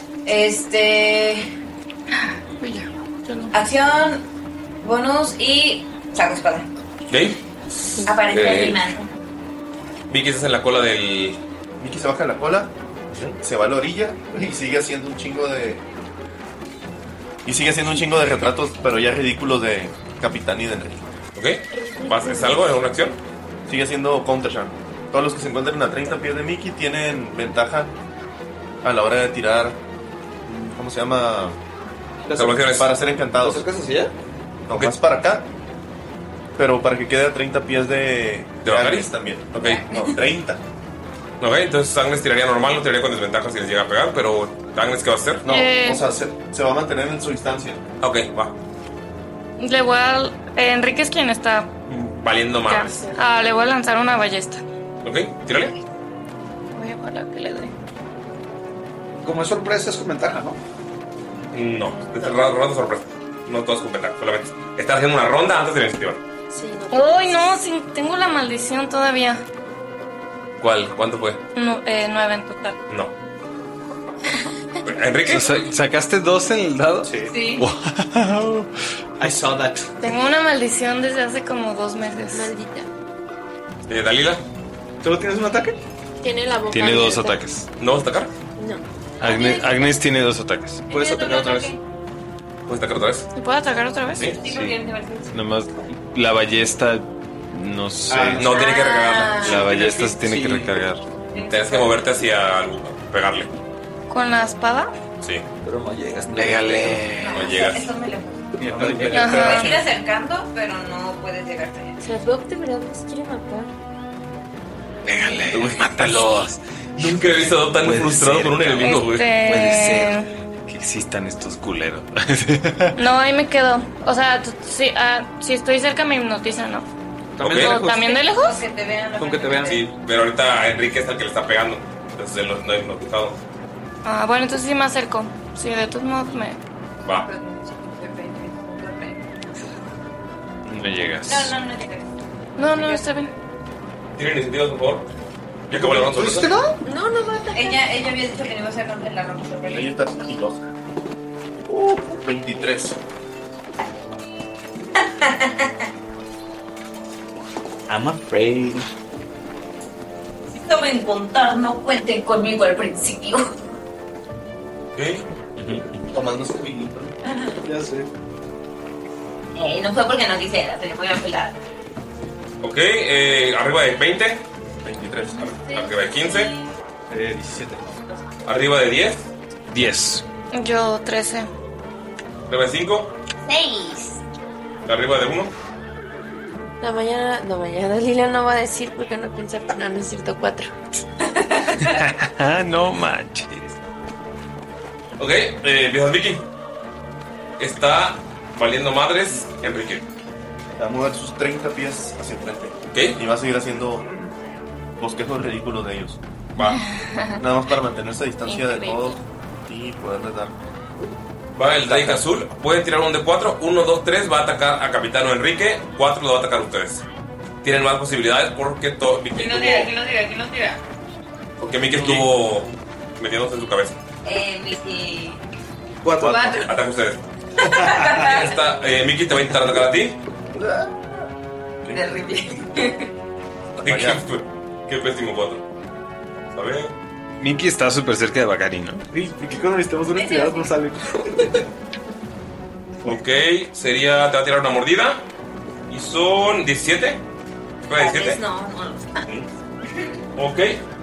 Acción, bonus y saco espada. ¿Ok? Aparece mi mano. Vicky estás en la cola del... Mickey se baja de la cola, se va a la orilla y sigue haciendo un chingo de... retratos, pero ya ridículos de Capitán y de Enrique. ¿Ok? ¿Haces algo en una acción? Sigue haciendo counter charm. Todos los que se encuentren a 30 pies de Mickey tienen ventaja a la hora de tirar... ¿Cómo se llama? Para ser encantados. ¿Te acercas hacia allá? No, más para acá. Pero para que quede a 30 pies de Agnes también. Ok. No, 30. Ok, entonces Agnes tiraría normal, no tiraría con desventaja si les llega a pegar, pero ¿Agnes qué va a hacer? No, o sea, se va a mantener en su distancia. Ok, va. Le voy a... Enrique es quien está... Valiendo más. Le voy a lanzar una ballesta. Ok, tírale. Voy a para que le dé. Como es sorpresa, es con ventaja, ¿no? No, es ronda sorpresa. No todas con ventaja, solamente. Estás haciendo una ronda antes de la iniciativa. Sí. Uy, no, sí, tengo la maldición todavía. ¿Cuál? ¿Cuánto fue? No, 9 en total. No. ¿Enrique? ¿Sacaste 2 en el dado? Sí. Wow. I saw that. Tengo una maldición desde hace como 2 meses. Maldita. ¿Dalila? ¿Solo tienes un ataque? Tiene la boca Tiene 2 abierta. ataques. ¿No vas a atacar? No. Agnes tiene 2 ataques. ¿Puedes atacar otra vez? ¿Puedes atacar otra vez? ¿Me puedo atacar otra vez? Sí. Nada más la ballesta, no sé. No, tiene que recargarla. La ballesta se tiene que recargar. Tienes que moverte hacia algo, pegarle. ¿Con la espada? Sí. Pero no llegas. Pégale. No llegas. Eso me lo... Ajá. Puedes ir acercando, pero no puedes llegar hasta allá. O sea, Bob de verdad nos quiere matar. Pégale, mátalos. Nunca he visto a Dob tan frustrado por un enemigo, güey. Puede ser que existan estos culeros. No, ahí me quedo. O sea, si estoy cerca me hipnotiza, ¿no? ¿También de lejos? ¿También de lejos? Que te vean. Con que te vean. Sí, pero ahorita Enrique es el que le está pegando. Entonces él no ha hipnotizado. Bueno, entonces sí me acerco. Sí, de todos modos me... Va. No llegas. No llegas. No, está bien. Tienen iniciativas, por favor. ¿Ya acabó la ronda sorpresa? No va a atacar. Ella había dicho que no iba a hacer la ronda sorpresa. Ahí está chiquito. 23. I'm afraid. Si saben contar, no cuenten conmigo al principio. ¿Qué? Tomando su vinito. Ya sé. No fue porque no quisiera, se le fue a pelar. Ok, arriba de 20. 23. Arriba de 15. 17. Arriba de 10. 10. Yo 13. Arriba de 5. 6. Arriba de 1. Mañana Lila no va a decir porque no piensa, no es cierto, 4. No manches. Ok, empiezas Vicky. Está valiendo madres Enrique. Va a mover sus 30 pies hacia enfrente. Ok. Y va a seguir haciendo bosquejos ridículos de ellos. Va. Nada más para mantenerse a distancia de todos y poderles dar. Va el Drake azul. Pueden tirar un de 4. 1, 2, 3 va a atacar a Capitano Enrique. 4 lo va a atacar a ustedes. Tienen más posibilidades porque Mickey ¿Quién no tira? Porque Mickey estuvo metiéndose en su cabeza. Mickey. 4. Ataca a ustedes. Mickey te va a intentar atacar a ti. Terrible. Qué pésimo 4. A ver. Mickey está súper cerca de Bacari, ¿no? Sí, porque cuando necesitamos una actividad no sale. Ok, sería. Te va a tirar una mordida. Y son 17. ¿Fue 17? No. Ok.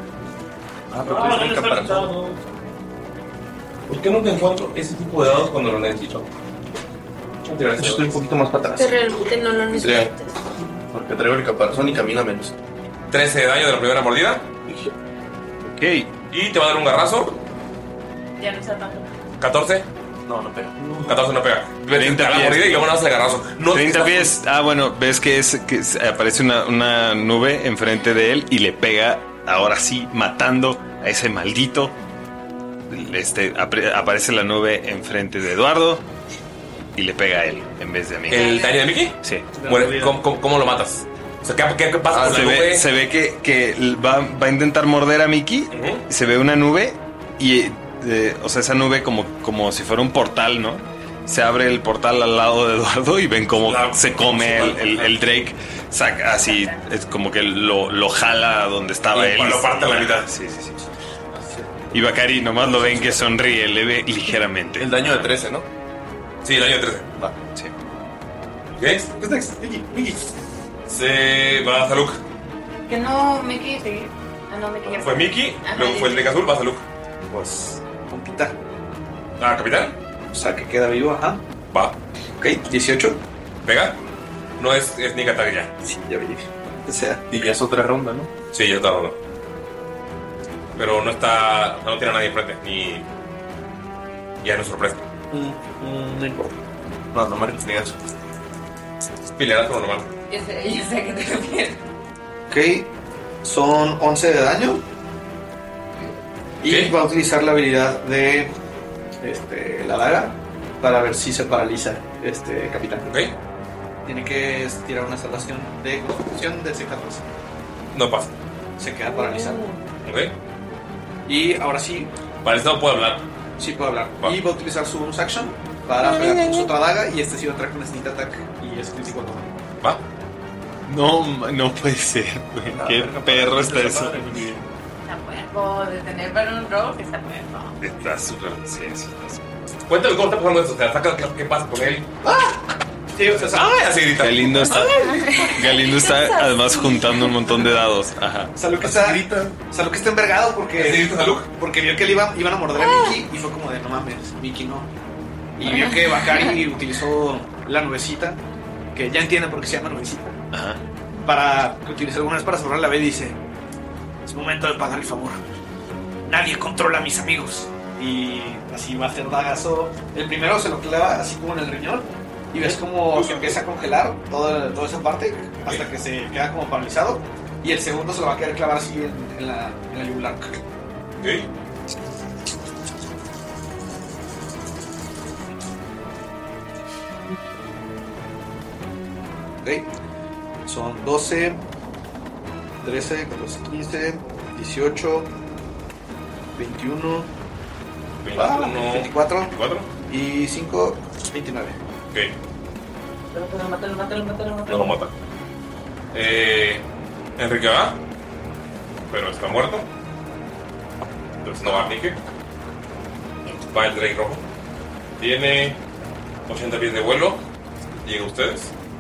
¿Por qué nunca encuentro ese tipo de dados cuando lo necesito? Yo estoy un poquito más para atrás. Que realmente no lo necesitas. Porque traigo el caparazón y camina menos. 13 de daño de la primera mordida. Ok. Y te va a dar un garrazo. Ya no está tanto. 14. No pega. 14 no pega. 30 la pies. mordida y luego no hace el garrazo. No, 30 pies. Ah, bueno, ves que aparece una nube enfrente de él y le pega, ahora sí, matando a ese maldito. Aparece la nube enfrente de Eduardo y le pega a él en vez de a mí. ¿El daño de Mickey? Sí. Muere. ¿Cómo lo matas? O sea, ¿qué pasa con la nube? Se ve que va a intentar morder a Mickey. Se ve una nube y, o sea, esa nube como si fuera un portal, ¿no? Se abre el portal al lado de Eduardo y ven cómo se come el Drake. Saca así, es como que lo jala donde estaba él. Lo parte a la mitad. Sí. Y Bakari nomás lo ven que sonríe leve y ligeramente. El daño de 13, ¿no? Sí, el daño de 13. Va. Sí. ¿Qué? Mickey. Se va a Saluk. Que no, Mickey, sí. No, Mickey ya Fue Mickey, Ajá, luego fue el de Azul, va a Saluk. Pues, compita. Ah, capitán. O sea, que queda vivo, ajá. Va. Ok, 18. ¿Pega? No es ni ataque ya. Sí, ya vi. O sea. Y ya es otra ronda, ¿no? Sí, ya está ronda. Pero no tiene a nadie enfrente, ni. Ya no es sorpresa. No importa. No me refieres. Pelearás con lo normal. Yo sé a qué te refieres. Ok, son 11 de daño. Y va a utilizar la habilidad de la daga para ver si se paraliza capitán. Ok. Tiene que tirar una salvación de constitución de C14. No pasa. Se queda paralizado. Ok. Y ahora sí. Paralizado puede hablar. Sí puede hablar. Y va a utilizar su bonus action para pegar con su otra daga. Y sí va a entrar con sneak attack. Y es crítico. ¿Va? No puede ser, güey. Qué perro está eso. Está puerco. De tener para un rock, está puerco. Está súper. Sí. Cuéntame cómo está pasando esto. O sea, saca qué pasa con él. Sí, o sea, así grita. Galindo está además juntando un montón de dados. Ajá. Saluk está envergado porque vio que le iban a morder a Mickey y fue como de no mames, Mickey no. Y vio que Bakari utilizó la nubecita, que ya entiende por qué se llama nubecita. Ajá. Para utilizar alguna vez para cerrar la vez y dice: es momento de pagar el favor. Nadie controla a mis amigos. Y así va a hacer dagazo. El primero se lo clava así como en el riñón. Y ves como se empieza a congelar toda esa parte hasta que se queda como paralizado. Y el segundo se lo va a quedar clavar así en la yugular. Ok. Ok. Son 12, 13, 14, 15, 18, 21, 24 y 5, 29. Ok. Mátalo. No lo mata. Enrique va, pero está muerto. Entonces no va Mickey. Va el Drake rojo. Tiene 80 pies de vuelo. Llega ustedes.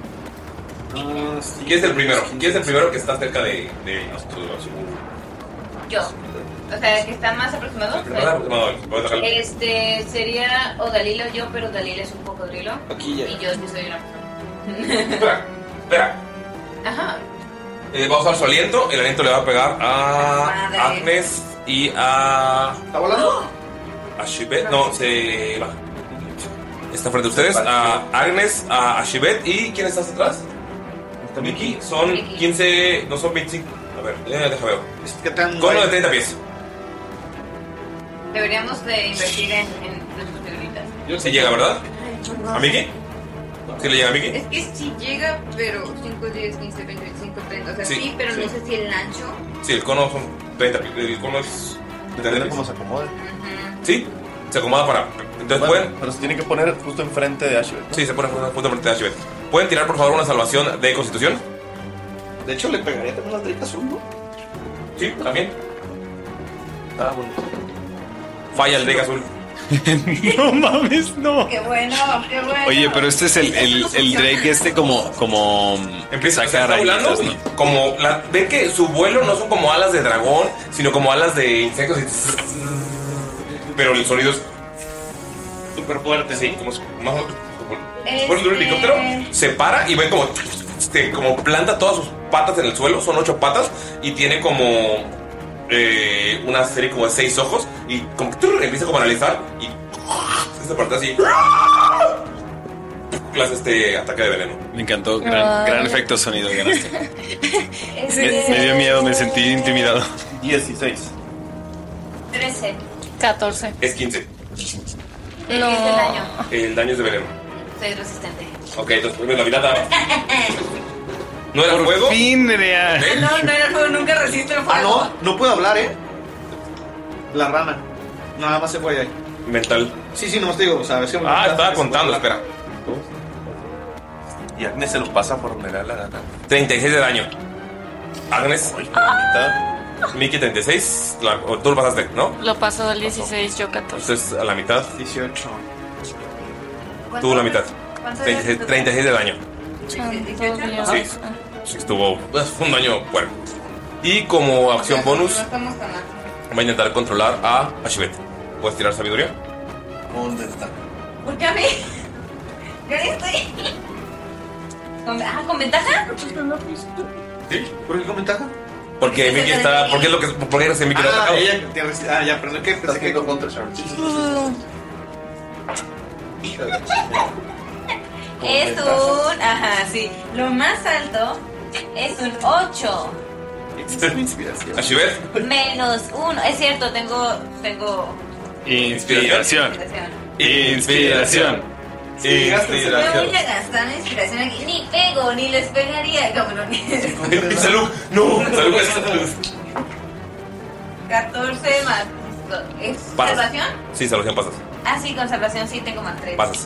Sí, ¿Quién es el primero? ¿Quién es el primero que está cerca de ellos? Yo. O sea, que está más aproximado. El primero aproximado. Voy a sacar. Sería o Dalila o yo, pero Dalila es un cocodrilo. Aquí ya. Y yo sí soy una persona. Espera. Ajá. Va a usar su aliento. El aliento le va a pegar a Madre. Agnes y a. ¿Está volando? A Shibet. No, se baja. Está frente a ustedes. A Agnes, a Shibet. ¿Y quién está atrás? Mickey. Son 15. No son 25. A ver, deja ver. Con uno de 30 pies. Deberíamos de invertir en nuestras figuritas. Sí llega, ¿verdad? ¿A Mickey? ¿Sí le llega a Mickey? Es que sí llega, pero 5, 10, 15, 20, 25, 30. O sea, Sí, sí, pero sí. no sé si el ancho. Sí, el cono son 30 pies. El cono es. Depende de cómo se acomode. Sí, se acomoda para. Entonces Bueno, pueden. pero se tiene que poner justo enfrente de Ashbet, ¿no? Sí, se pone justo frente a Ashbet. ¿Pueden tirar por favor una salvación de constitución? De hecho, le pegaría también al Drake azul, ¿no? Sí, también. Ah, bueno. Falla el Drake azul. No mames, no. Qué bueno, qué bueno. Oye, pero este es el Drake como empieza a sacar volando, ¿no? Como ven que su vuelo no son como alas de dragón, sino como alas de insectos. Pero el sonido es súper fuerte, sí, como más por el helicóptero se para y ven como planta todas sus patas en el suelo. Son 8 patas y tiene como una serie como de 6 ojos y como empieza como a analizar y esta parte así clase este ataque de veneno. Me encantó, gran efecto sonido. Me dio miedo, me sentí intimidado. 16. 13. 14. Es 15. No. ¿Qué es el daño? El daño es de veneno. Soy resistente. Ok, entonces primero la mirada. ¿No era el fuego? Fin, Nerea. No era el fuego, nunca resiste el fuego. No puedo hablar, La rana. Nada más se fue ahí. Mental. Sí, no te digo, o sea, estaba contando, espera. Y Agnes se lo pasa por donde le da la gana. 36 de daño. Agnes. Miki 36. Tú lo pasaste, ¿no? Lo pasó al 16, yo 14. Entonces a la mitad. 18. Tú la mitad. 36 de daño. Sí. Sí, estuvo. Fue un daño bueno. Y como acción bonus, va a intentar controlar a Ashibet. ¿Puedes tirar sabiduría? Con ventaja. ¿Por qué a mí? Yo ni estoy. ¿Con ventaja? ¿Sí? ¿Por qué con ventaja? Porque Miki está. ¿Por qué es lo que Miki lo ha atacado? Ya, pero no que pensé que con contra Es un. Ajá, sí. Lo más alto es un 8. Ashibet. Menos 1. Es cierto, tengo. Inspiración. No voy a gastar la inspiración aquí. Ni pego, ni les pegaría, cabrones. Salud. No, salud. 14 más. ¿Es Pasas. salvación? Sí, salvación pasas. Ah, sí, con salvación sí tengo más 3. Pasas.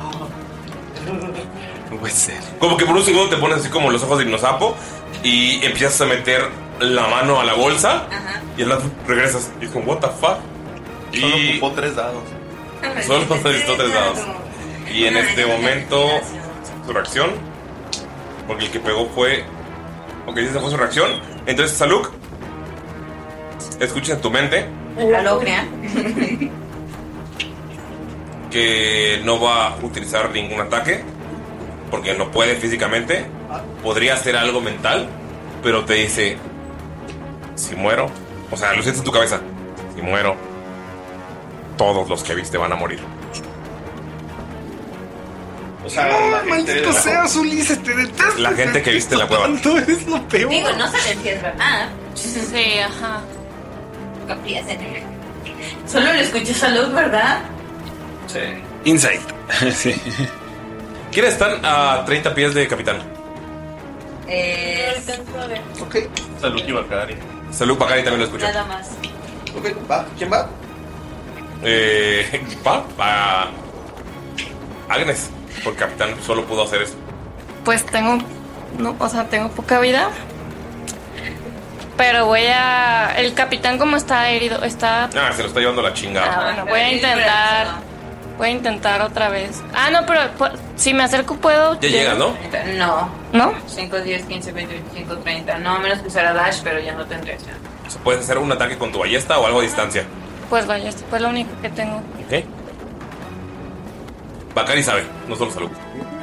No puede ser. Como que por un segundo te pones así como los ojos de hipnosapo y empiezas a meter la mano a la bolsa. Ajá. Y al lado regresas y es como, what the fuck. Solo ocupó 3 dados. Solo necesitó 3 dados. Y en este momento su reacción, porque el que pegó fue. Ok, esa fue su reacción. Entonces, Saluk, escucha en tu mente La logrea. que no va a utilizar ningún ataque porque no puede físicamente. Podría hacer algo mental, pero te dice: si muero, o sea, lo sientes en tu cabeza. Si muero, todos los que viste van a morir. O sea, maldito seas, Ulises, te detesto. La gente que viste en la cueva. Tú eres lo peor. Digo, no se le encierra nada. Sí, ajá. Confías en él. Solo lo escuché salud, ¿verdad? Sí. Insight. Sí. ¿Quiénes están a 30 pies de capitán? Ok. Salud y Bacari. Salud, Bacari también lo escucha. Nada más. Ok, va. ¿Quién va? Va Agnes, porque capitán solo pudo hacer eso. Pues tengo poca vida. Pero voy a. El capitán, como está herido, está. Se lo está llevando la chingada. Bueno, voy a intentar. Voy a intentar otra vez. No, pero si me acerco puedo. Ya llegas, ¿no? ¿No? 5, 10, 15, 20, 25, 30. No, a menos que usara dash, pero ya no tendré acción. O sea, puedes hacer un ataque con tu ballesta o algo a distancia. Pues vaya, esto fue lo único que tengo. Ok. Bacari sabe, no solo Salud.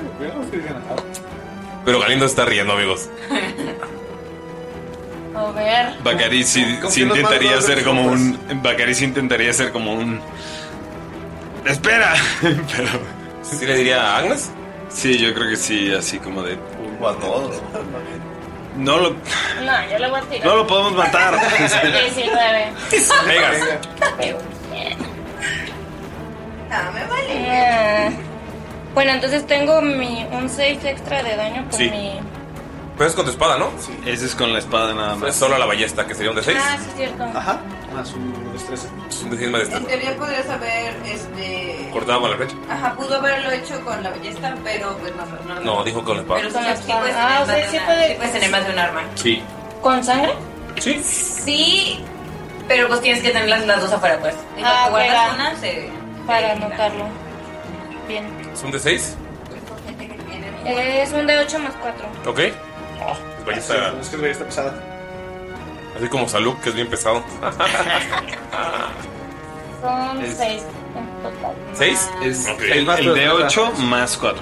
Pero Galindo está riendo, amigos. A ver. Bacari sí intentaría ser como un. Bacari sí intentaría ser como un. ¡Espera! Pero. ¿Sí le diría a Agnes? Sí, yo creo que sí, así como de. O a todos. No, yo le voy a tirar. No lo podemos matar. 19. Pegas. No, me vale. Bueno, entonces tengo un 6 extra de daño por Sí. mi. Pero es con tu espada, ¿no? Sí. Ese es con la espada nada más. Es solo la ballesta, que sería un de 6. Sí, es cierto. Ajá. Más un destreza. Un de 6 más En destreza. teoría podrías haber, Cortaba con la flecha. Ajá, pudo haberlo hecho con la ballesta, pero pues no. No, dijo con la espada. Pero Con la sí espada. puedes O sea, sí puede. puedes tener más de un arma. Sí. ¿Con sangre? Sí. Sí, pero pues tienes que tener las dos afuera, pues. Ah, Guardas pega. una, se... para anotarlo. Bien. ¿Es un D6? Es un de 8 más 4. Ok. Vaya está. Es que el está pesada. Así como Salud, que es bien pesado. Son 6 en total. ¿6? Ok. El de 8 más 4.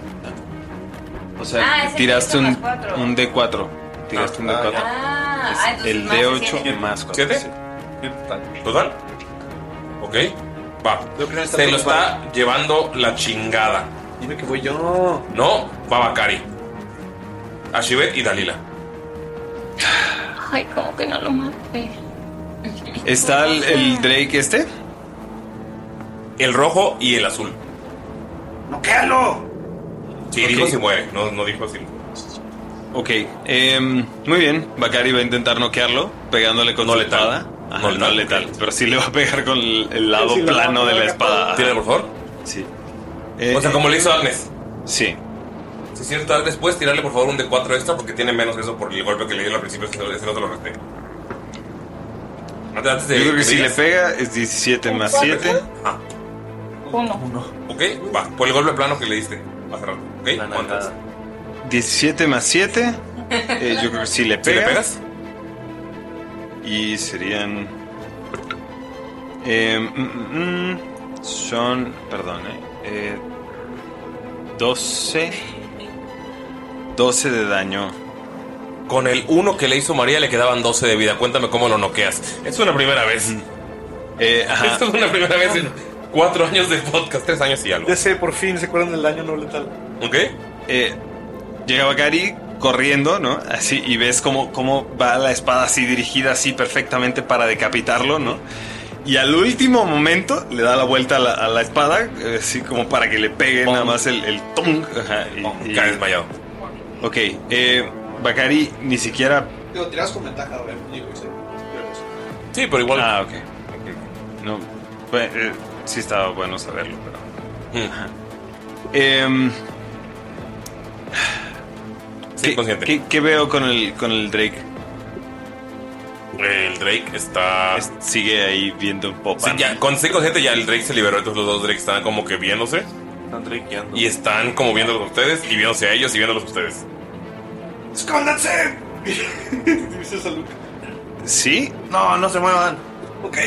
O sea, ese tiraste más un, cuatro. un D4. Tiraste un D4. El más D8 siete. más 4. ¿7? ¿Total? Ok. Va. Se lo está llevando la chingada. Dime que voy yo. No, va Bakari. Ashibet y Dalila. Ay, como que no lo maté. ¿Está el Drake este? El rojo y el azul. ¡Noquéalo! Sí, Ok. dijo si muere, no dijo así. Ok, muy bien. Bakari va a intentar noquearlo, pegándole con su espada. Ajá, no letal, pero sí le va a pegar con el lado Sí, plano de la espada. ¿Tírale, por favor? Sí. O sea, como le hizo Agnes. Sí. Si es cierto, Agnes, puedes tirarle por favor un D4 extra porque tiene menos eso por el golpe que le dio al principio, si no te lo resté. Antes de Yo creo que me si le digas. pega es 17 más 7. Ah. 1. Ok, va, por el golpe plano que le diste hace rato. Ok, ¿cuántas? 17 más 7. Yo creo que si le ¿Sí pega. le pegas? Y serían. Son. Perdón, 12. 12 de daño. Con el 1 que le hizo María le quedaban 12 de vida. Cuéntame cómo lo noqueas. Es una primera vez. Ajá. Esto es una primera vez en 4 años de podcast, 3 años y algo. Ya sé, por fin se acuerdan del daño no letal. ¿Ok? Llega Bakari corriendo, ¿no? Así, y ves cómo va la espada así dirigida así perfectamente para decapitarlo, ¿no? Y al último momento le da la vuelta a la espada, así como para que le pegue nada más el tung. Ajá, y cae desmayado. Ok, Bakari ni siquiera... Digo, tiras con ventaja, a ver. Sí, pero igual. Ah, ok. No, pues, sí estaba bueno saberlo, pero... Ajá. ¿Qué veo con el Drake? El Drake está... Sigue ahí viendo popa. Sí, ya, con estoy consciente ya el Drake se liberó, entonces los dos Drake están como que viéndose. Están drakeando. Y están como viéndolos a ustedes y viéndose a ellos y viéndolos a ustedes. ¡Escóndanse! Dice Salud. ¿Sí? No se muevan. Ok.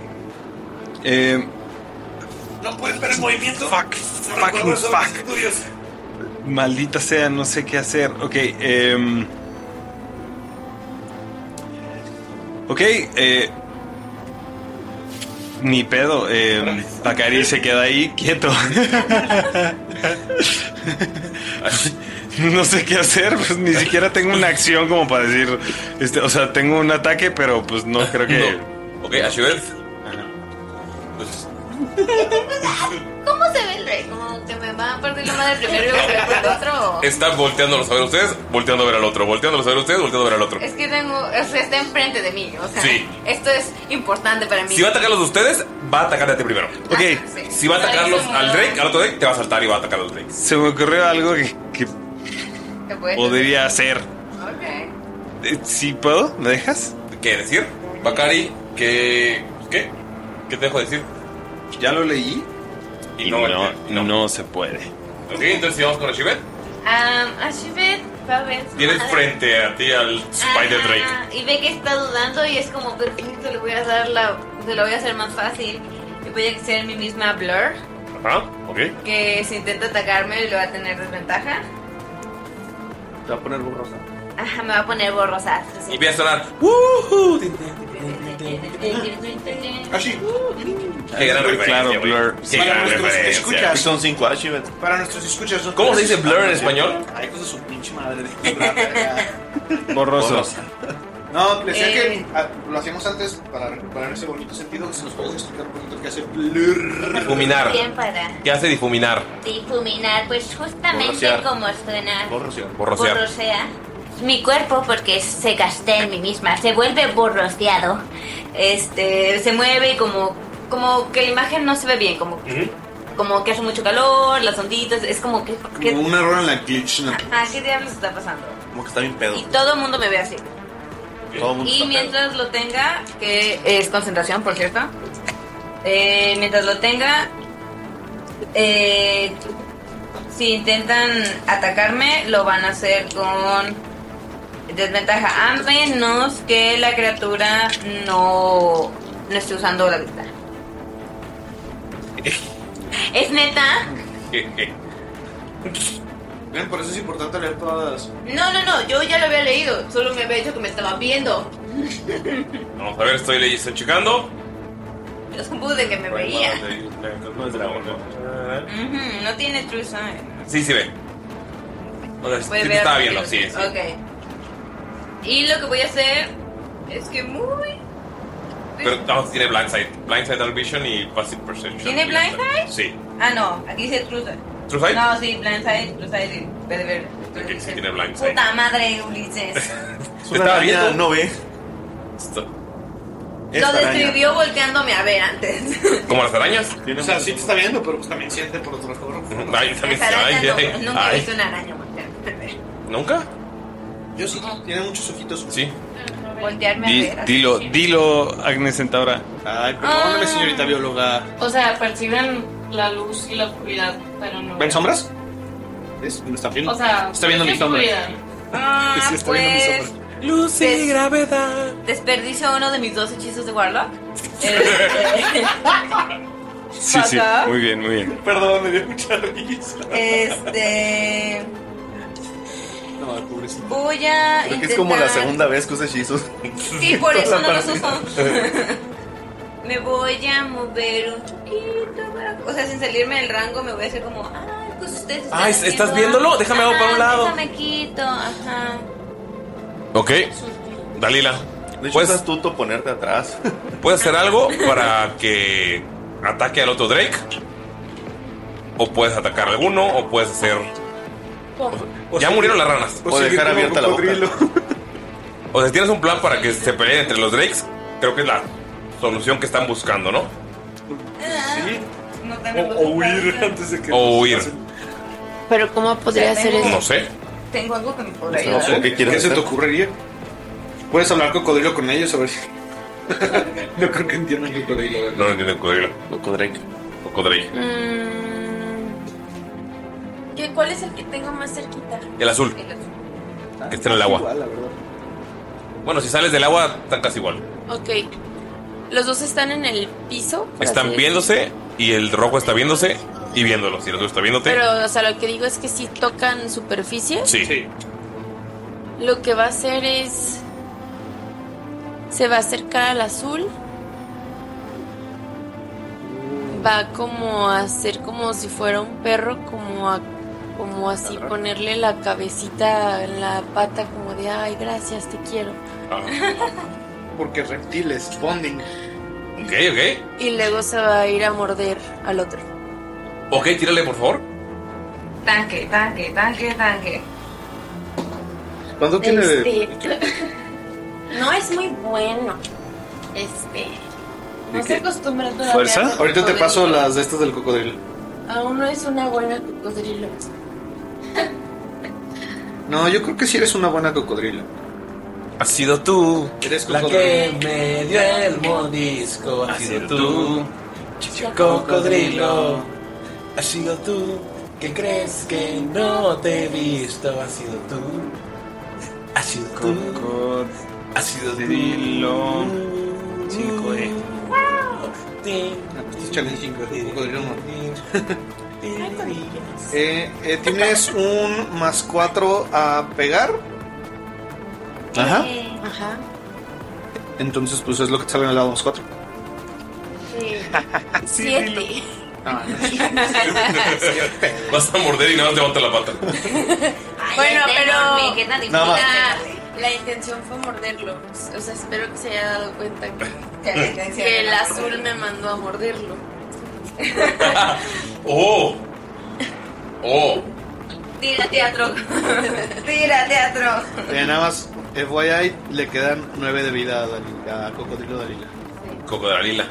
No puedes ver el movimiento. Fucking fuck. Maldita sea, no sé qué hacer. Ok, ni pedo. Bakari se queda ahí quieto. No sé qué hacer, pues ni siquiera tengo una acción como para decir, o sea, tengo un ataque, pero pues no creo que... No. Ok, Ashibet. ¿Cómo se ve el rey? ¿Como que me va a partir la madre primero y luego me va por el otro? Está volteándolos a ver a ustedes, volteando a ver al otro, volteándolos a ver a ustedes, volteando a ver al otro. Es que tengo, o sea, está enfrente de mí, o sea, Sí. esto es importante para mí. Si va a atacarlos de ustedes, va a atacarte a ti primero. Ok. Si va a atacarlos al Drake, al otro Drake, te va a saltar y va a atacar al Drake. Se me ocurrió algo que ¿Qué puedes podría hacer. Ok. ¿Sí puedo? ¿Me dejas? ¿Qué decir? Bakari, ¿qué te dejo decir? Ya lo leí. Y no se puede. Ok, entonces si vamos con Ashibet. Ashibet va a ver. Tienes frente a ti al Spider Drake. Y ve que está dudando y es como perfecto, le voy a dar se lo voy a hacer más fácil. Y voy a hacer mi misma Blur. Ajá, ok. Que si intenta atacarme le va a tener desventaja. Te va a poner borrosa. Ajá, me va a poner borrosa. Y empieza a sonar. ¡Woohoo! Así. Qué gran referencia, Claro, güey. Blur. Qué gran referencia. Escuchas. Son 5 Ashibet. Para nuestros escuchas. ¿Cómo se dice blur en español? Ay, cosa de su pinche madre. Borroso. No, le decía que lo hacíamos antes para recuperar ese bonito sentido. Si nos puedes explicar un poquito qué hace blur. Difuminar. Bien para ¿Qué hace difuminar? difuminar, pues justamente Borrosear. como suena. Borrosear. Borrosea. Mi cuerpo, porque se gasté en mí misma, se vuelve borroseado. Se mueve y como que la imagen no se ve bien, como que hace mucho calor, las onditas, es como que... Como un error en la glitch. ¿No? ¿Qué diablos está pasando? Como que está bien pedo. Y todo el mundo me ve así. Todo el mundo Y está mientras lo tenga, que es concentración, por cierto, mientras lo tenga, Si intentan atacarme, lo van a hacer con desventaja, a menos que la criatura no esté usando la vista. ¿Es neta? Por eso es importante leer todas. No, yo ya lo había leído. Solo me había dicho que me estaban viendo. Vamos a ver, estoy checando. Yo supuse que me veía. No tiene true sign. Sí, ve. O sea, sí Puede te ver estaba a viendo, los sí. niños. Ok. Y lo que voy a hacer es que Pero tiene blindside. Blindside Vision y Passive Perception. ¿Tiene blindside? Sí. Ah, no, aquí dice true sign. ¿True sign? No, sí, blindside, true sign, sí, puede ver. Okay, sí tiene blindside. Puta madre, Ulises. Te estaba viendo. No ve. Lo describió volteándome a ver antes. ¿Como las arañas? O sea, sí te está viendo, pero pues también siente por otro lado. Ay, también Las arañas ay. nunca he visto una araña voltearme a ver. ¿Nunca? Yo sí, tiene muchos ojitos. Sí. Voltearme a ver. así. Dilo, Agnes Centaura. Ay, perdóname, señorita bióloga. O sea, perciben la luz y la oscuridad, pero no. ¿Ven sombras? ¿Ves? ¿Me está viendo? O sea, está viendo mi sombra. oscuridad. Sí, está viendo mi sombra. Luz y gravedad. Desperdicio uno de mis 2 hechizos de Warlock. Sí, muy bien. Perdón, me dio mucha risa. No, pobrecito. Voy a Creo que intentar... es como la segunda vez que usa hechizos. Sí, por eso no los uso. Me voy a mover un poquito. O sea, sin salirme del rango, me voy a hacer como... Ay, pues ustedes están ¿estás viéndolo? Déjame hago para un lado. Déjame quito, ajá. Ok. Dalila. De hecho, es astuto ponerte atrás. ¿Puedes hacer algo para que ataque al otro Drake? O puedes atacar a alguno, o puedes hacer... Ya murieron las ranas. O dejar abierta la boca. O sea, si tienes un plan para que se peleen entre los Drakes, creo que es la solución que están buscando, ¿no? Sí. No O huir antes de que... O huir. Pero ¿cómo podría hacer eso? No sé. Tengo algo que me podría No ayudar. sé, ¿qué se te ocurriría? Puedes hablar cocodrilo con ellos a ver si... No creo que entiendan cocodrilo. No entienden cocodrilo. Cocodrake. ¿Cuál es el que tengo más cerquita? El azul. Que está en el agua. Igual, la verdad. Bueno, si sales del agua, están casi igual. Ok. Los dos están en el piso. por Están así viéndose y el rojo está viéndose y viéndolos. Y el azul está viéndote. Pero, o sea, lo que digo es que si tocan superficie, Sí. lo que va a hacer es... Se va a acercar al azul. Va como a hacer como si fuera un perro, como así ponerle la cabecita en la pata como de, ay, gracias, te quiero. Porque reptiles, bonding. Ok. Y luego se va a ir a morder al otro. Ok, tírale, por favor. Tanque. ¿Cuánto tiene de...? No es muy bueno. No se acostumbra todavía. ¿Fuerza? Ahorita te paso las de estas del cocodrilo. Aún no es una buena cocodrilo. No, yo creo que sí eres una buena cocodrilo. Has sido tú Eres la cocodrilo. que me dio el mordisco. Has sido tú, cocodrilo. Has sido tú que crees que no te he visto. Has sido tú. Has sido tú. Has sido Dilo. 5, Échale 5, cocodrilo no. Tienes un +4 a pegar. Ajá. Ajá. Entonces, pues es lo que te sale en el lado +4. Sí. 7. Vas a morder y nada más te levanta la pata. Bueno, pero Nada más. la intención fue morderlo. O sea, espero que se haya dado cuenta que el azul me mandó a morderlo. ¡Oh! Tira teatro. Nada más, FYI, le quedan 9 de vida a Cocodrilo Dalila. Cocodrila.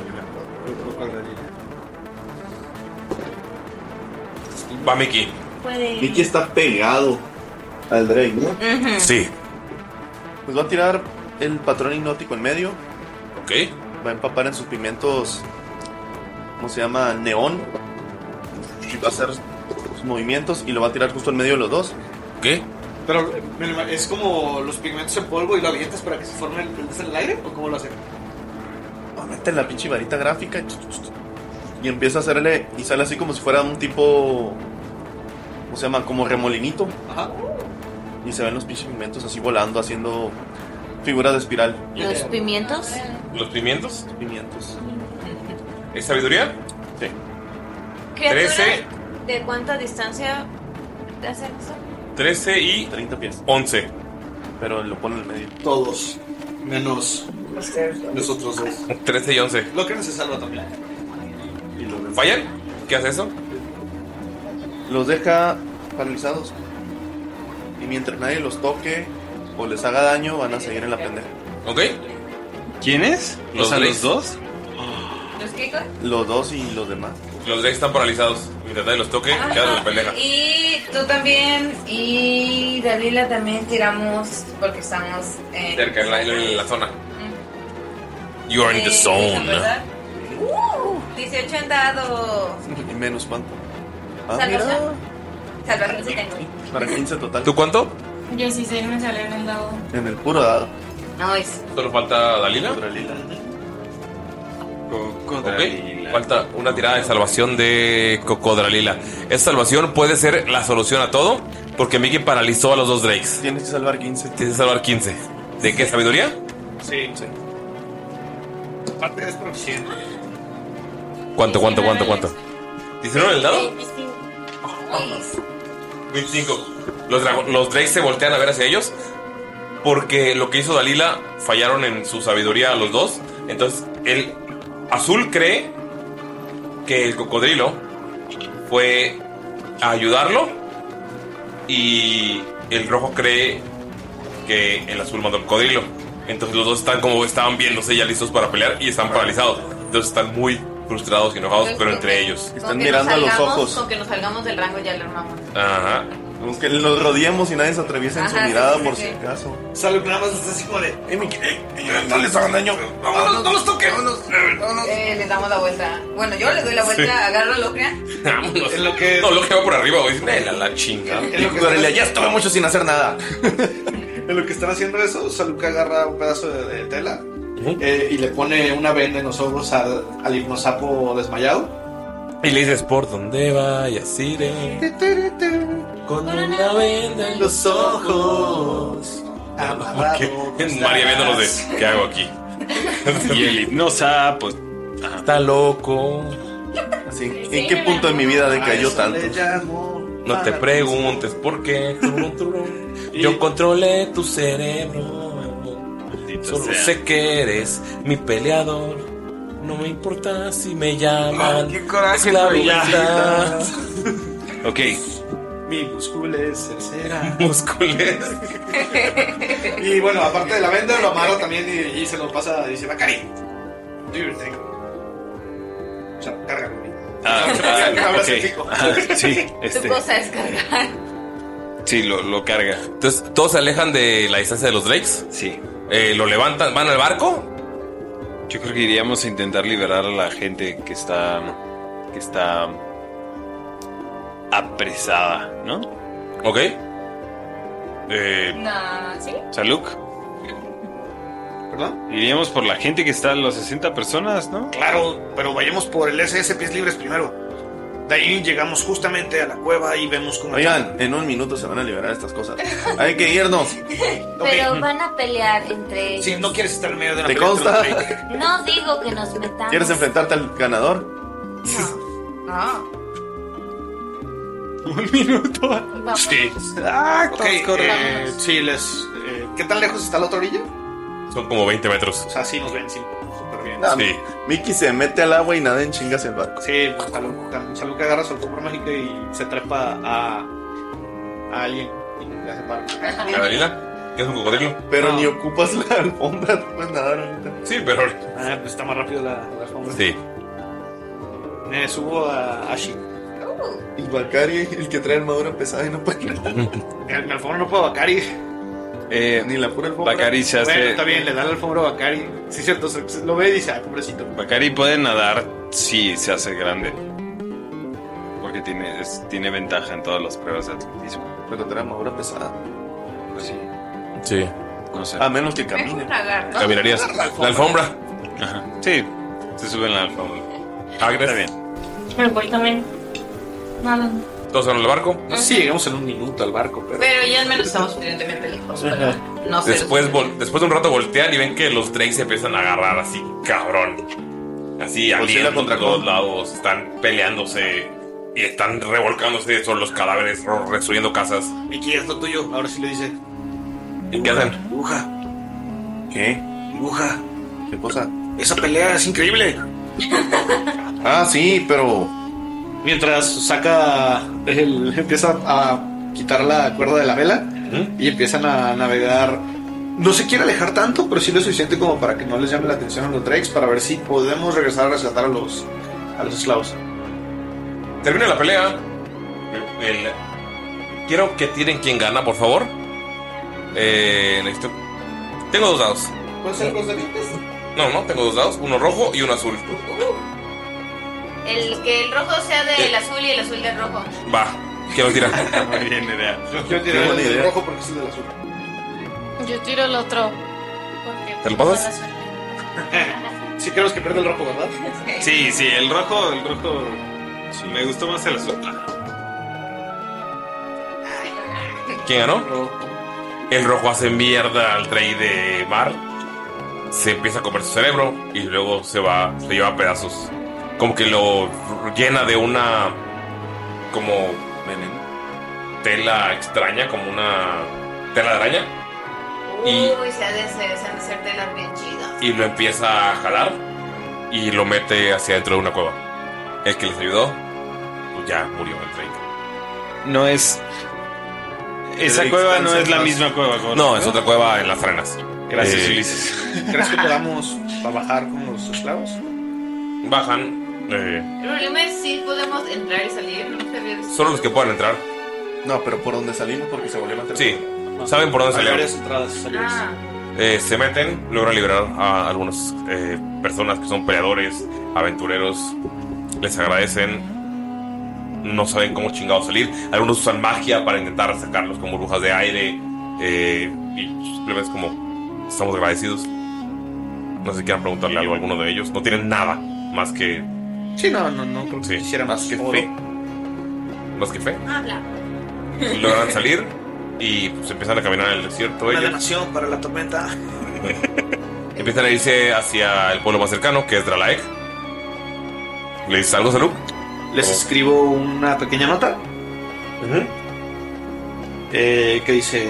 Va Mickey. Mickey está pegado al Drake, ¿no? Sí. Pues va a tirar el patrón hipnótico en medio. Ok. Va a empapar en sus pigmentos, ¿cómo se llama? Neón. y va a hacer sus movimientos y lo va a tirar justo en medio de los dos. ¿Qué? Pero es como los pigmentos en polvo y lo avientas para que se forme el aire, ¿o cómo lo hacen? Mete la pinche varita gráfica y empieza a hacerle, y sale así como si fuera un tipo, ¿cómo se llama? Como remolinito. Ajá. Y se ven los pinches pigmentos así volando, haciendo figuras de espiral. ¿Los pimientos? ¿Los pimientos? Pimientos. ¿Es sabiduría? Sí. ¿Criatura 13. de cuánta distancia te hacen eso? 13 y 30 pies. 11. Pero lo pone en el medio. Todos, menos los otros dos. 13 y 11. Lo que se salva también. ¿Fallan? ¿Qué hace eso? Los deja paralizados. Y mientras nadie los toque o les haga daño, van a seguir en la pendeja. ¿Ok? ¿Quiénes? ¿Los los dos? ¿Los qué? Los dos y los demás. Los Drakes están paralizados. Mientras nadie los toque, quedan en la pendeja. Y tú también y Dalila también tiramos porque estamos Cerca, en la zona. You are in the zone. ¿verdad? 18 en dado. Y menos cuánto. Ah, Salvación. mira. Salvación sí tengo. Para 15 total. ¿Tú cuánto? 16 me salió en el dado. En el puro dado. Nice. Solo falta Dalila. Cocodrila. Ok, falta una tirada de salvación de Cocodrila. Esta salvación puede ser la solución a todo, porque Mickey paralizó a los dos Drakes. Tienes que salvar 15. Tienes que salvar 15. ¿De qué? ¿Sabiduría? Sí. Aparte es proficiente. ¿Cuánto? ¿19 en el dado? 25. Los Drakes se voltean a ver hacia ellos, porque lo que hizo Dalila fallaron en su sabiduría a los dos. Entonces el azul cree que el cocodrilo fue a ayudarlo, y el rojo cree que el azul mandó al cocodrilo. Entonces los dos están como estaban viéndose ya listos para pelear y están paralizados. Entonces están muy frustrados y enojados, pero entre ellos. Están mirando a los ojos. Con que nos salgamos del rango ya lo armamos. Ajá. Como que los rodeemos y nadie se atraviesa en su Ajá, mirada sí, por sí, si sí. acaso. Salud, nada más está así como de. No les hagan daño. Vámonos, no los toquen. Le damos la vuelta. Bueno, yo le doy la vuelta, Sí. agarro a Locria. Vámonos. En lo que- No, lo que va por arriba, güey. La chinga. Ya estuve mucho sin hacer nada. En lo que están haciendo eso, Saluka agarra un pedazo de tela y le pone una venda en los ojos al hipnosapo desmayado. Y le dices, por donde vayas iré, con una venda en los ojos. María viéndonos de, ¿qué hago aquí? Y el hipnosa, pues, está loco. Así, ¿en qué punto de mi vida decayó tanto? No te preguntes por qué. Yo controlé tu cerebro. Solo sea. sé que eres mi peleador. No me importa si me llaman. ¡Qué coraje, esclavo güey! mental. ok. Mi muscules será. Múscules. Y bueno, aparte de la venda, lo amarra también y se lo pasa. Dice: Bakari, do your thing. O sea, cárgalo. Habla ok. científico. Sí, Tu cosa es cargar. sí, lo carga. Entonces, ¿todos se alejan de la distancia de los Drakes? Sí. ¿Lo levantan? ¿Van al barco? Yo creo que iríamos a intentar liberar a la gente que está apresada, ¿no? Ok. ¿Sí? Saluk. ¿Perdón? Iríamos por la gente que está, las 60 personas, ¿no? Claro, pero vayamos por el SS Pies Libres primero. De ahí llegamos justamente a la cueva y vemos cómo. Oigan, en un minuto se van a liberar estas cosas. Hay que irnos. Pero van a pelear entre ellos. Si no quieres estar en medio de una ¿Te pelea consta? entre los Drake. No digo que nos metamos. ¿Quieres enfrentarte al ganador? No. Un minuto. Vamos. Sí. Ok, sí, ¿qué tan lejos está la otra orilla? Son como 20 metros. O sea, sí nos ven, sí, súper bien. No, Sí. Mickey se mete al agua y nada en chingas el barco. Sí, Salud que agarra su alfombra mágica y se trepa a alguien y le hace paro. ¿Dalila? ¿Qué es un cocodrilo? Pero ni ocupas la alfombra, tú puedes nadar ahorita. Sí, pero. Ah, pues está más rápido la alfombra. Sí. Me subo a Ashi. Y Bakari, el que trae armadura pesada y no puede nadar. Mi alfombra no puedo a Bakari. Ni la pura alfombra. Bakari se hace. Bueno, está bien, le da la alfombra a Bakari. Sí, cierto, lo ve y dice: ah, pobrecito. Bakari puede nadar si se hace grande. Porque porque tiene ventaja en todas las pruebas de atletismo. Pero trae armadura pesada. Pues sí. Sí. No sé. A menos que camine. Caminarías. La alfombra. Ajá. Sí, se sube en la alfombra. Agnes. Está bien. Me voy también. Nada. ¿Todos van al barco? No sé si llegamos en un minuto al barco, pero... Pero ya al menos estamos suficientemente lejos para no sé. Después de un rato voltean y ven que los Drakes se empiezan a agarrar así, cabrón. Así, alientos contra todos lados. Están peleándose y están revolcándose sobre los cadáveres, destruyendo casas. Miki, es lo tuyo. Ahora sí le dice. ¿Y qué hacen? Dibuja. ¿Qué? Dibuja. ¿Qué cosa? Esa pelea es increíble. Ah, sí, pero... Mientras empieza a quitar la cuerda de la vela y empiezan a navegar. No se quiere alejar tanto, pero sí lo suficiente como para que no les llame la atención a los Drakes, para ver si podemos regresar a rescatar a los esclavos. Termina la pelea. Quiero que tiren quién gana, por favor. Tengo 2 dados. ¿Pueden ser los daditos? No, tengo 2 dados, uno rojo y uno azul. Que el rojo sea del azul y el azul del rojo. Va, quiero tirar. Muy bien idea. Yo tiré el rojo porque es el del azul. Yo tiro el otro. ¿Te lo pasas? Sí, queremos que pierda el rojo, ¿verdad? Sí, el rojo. Sí. Me gustó más el azul. ¿Quién ganó? El rojo hace mierda al rey de mar. Se empieza a comer su cerebro y luego se lleva a pedazos. Como que lo llena de una como tela extraña, como una tela de araña. Uy, se han de hacer telas bien chidas. Y lo empieza a jalar y lo mete hacia dentro de una cueva. El que les ayudó, pues ya murió el rey. No es... Esa cueva no es la misma cueva. No, es otra cueva en las arenas. Gracias, Ulises. ¿Crees que podamos bajar con los esclavos? Bajan. El problema es si podemos entrar y salir. No sabía decir. Solo los que puedan entrar. No, pero ¿por dónde salimos? Porque se volvieron a entrar. Sí, saben por dónde Hay salir. varias entradas y salidas. Se meten, logran liberar a algunas personas que son peleadores, aventureros. Les agradecen. No saben cómo chingados salir. Algunos usan magia para intentar sacarlos con burbujas de aire. Y simplemente es como... Estamos agradecidos. No sé si quieran preguntarle algo a alguno de ellos. No tienen nada más que... Sí, no creo que quisiera más que oro. fe. Más que fe. Habla. Logran salir y pues empiezan a caminar en el desierto. Una Ellos donación para la tormenta. empiezan a irse hacia el pueblo más cercano, que es Dralaek. ¿Le dices algo, Salud? Les escribo una pequeña nota que dice: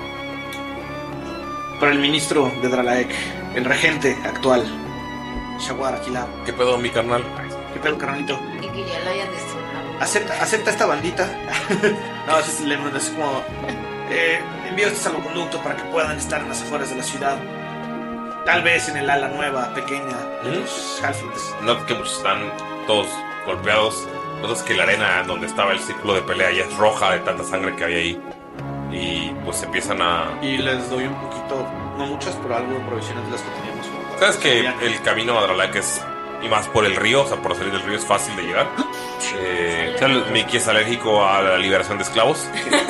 para el ministro de Dralaek, el regente actual, Shawar Akilab. ¿Qué pedo, mi carnal? ¿Qué pedo, carnalito? Y que ya lo hayan destruido. Acepta esta bandita. No, le mando así como: envío este salvoconducto para que puedan estar en las afueras de la ciudad. Tal vez en el ala nueva, pequeña, de los Halflings. Notas que muchos están todos golpeados. Notas que la arena donde estaba el círculo de pelea ya es roja de tanta sangre que había ahí. Y pues empiezan a... Y les doy un poquito, no muchas, pero algo de provisiones de las que teníamos. ¿Sabes que el camino a Dralaek es... Y más por el río, o sea, por salir del río es fácil de llegar? Mickey es alérgico a la liberación de esclavos.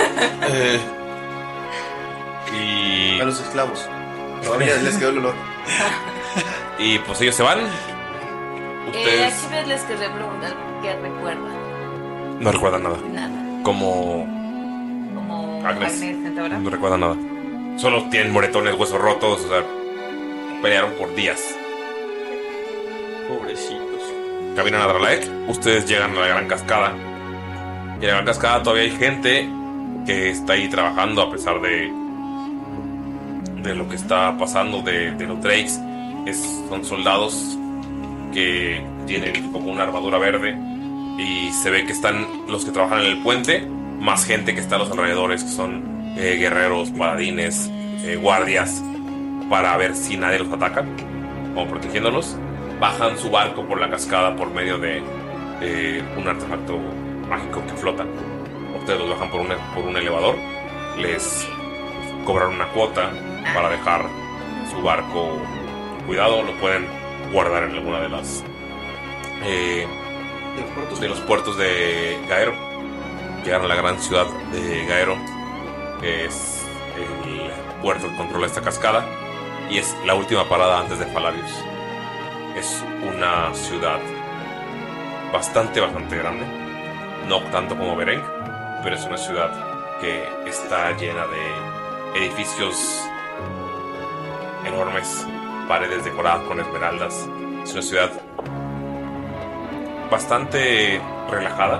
Y... A los esclavos. Todavía les quedó el olor. Y pues ellos se van. Ustedes Aquí les quería preguntar qué recuerdan. no recuerdan nada. Nada. Como Agnes. Centaura. No recuerdan nada. Solo tienen moretones, huesos rotos, o sea, pelearon por días. Pobrecitos. Caminan a Dralaek. Ustedes llegan a la gran cascada. Y en la gran cascada todavía hay gente que está ahí trabajando a pesar de lo que está pasando, de los Drakes. Son soldados que tienen como una armadura verde. Y se ve que están los que trabajan en el puente, más gente que está a los alrededores, que son guerreros, paladines, guardias, para ver si nadie los ataca, como protegiéndolos. Bajan su barco por la cascada por medio de un artefacto mágico que flota. Ustedes los bajan por un elevador. Les cobran una cuota para dejar su barco. Cuidado, lo pueden guardar en alguna de las de los puertos de Gaero. Llegaron a la gran ciudad de Gaero, que es el puerto que controla esta cascada, y es la última parada antes de Falarius. Es una ciudad bastante grande, no tanto como Bereng, pero es una ciudad que está llena de edificios enormes, paredes decoradas con esmeraldas. Es una ciudad bastante relajada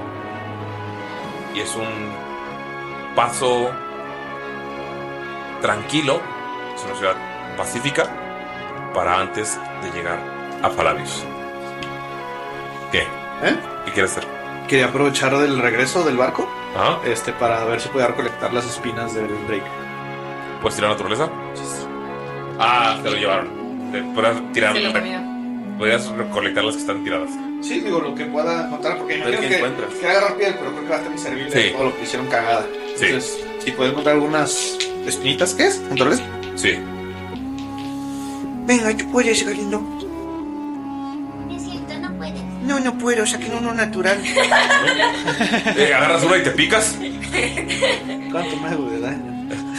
y es un paso tranquilo, es una ciudad pacífica para antes de llegar a Falarius. ¿Qué? ¿Qué quieres hacer? Quería aprovechar del regreso del barco Ajá. para ver si podía recolectar las espinas del Drake. ¿Puedes tirar naturaleza? Ah, te lo llevaron. Podrías tirar. Se lo comió. Podrías recolectar las que están tiradas. Sí, digo, lo que pueda encontrar, porque A ver imagino qué que encuentras. quiere agarrar piel, pero creo que va a estar inservible Sí. todo lo que hicieron cagada. Sí. Entonces, si puedes encontrar algunas espinitas, ¿qué es? ¿Naturaleza? Sí. Venga, tú puedes, Galindo. Me siento, no puedes. No puedo, saquen uno natural. Agarras una y te picas. ¿Cuánto me hago de daño?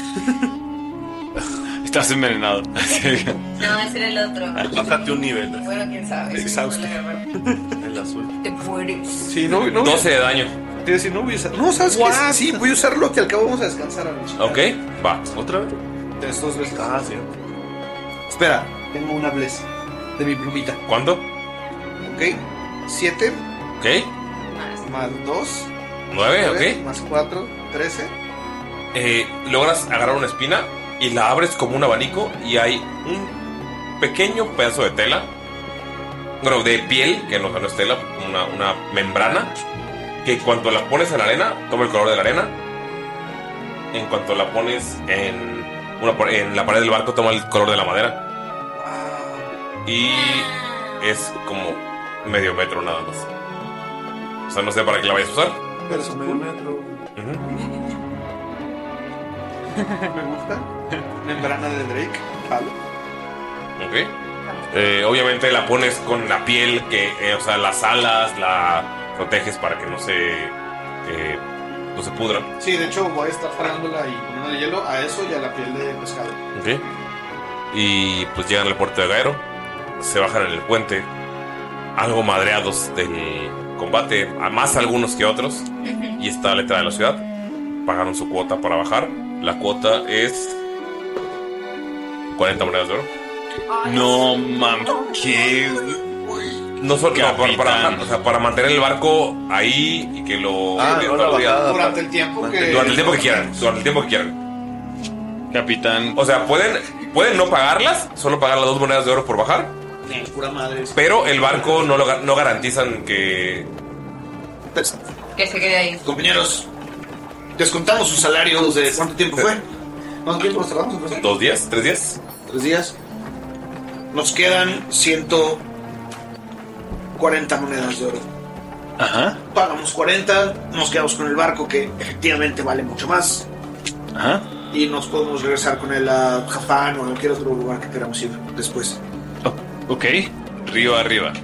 Estás envenenado. No, ese era el otro. Bájate un nivel. Bueno, quién sabe. Exhausto. El azul. Te mueres. Sí, no. 12 de daño. Quiero decir, no voy a usar. No, ¿sabes qué? Sí, voy a usarlo, que al cabo vamos a descansar a la chica. Ok, va. ¿Otra vez? Tres, 2 veces. Ah, sí. Espera, tengo una bless de mi plumita. ¿Cuánto? Ok, 7 Ok. más 2. 9, ok. Más 4, 13. Logras agarrar una espina y la abres como un abanico y hay un pequeño pedazo de tela, bueno, de piel, que no es tela, una membrana, que cuando la pones en la arena, toma el color de la arena. En cuanto la pones en la pared del barco, toma el color de la madera. Y es como medio metro nada más. O sea, no sé para qué la vayas a usar. Pero es un medio metro. Me gusta. Membrana de Drake. Jalo. Ok. Obviamente la pones con la piel, o sea, las alas, la proteges para que no se pudra. Sí, de hecho voy a estar parándola y poniéndole hielo a eso y a la piel de pescado. Ok. Y pues llegan al puerto de Gaero. Se bajan en el puente, algo madreados del combate, a más algunos que otros. Y está la letra de la ciudad. Pagaron su cuota para bajar. La cuota es 40 monedas de oro. No mames, ¿qué? No solo para mantener el barco ahí y que lo durante el tiempo que quieran. Capitán. O sea, pueden no pagarlas, solo pagar las 2 monedas de oro por bajar. Pura madre. Pero el barco no garantizan que Que se quede ahí. Compañeros, descontamos sus salarios de ¿cuánto tiempo fue? ¿Cuánto tiempo nos trabajamos? 2 días, 3 días. 3 días. Nos quedan 140 monedas de oro. Ajá. Pagamos 40, nos quedamos con el barco que efectivamente vale mucho más. Ajá. Y nos podemos regresar con él a Japán o a cualquier otro lugar que queramos ir después. Ok, río arriba.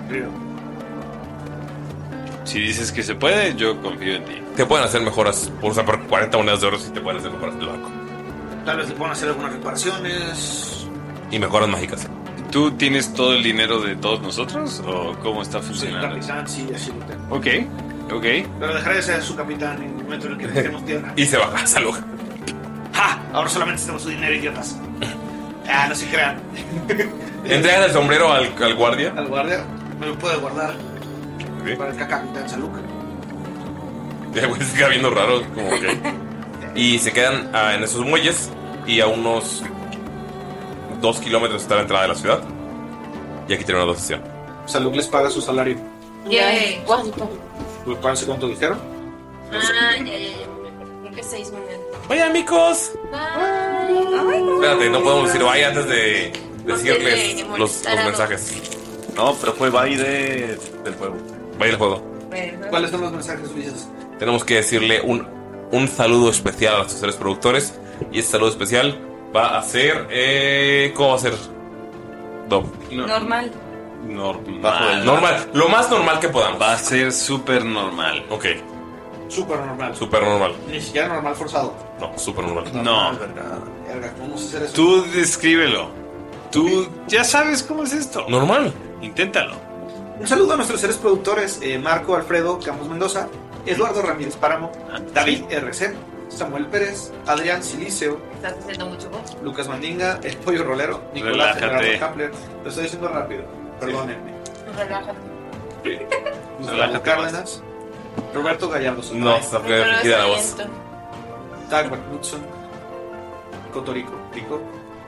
Si dices que se puede, yo confío en ti. Te pueden hacer mejoras, por 40 monedas de oro si te pueden hacer mejoras del barco. Tal vez le puedan hacer algunas reparaciones. Y mejoras mágicas. ¿Tú tienes todo el dinero de todos nosotros o cómo está Sí, funcionando? capitán, sí, así lo tengo. Ok. Pero dejaré de ser su capitán en el momento en el que dejemos tierra. Y se baja, salud. ¡Ja! Ahora solamente tenemos su dinero, idiotas. No se crean. Entregan el sombrero al guardia. Al guardia me lo puede guardar. Para el capitán Saluk. El güey se queda viendo raro, como que. Y se quedan en esos muelles. Y a unos 2 kilómetros está la entrada de la ciudad. Y aquí tiene una sesión. Saluk les paga su salario. ¿Cuánto? ¿Cuánto dijeron? Ya. Creo que 6 monedas. Vaya, amigos. Bye. Espérate, no podemos decir vaya antes de decirles de los molestar a mensajes. No, pero fue bye del juego. Bye del juego. ¿Cuáles son los mensajes, Ulises? Tenemos que decirle un saludo especial a nuestros 3 productores. Y ese saludo especial va a ser. ¿Cómo va a ser? Normal. normal. Normal, lo más normal que podamos. Va a ser súper normal. Ok. Súper normal. Súper normal. Ni siquiera normal forzado. No, súper normal. No. Verga, ¿cómo vamos a hacer eso? Tú descríbelo. Tú ya sabes cómo es esto. Normal. Inténtalo. Un saludo a nuestros seres productores: Marco Alfredo Campos Mendoza, Eduardo Ramírez Páramo, David RC, Samuel Pérez, Adrián Siliceo. Estás haciendo mucho voz. Lucas Mandinga, El Pollo Rolero, Nicolás Gerardo Kappler. Lo estoy diciendo rápido, perdónenme. Relájate. Gustavo Cárdenas, Roberto Gallardo. No, está fingida la voz. Dagmar Knudson, Cotorico, Rico.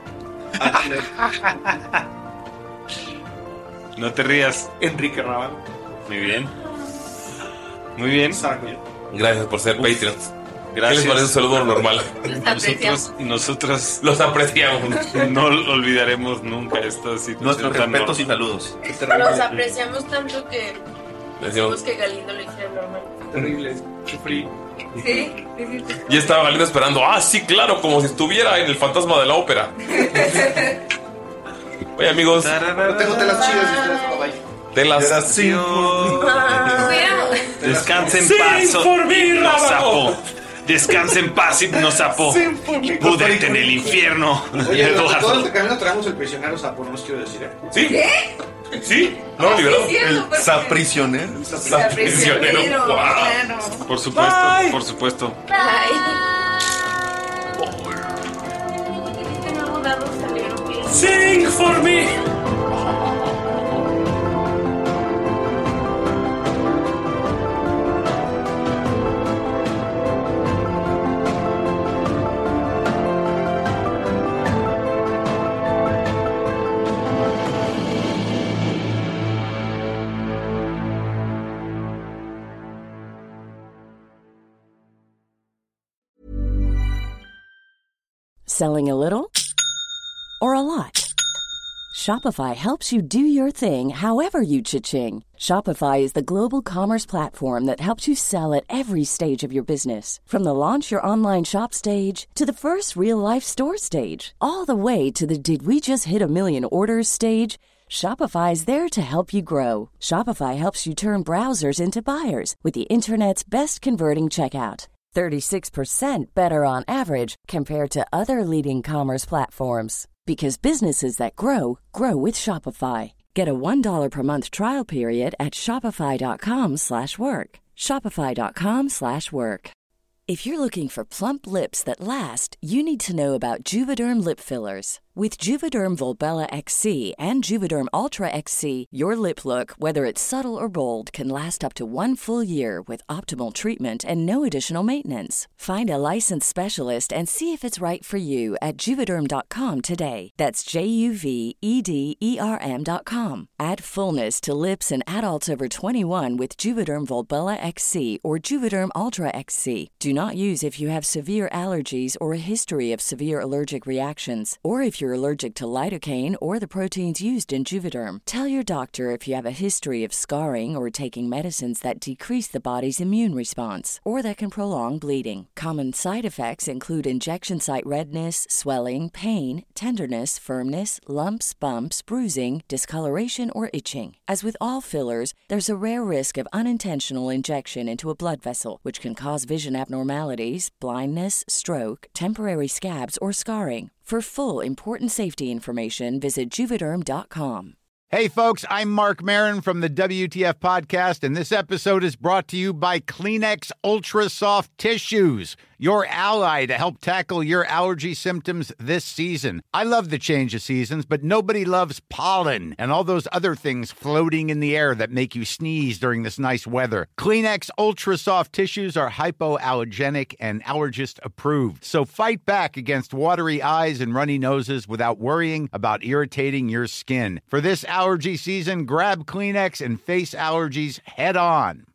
No te rías. Enrique Raval. Muy bien. Muy bien. Gracias por ser Patreons. Gracias. ¿Qué les parece un saludo normal? Nosotros los apreciamos. No olvidaremos nunca esta situación. Nuestros respetos y saludos. Nos apreciamos tanto que Decimos- decimos que Galindo lo hicieron normal. Terrible. Sufrí. Sí. Y estaba Galindo esperando. Ah, sí, claro, como si estuviera en el fantasma de la ópera. Oye, amigos. Pero tengo telas chidas y ustedes no vayan. Telas. Descansa en Sí, paz, por mí, hipno Rábago. sapo. Descansa en paz, hipno sapo. Sí, por mí, Púdrete en el infierno. Oye, durante todo Eduardo. este camino traemos el prisionero sapo, no os quiero decir, Sí. ¿Qué? Sí, no, liberado. El saprisionero. Saprisionero. Wow. Por supuesto, Bye. por supuesto. Este nuevo dado salieron bien. Sing for me. Selling a little or a lot? Shopify helps you do your thing however you cha-ching. Shopify is the global commerce platform that helps you sell at every stage of your business. From the launch your online shop stage to the first real-life store stage, all the way to the did we just hit a million orders stage. Shopify is there to help you grow. Shopify helps you turn browsers into buyers with the internet's best converting checkout. 36% better on average compared to other leading commerce platforms. Because businesses that grow, grow with Shopify. Get a $1 per month trial period at shopify.com/work. Shopify.com/work. If you're looking for plump lips that last, you need to know about Juvederm lip fillers. With Juvederm Volbella XC and Juvederm Ultra XC, your lip look, whether it's subtle or bold, can last up to 1 full year with optimal treatment and no additional maintenance. Find a licensed specialist and see if it's right for you at Juvederm.com today. That's JUVEDERM.com. Add fullness to lips in adults over 21 with Juvederm Volbella XC or Juvederm Ultra XC. Do not use if you have severe allergies or a history of severe allergic reactions, or if you're allergic to lidocaine or the proteins used in Juvederm. Tell your doctor if you have a history of scarring or taking medicines that decrease the body's immune response or that can prolong bleeding. Common side effects include injection site redness, swelling, pain, tenderness, firmness, lumps, bumps, bruising, discoloration, or itching. As with all fillers, there's a rare risk of unintentional injection into a blood vessel, which can cause vision abnormalities, blindness, stroke, temporary scabs, or scarring. For full important safety information, visit Juvederm.com. Hey, folks, I'm Mark Maron from the WTF Podcast, and this episode is brought to you by Kleenex Ultra Soft Tissues, your ally to help tackle your allergy symptoms this season. I love the change of seasons, but nobody loves pollen and all those other things floating in the air that make you sneeze during this nice weather. Kleenex Ultra Soft Tissues are hypoallergenic and allergist approved, so fight back against watery eyes and runny noses without worrying about irritating your skin. For this allergy season, grab Kleenex and face allergies head on.